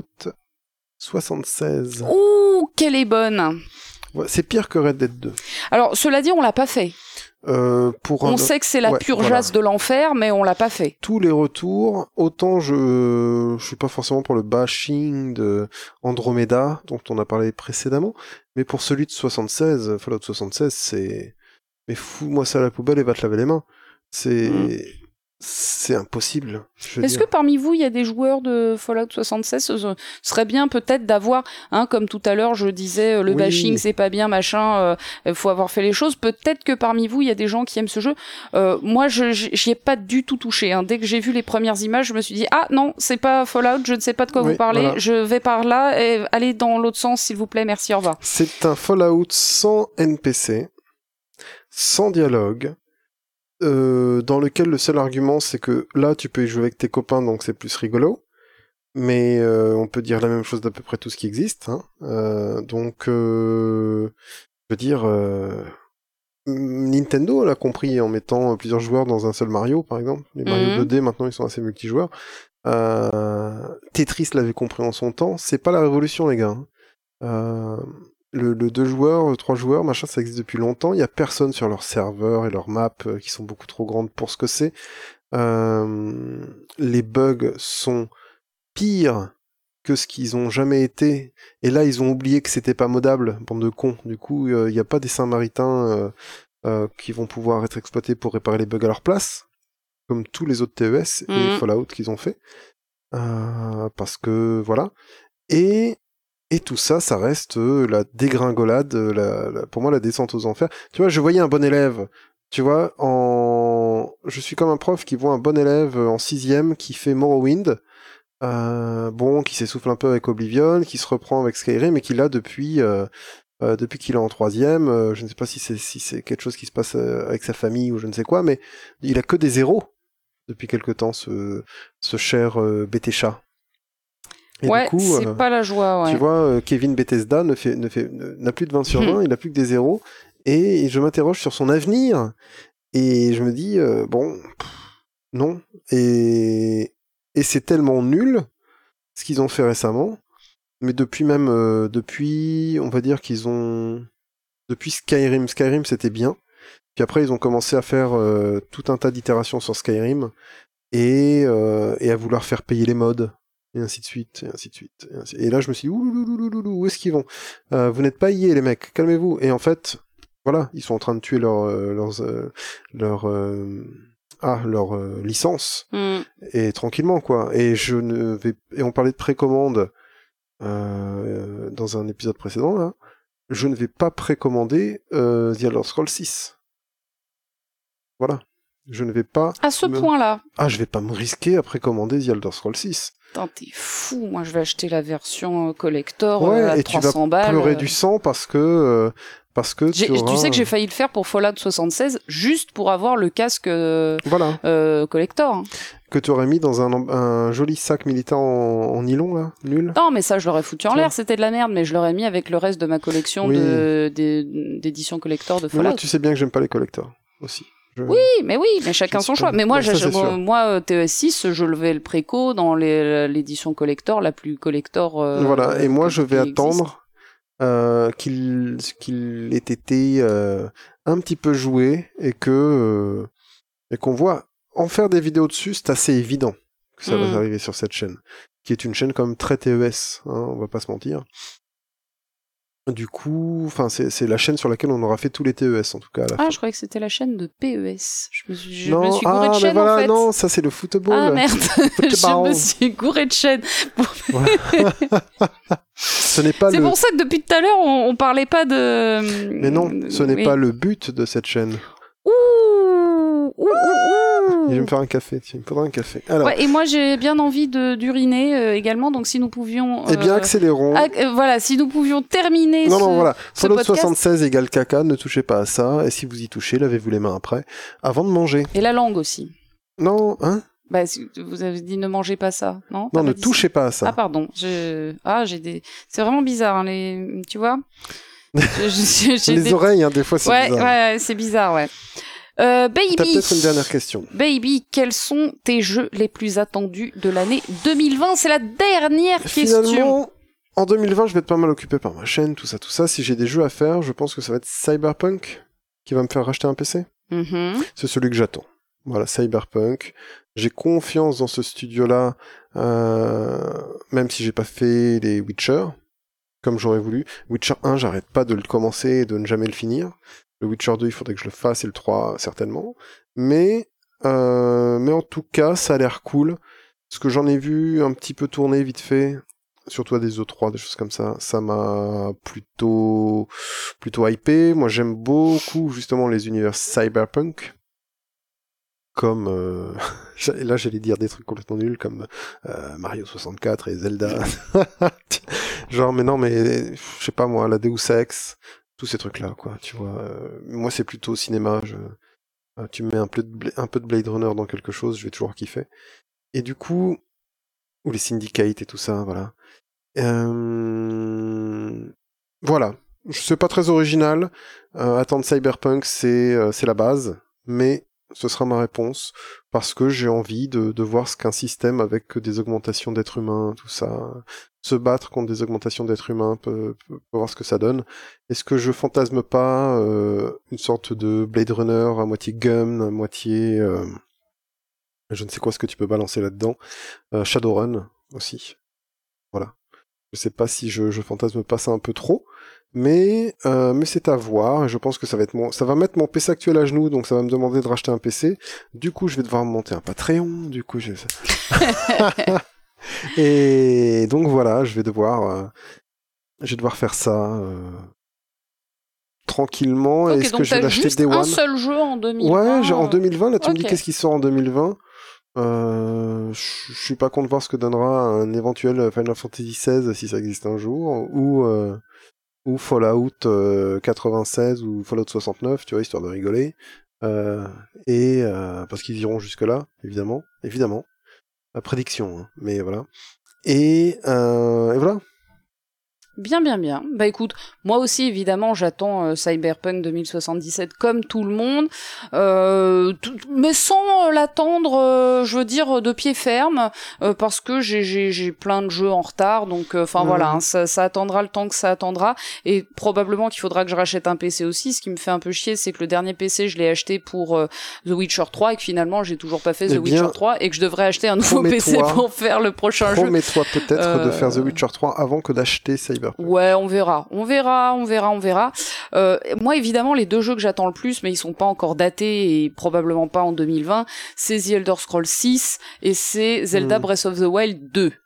soixante-seize. Ouh, quelle est bonne. Ouais, c'est pire que Red Dead deux. Alors, cela dit, on l'a pas fait. Euh, pour on un... sait que c'est la ouais, pure voilà. jasse de l'enfer, mais on l'a pas fait. Tous les retours, autant je je suis pas forcément pour le bashing de Andromeda dont on a parlé précédemment, mais pour celui de soixante-seize, Fallout soixante-seize, c'est mais fous-moi ça à la poubelle et va te laver les mains. C'est mmh. c'est impossible. Est-ce dire. que parmi vous, il y a des joueurs de Fallout soixante-seize ? Ce serait bien peut-être d'avoir, hein, comme tout à l'heure, je disais, le oui. bashing, c'est pas bien, machin, il euh, faut avoir fait les choses. Peut-être que parmi vous, il y a des gens qui aiment ce jeu. Euh, moi, je j'y ai pas du tout touché. Hein. Dès que j'ai vu les premières images, je me suis dit, ah non, c'est pas Fallout, je ne sais pas de quoi oui, vous parlez, voilà. je vais par là, et allez dans l'autre sens, s'il vous plaît, merci, au revoir. C'est un Fallout sans N P C, sans dialogue, Euh, dans lequel le seul argument c'est que là tu peux y jouer avec tes copains donc c'est plus rigolo, mais euh, on peut dire la même chose d'à peu près tout ce qui existe, hein. euh, donc euh, je veux dire euh, Nintendo l'a compris en mettant plusieurs joueurs dans un seul Mario par exemple, les Mario mm-hmm. deux D maintenant ils sont assez multijoueurs. euh, Tetris l'avait compris en son temps, c'est pas la révolution les gars, hein. euh, Le, le deux joueurs, le trois joueurs, machin, ça existe depuis longtemps. Il y a personne sur leur serveur et leurs maps euh, qui sont beaucoup trop grandes pour ce que c'est. Euh, les bugs sont pires que ce qu'ils ont jamais été. Et là, ils ont oublié que c'était pas modable, bande de cons. Du coup, il euh, n'y a pas des Saint-Maritains euh, euh, qui vont pouvoir être exploités pour réparer les bugs à leur place, comme tous les autres T E S mmh. et Fallout qu'ils ont fait. Euh, parce que, voilà. Et Et tout ça, ça reste euh, la dégringolade, la, la, pour moi la descente aux enfers. Tu vois, je voyais un bon élève, tu vois, en... je suis comme un prof qui voit un bon élève en sixième qui fait Morrowind, euh, bon, qui s'essouffle un peu avec Oblivion, qui se reprend avec Skyrim, et qui l'a depuis, euh, euh, depuis qu'il est en troisième, euh, je ne sais pas si c'est, si c'est quelque chose qui se passe euh, avec sa famille ou je ne sais quoi, mais il a que des zéros depuis quelque temps, ce, ce cher euh, B T chat. Et ouais, du coup, c'est euh, pas la joie, ouais. Tu vois, euh, Kevin Bethesda ne fait, ne fait, n'a plus de vingt sur vingt, il n'a plus que des zéros, et, et je m'interroge sur son avenir, et je me dis, euh, bon, pff, non, et, et c'est tellement nul, ce qu'ils ont fait récemment, mais depuis même, euh, depuis, on va dire qu'ils ont, depuis Skyrim, Skyrim c'était bien, puis après ils ont commencé à faire euh, tout un tas d'itérations sur Skyrim, et, euh, et à vouloir faire payer les mods, et ainsi de suite, et ainsi de suite. Et, ainsi... et là, je me suis dit, ouloulouloulou, où est-ce qu'ils vont euh, Vous n'êtes pas I A, les mecs, calmez-vous. Et en fait, voilà, ils sont en train de tuer leur, euh, leurs, euh, leur, euh, ah, leur euh, licence, mm. et tranquillement, quoi. Et je ne vais, et on parlait de précommande euh, dans un épisode précédent, là. Je ne vais pas précommander euh, The Elder Scrolls six. Voilà. Je ne vais pas... À ce me... point-là. Ah, je vais pas me risquer à précommander The Elder Scrolls six. Putain, t'es fou. Moi, je vais acheter la version collector ouais, euh, à et trois cents tu vas balles. pleurer du sang parce que... Euh, parce que tu, auras... tu sais que j'ai failli le faire pour Fallout soixante-seize, juste pour avoir le casque euh, voilà. euh, collector. Hein. Que tu aurais mis dans un, un joli sac militaire en, en nylon, là, nul. Non, mais ça, je l'aurais foutu en l'air, c'était de la merde, mais je l'aurais mis avec le reste de ma collection oui. de, d'éditions collector de Fallout. Mais moi, tu sais bien que j'aime pas les collectors, aussi. Je... Oui, mais oui, mais chacun son choix. Mais moi, non, ça, moi, moi, T E S six, je levais le préco dans les, l'édition collector, la plus collector. Euh, voilà, et moi, je vais existe. attendre euh, qu'il, qu'il ait été euh, un petit peu joué et que euh, et qu'on voit en faire des vidéos dessus, c'est assez évident que ça mmh. va arriver sur cette chaîne, qui est une chaîne comme très T E S, hein, on va pas se mentir. Du coup, enfin, c'est, c'est la chaîne sur laquelle on aura fait tous les T E S, en tout cas, à la Ah, fin. je croyais que c'était la chaîne de P E S. Je me suis, je non, me suis gouré ah, de chaîne, mais voilà, en fait. non, ça, c'est le football. Ah, merde. Je me suis gouré de chaîne. Ce n'est pas c'est le... pour ça que depuis tout à l'heure, on, on parlait pas de... Mais non, ce n'est oui. pas le but de cette chaîne. Ouh, ouh, ouh, ouh. Je vais me faire un café, tiens, il me faudra un café. Alors... Ouais, et moi, j'ai bien envie de, d'uriner euh, également, donc si nous pouvions... Euh, eh bien, accélérons. Ac- euh, voilà, si nous pouvions terminer non, ce non, voilà. ce Fallout podcast... soixante-seize égale caca, ne touchez pas à ça, et si vous y touchez, lavez-vous les mains après, avant de manger. Et la langue aussi. Non, hein Bah, vous avez dit ne mangez pas ça, non? Non, ne touchez pas à ça. Ah, pardon. Je... Ah, j'ai des... C'est vraiment bizarre, hein, les... Tu vois je, je, j'ai Les des... oreilles, hein, des fois, c'est ouais, bizarre. Ouais, ouais, c'est bizarre, ouais. Euh, Baby. T'as peut-être une dernière question. Baby, quels sont tes jeux les plus attendus de l'année deux mille vingt? C'est la dernière Finalement, question. En deux mille vingt, je vais être pas mal occupé par ma chaîne, tout ça, tout ça. Si j'ai des jeux à faire, je pense que ça va être Cyberpunk qui va me faire racheter un P C. Mm-hmm. C'est celui que j'attends. Voilà, Cyberpunk. J'ai confiance dans ce studio-là, euh, même si j'ai pas fait les Witcher, comme j'aurais voulu. Witcher un, j'arrête pas de le commencer et de ne jamais le finir. Le Witcher deux, il faudrait que je le fasse, et le trois, certainement. Mais, euh, mais en tout cas, ça a l'air cool. Parce que j'en ai vu un petit peu tourner vite fait, surtout à des E trois, des choses comme ça. Ça m'a plutôt, plutôt hypé. Moi, j'aime beaucoup, justement, les univers cyberpunk. Comme, euh... là, j'allais dire des trucs complètement nuls, comme euh, Mario soixante-quatre et Zelda. Genre, mais non, mais, je sais pas moi, la Deus Ex... tous ces trucs-là, quoi, tu vois. Euh, moi, c'est plutôt cinéma. Je, euh, tu me mets un peu, de Bla- un peu de Blade Runner dans quelque chose, je vais toujours kiffer. Et du coup, ou les Syndicate et tout ça, voilà. Euh, voilà. C'est pas très original. Euh, attendre Cyberpunk, c'est, euh, c'est la base, mais ce sera ma réponse, parce que j'ai envie de, de voir ce qu'un système avec des augmentations d'êtres humains, tout ça, se battre contre des augmentations d'êtres humains, peut, peut, peut voir ce que ça donne. Est-ce que je fantasme pas euh, une sorte de Blade Runner à moitié gun, à moitié... Euh, je ne sais quoi ce que tu peux balancer là-dedans. Euh, Shadowrun aussi. Voilà. Je sais pas si je, je fantasme pas ça un peu trop, mais euh, mais c'est à voir. Et je pense que ça va être mon, ça va mettre mon P C actuel à genoux, donc ça va me demander de racheter un P C. Du coup, je vais devoir monter un Patreon. Du coup, je... et donc voilà, je vais devoir, euh, je vais devoir faire ça euh, tranquillement. Okay, Est-ce donc que je vais l'acheter Day One? Un seul jeu en deux mille vingt. Ouais, en deux mille vingt. Là, tu okay. me dis qu'est-ce qui sort en deux mille vingt? Euh, je suis pas contre voir ce que donnera un éventuel Final Fantasy seize si ça existe un jour, ou euh, ou Fallout euh, quatre-vingt-seize ou Fallout soixante-neuf, tu vois, histoire de rigoler. Euh, et euh, parce qu'ils iront jusque là, évidemment, évidemment. La prédiction, hein, mais voilà. Et, euh, et voilà. Bien, bien, bien. Bah écoute, moi aussi, évidemment, j'attends euh, Cyberpunk deux mille soixante-dix-sept comme tout le monde, euh, tout, mais sans euh, l'attendre, euh, je veux dire, de pied ferme, euh, parce que j'ai, j'ai, j'ai plein de jeux en retard, donc enfin euh, mmh. voilà, hein, ça, ça attendra le temps que ça attendra, et probablement qu'il faudra que je rachète un P C aussi. Ce qui me fait un peu chier, c'est que le dernier P C, je l'ai acheté pour euh, The Witcher trois, et que finalement, j'ai toujours pas fait eh The bien, Witcher trois, et que je devrais acheter un nouveau P C pour faire le prochain jeu. Promets-toi peut-être euh... de faire The Witcher trois avant que d'acheter Cyberpunk. Ouais, on verra, on verra, on verra, on verra. Euh, moi, évidemment, les deux jeux que j'attends le plus, mais ils sont pas encore datés et probablement pas en deux mille vingt, c'est The Elder Scrolls six et c'est Zelda mmh. Breath of the Wild deux.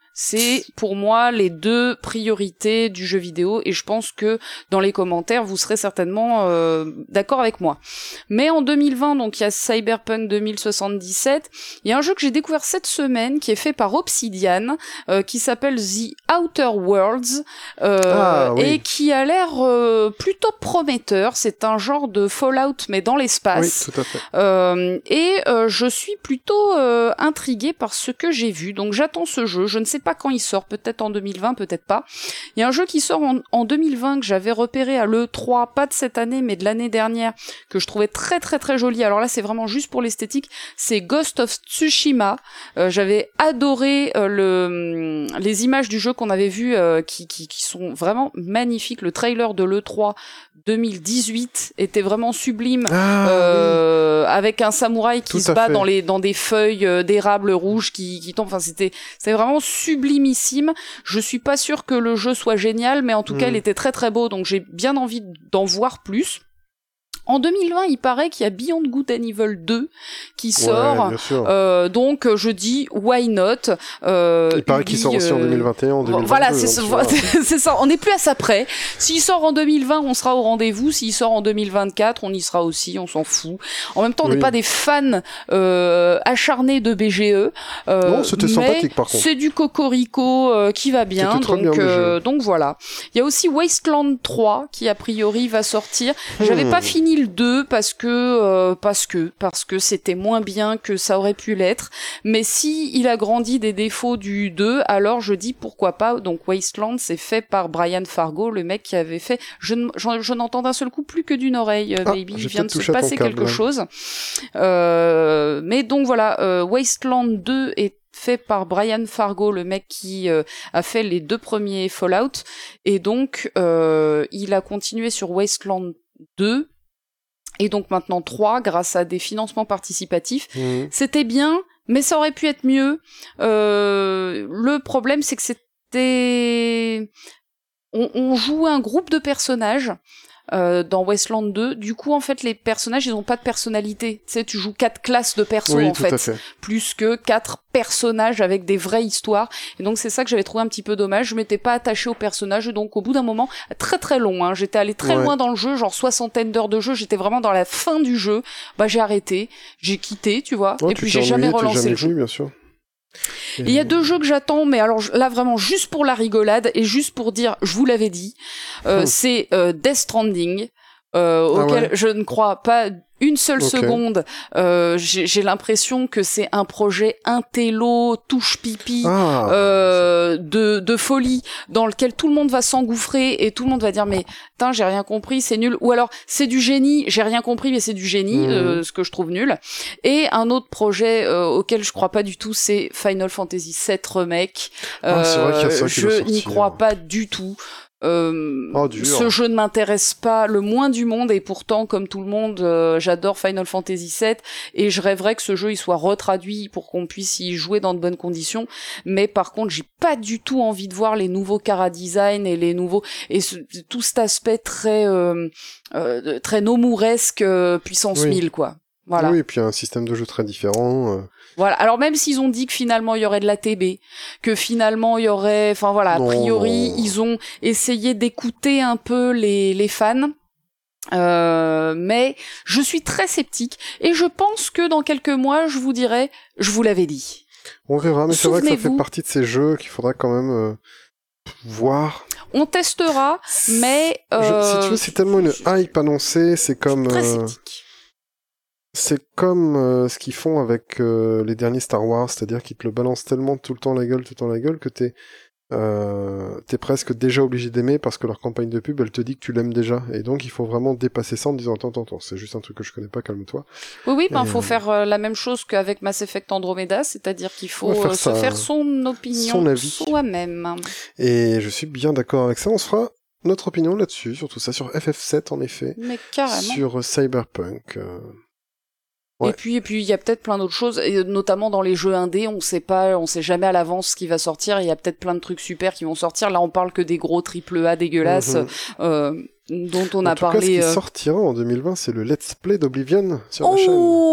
C'est pour moi les deux priorités du jeu vidéo et je pense que dans les commentaires vous serez certainement euh, d'accord avec moi. Mais en deux mille vingt, donc il y a Cyberpunk deux mille soixante-dix-sept, il y a un jeu que j'ai découvert cette semaine qui est fait par Obsidian, euh, qui s'appelle The Outer Worlds euh, ah, oui. et qui a l'air euh, plutôt prometteur. C'est un genre de Fallout mais dans l'espace. Oui, tout à fait. Euh, et euh, je suis plutôt euh, intriguée par ce que j'ai vu. Donc j'attends ce jeu. Je ne sais pas quand il sort, peut-être en deux mille vingt, peut-être pas. Il y a un jeu qui sort en, en deux mille vingt que j'avais repéré à l'E trois, pas de cette année, mais de l'année dernière, que je trouvais très très très joli. Alors là, c'est vraiment juste pour l'esthétique. C'est Ghost of Tsushima. Euh, j'avais adoré euh, le, les images du jeu qu'on avait vues, euh, qui, qui, qui sont vraiment magnifiques. Le trailer de l'E trois deux mille dix-huit était vraiment sublime, ah, euh, oui. avec un samouraï qui Tout se bat fait. dans les dans des feuilles euh, d'érable rouges qui qui tombent. Enfin, c'était c'était vraiment sublimissime. Je suis pas sûre que le jeu soit génial, mais en tout mmh. cas, il était très très beau, donc j'ai bien envie d'en voir plus. En deux mille vingt, il paraît qu'il y a Beyond Good and Evil deux qui sort, ouais, euh, donc je dis why not. Euh, il paraît qu'il sort aussi euh... en deux mille vingt et un, en deux mille vingt-deux. Voilà, c'est, ce, c'est ça. On n'est plus à ça près. S'il sort en deux mille vingt, on sera au rendez-vous. S'il sort en deux mille vingt-quatre, on y sera aussi. On s'en fout. En même temps, on n'est oui. pas des fans euh, acharnés de B G E. Euh, non, c'était sympathique par contre. C'est du cocorico euh, qui va bien. C'était donc, bien, euh, donc voilà. Il y a aussi Wasteland trois qui a priori va sortir. Hmm. J'avais pas fini le deux parce que euh, parce que parce que c'était moins bien que ça aurait pu l'être, mais si il a grandi des défauts du deux, alors je dis pourquoi pas. Donc Wasteland, c'est fait par Brian Fargo, le mec qui avait fait je, je, je n'entends d'un seul coup plus que d'une oreille, ah, baby, il vient de se passer quelque câble, chose euh, mais donc voilà, euh, Wasteland deux est fait par Brian Fargo, le mec qui euh, a fait les deux premiers Fallout, et donc euh, il a continué sur Wasteland deux et donc maintenant trois grâce à des financements participatifs. Mmh. C'était bien, mais ça aurait pu être mieux. Euh, le problème, c'est que c'était... On, on joue un groupe de personnages euh, dans Wasteland deux. Du coup, en fait, les personnages, ils ont pas de personnalité. Tu sais, tu joues quatre classes de persos, oui, en tout fait, à fait, plus que quatre personnages avec des vraies histoires. Et donc, c'est ça que j'avais trouvé un petit peu dommage. Je m'étais pas attachée aux personnages. Et donc, au bout d'un moment, très très long, hein, j'étais allée très ouais. loin dans le jeu, genre soixantaine d'heures de jeu. J'étais vraiment dans la fin du jeu. Bah, j'ai arrêté, j'ai quitté, tu vois. Oh, et tu puis, j'ai jamais relancé jamais le jeu. Joué, bien sûr. Il y a deux jeux que j'attends, mais alors là vraiment juste pour la rigolade et juste pour dire, je vous l'avais dit, euh, oh. c'est euh, Death Stranding, euh, ah auquel ouais. je ne crois pas une seule okay. seconde. Euh, j'ai, j'ai l'impression que c'est un projet intello, touche pipi, ah. euh, de, de folie, dans lequel tout le monde va s'engouffrer et tout le monde va dire mais putain j'ai rien compris, c'est nul. Ou alors c'est du génie, j'ai rien compris mais c'est du génie, mmh. euh, ce que je trouve nul. Et un autre projet euh, auquel je crois pas du tout, c'est Final Fantasy sept Remake. Euh, ah, c'est vrai qu'il y a ça qui je sorti, n'y crois hein. pas du tout. Euh, oh, ce jeu ne m'intéresse pas le moins du monde et pourtant comme tout le monde euh, j'adore Final Fantasy sept et je rêverais que ce jeu il soit retraduit pour qu'on puisse y jouer dans de bonnes conditions, mais par contre j'ai pas du tout envie de voir les nouveaux chara design et les nouveaux et ce, tout cet aspect très euh, euh, très nomouresque euh, puissance oui. mille quoi. Voilà. Oui, et puis un système de jeu très différent. Euh... Voilà. Alors même s'ils ont dit que finalement il y aurait de la T B, que finalement il y aurait, enfin voilà, a priori non. ils ont essayé d'écouter un peu les les fans. Euh, mais je suis très sceptique et je pense que dans quelques mois je vous dirai, je vous l'avais dit. On verra, mais c'est vrai que ça fait partie de ces jeux qu'il faudra quand même euh, voir. On testera, mais euh... je, si tu veux, c'est tellement une hype annoncée, c'est comme. Très euh... sceptique. C'est comme euh, ce qu'ils font avec euh, les derniers Star Wars, c'est-à-dire qu'ils te le balancent tellement tout le temps la gueule, tout le temps la gueule, que t'es, euh, t'es presque déjà obligé d'aimer parce que leur campagne de pub, elle te dit que tu l'aimes déjà. Et donc, il faut vraiment dépasser ça en disant, attends, attends, attends, c'est juste un truc que je connais pas, calme-toi. Oui, oui, ben, Et, faut euh... faire euh, la même chose qu'avec Mass Effect Andromeda, c'est-à-dire qu'il faut faire euh, ça, se faire son opinion son avis. soi-même. Et je suis bien d'accord avec ça, on se fera notre opinion là-dessus, sur tout ça, sur F F sept, en effet. Mais carrément. Sur Cyberpunk, euh... Ouais. Et Ouais. puis, et puis, il y a peut-être plein d'autres choses, et notamment dans les jeux indés, on sait pas, on sait jamais à l'avance ce qui va sortir, il y a peut-être plein de trucs super qui vont sortir. Là, on parle que des gros triple A dégueulasses, Mhm. euh, dont on En a tout cas, ce parlé. qui euh, sortira en deux mille vingt, c'est le Let's Play d'Oblivion sur la chaîne. Oh,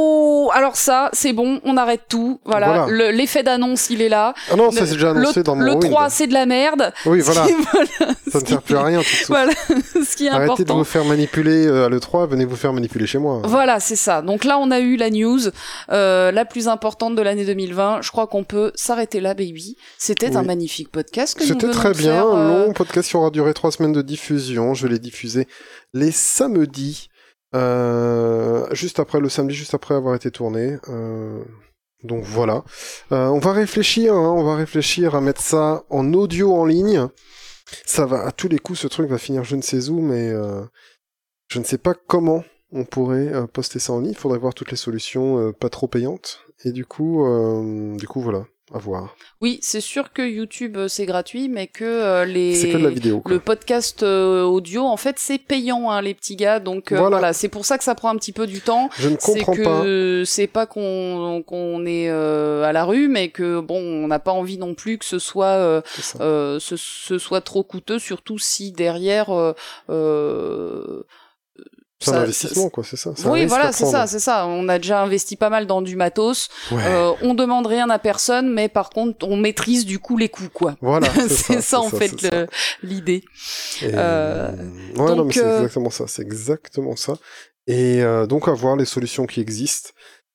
bon, alors ça, c'est bon, on arrête tout. Voilà, Voilà. Le, l'effet d'annonce, il est là. Ah non, Le- ça c'est déjà annoncé le, dans mon Le Wind. trois, c'est de la merde. Oui, voilà. Ce qui- voilà, Ça ce ne sert qui- plus à rien tout de suite. Voilà, ce qui est Arrêtez important. de vous faire manipuler euh, à l'E trois, venez vous faire manipuler chez moi. Voilà, c'est ça. Donc là, on a eu la news euh, la plus importante de l'année deux mille vingt. Je crois qu'on peut s'arrêter là, baby. C'était Oui. un magnifique podcast que nous C'était venons très de bien, faire, euh, long podcast qui aura duré trois semaines de diffusion. Je vais les diffuser les samedis, euh, juste après le samedi, juste après avoir été tourné. Euh, donc voilà. Euh, on va réfléchir, hein, on va réfléchir à mettre ça en audio en ligne. Ça va, à tous les coups, ce truc va finir je ne sais où, mais euh, je ne sais pas comment on pourrait euh, poster ça en ligne. Il faudrait voir toutes les solutions euh, pas trop payantes. Et du coup, euh, du coup voilà, à voir. Oui, c'est sûr que YouTube euh, c'est gratuit, mais que euh, les C'est que de la vidéo, quoi. le podcast euh, audio, en fait, c'est payant, hein, les petits gars. Donc euh, Voilà. voilà, c'est pour ça que ça prend un petit peu du temps. Je ne C'est comprends pas. que c'est pas qu'on qu'on est euh, à la rue, mais que bon, on n'a pas envie non plus que ce soit euh, C'est ça. euh, ce, ce soit trop coûteux, surtout si derrière. Euh, euh, C'est un ça- investissement, quoi, c'est ça. C'est un Oui, risque voilà, à c'est prendre. ça, c'est ça. On a déjà investi pas mal dans du matos. Ouais. Euh, on demande rien à personne, mais par contre, on maîtrise du coup les coûts, quoi. Voilà, c'est, c'est ça, ça, en c'est fait ça, c'est le- l'idée. ça. Et, euh, ouais, non, donc, mais c'est euh, exactement ça, c'est exactement ça. Et euh, donc, à voir les solutions qui existent.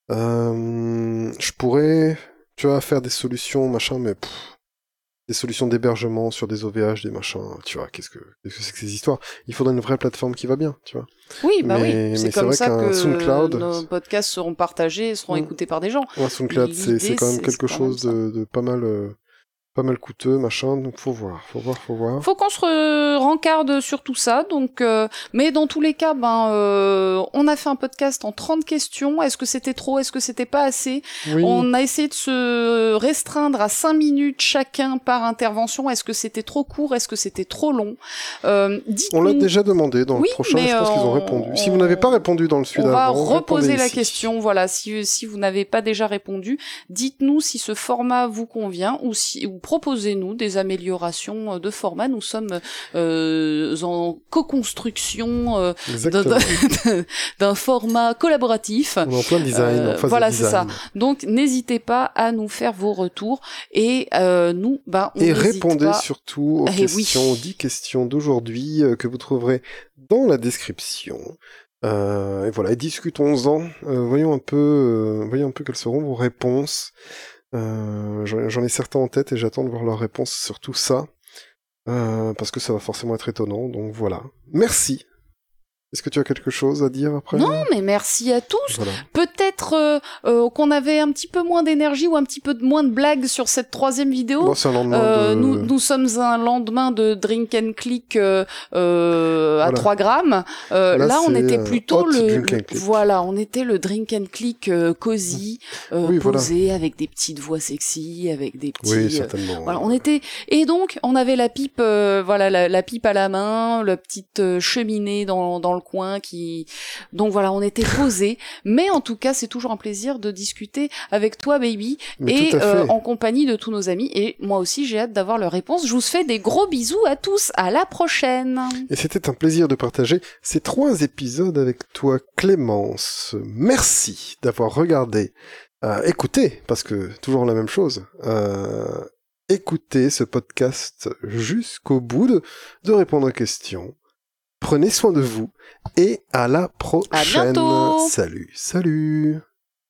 Euh, je pourrais, tu vois, faire des solutions, machin, mais pff, des solutions d'hébergement sur des O V H, des machins, tu vois, qu'est-ce que, qu'est-ce que c'est que ces histoires? Il faudrait une vraie plateforme qui va bien, tu vois. Oui, bah Mais- oui. mais C'est c'est comme vrai ça qu'un que SoundCloud, nos c'est- podcasts seront partagés et seront Mm. écoutés par des gens. Ouais, SoundCloud, c'est, c'est quand même L'idée, quelque c'est quand même chose de, de pas mal, euh, pas mal coûteux, machin, donc faut voir, faut voir, faut voir. Faut qu'on se re- rencarde sur tout ça, donc. euh, mais dans tous les cas, ben, euh, on a fait un podcast en trente questions. Est-ce que c'était trop? Est-ce que c'était pas assez? Oui. On a essayé de se restreindre à cinq minutes chacun par intervention. Est-ce que c'était trop court? Est-ce que c'était trop long? euh, On l'a dites-nous. déjà demandé dans Oui, le prochain, et mais je pense qu'ils ont on- répondu. Si vous n'avez pas répondu dans le suite On va d'avant, reposer répondez la ici. question. Voilà, si si vous n'avez pas déjà répondu, dites-nous si ce format vous convient ou si ou proposez-nous des améliorations de format. Nous sommes euh, en co-construction euh, d'un, Exactement. d'un- d'un format collaboratif. On est en plein design, Euh, en phase voilà, de c'est design. Donc n'hésitez pas à nous faire vos retours et euh, nous, ben, on Et n'hésite répondez pas. surtout aux Eh oui. questions, aux dix questions d'aujourd'hui euh, que vous trouverez dans la description. Euh, et voilà, et discutons-en. Euh, voyons un peu, euh, voyons un peu quelles seront vos réponses. Euh, j'en, j'en ai certains en tête et j'attends de voir leurs réponses sur tout ça. Euh, parce que ça va forcément être étonnant, donc voilà. Merci. Est-ce que tu as quelque chose à dire après? Non, mais merci à tous. Voilà. Peut-être euh, euh, qu'on avait un petit peu moins d'énergie ou un petit peu de moins de blagues sur cette troisième vidéo. Bon, c'est un lendemain Euh, de... nous, nous sommes un lendemain de drink and click euh, euh, à Voilà. trois grammes. Euh, Là, là, on c'est, était euh, plutôt hot le, drink and le- click. voilà, on était le drink and click euh, cosy, euh, Oui, voilà. posé avec des petites voix sexy, avec des petits. Oui, euh, certainement. voilà, on était et donc on avait la pipe, euh, voilà, la, la pipe à la main, la petite euh, cheminée dans dans le coin qui. Donc voilà, on était posés. Mais en tout cas, c'est toujours un plaisir de discuter avec toi, baby, Mais et tout à fait. euh, en compagnie de tous nos amis. Et moi aussi, j'ai hâte d'avoir leurs réponses. Je vous fais des gros bisous à tous. À la prochaine. Et c'était un plaisir de partager ces trois épisodes avec toi, Clémence. Merci d'avoir regardé, euh, écouté, parce que toujours la même chose, euh, écoutez ce podcast jusqu'au bout, de, de répondre aux questions. Prenez soin de vous et à la prochaine. bientôt. Salut, salut.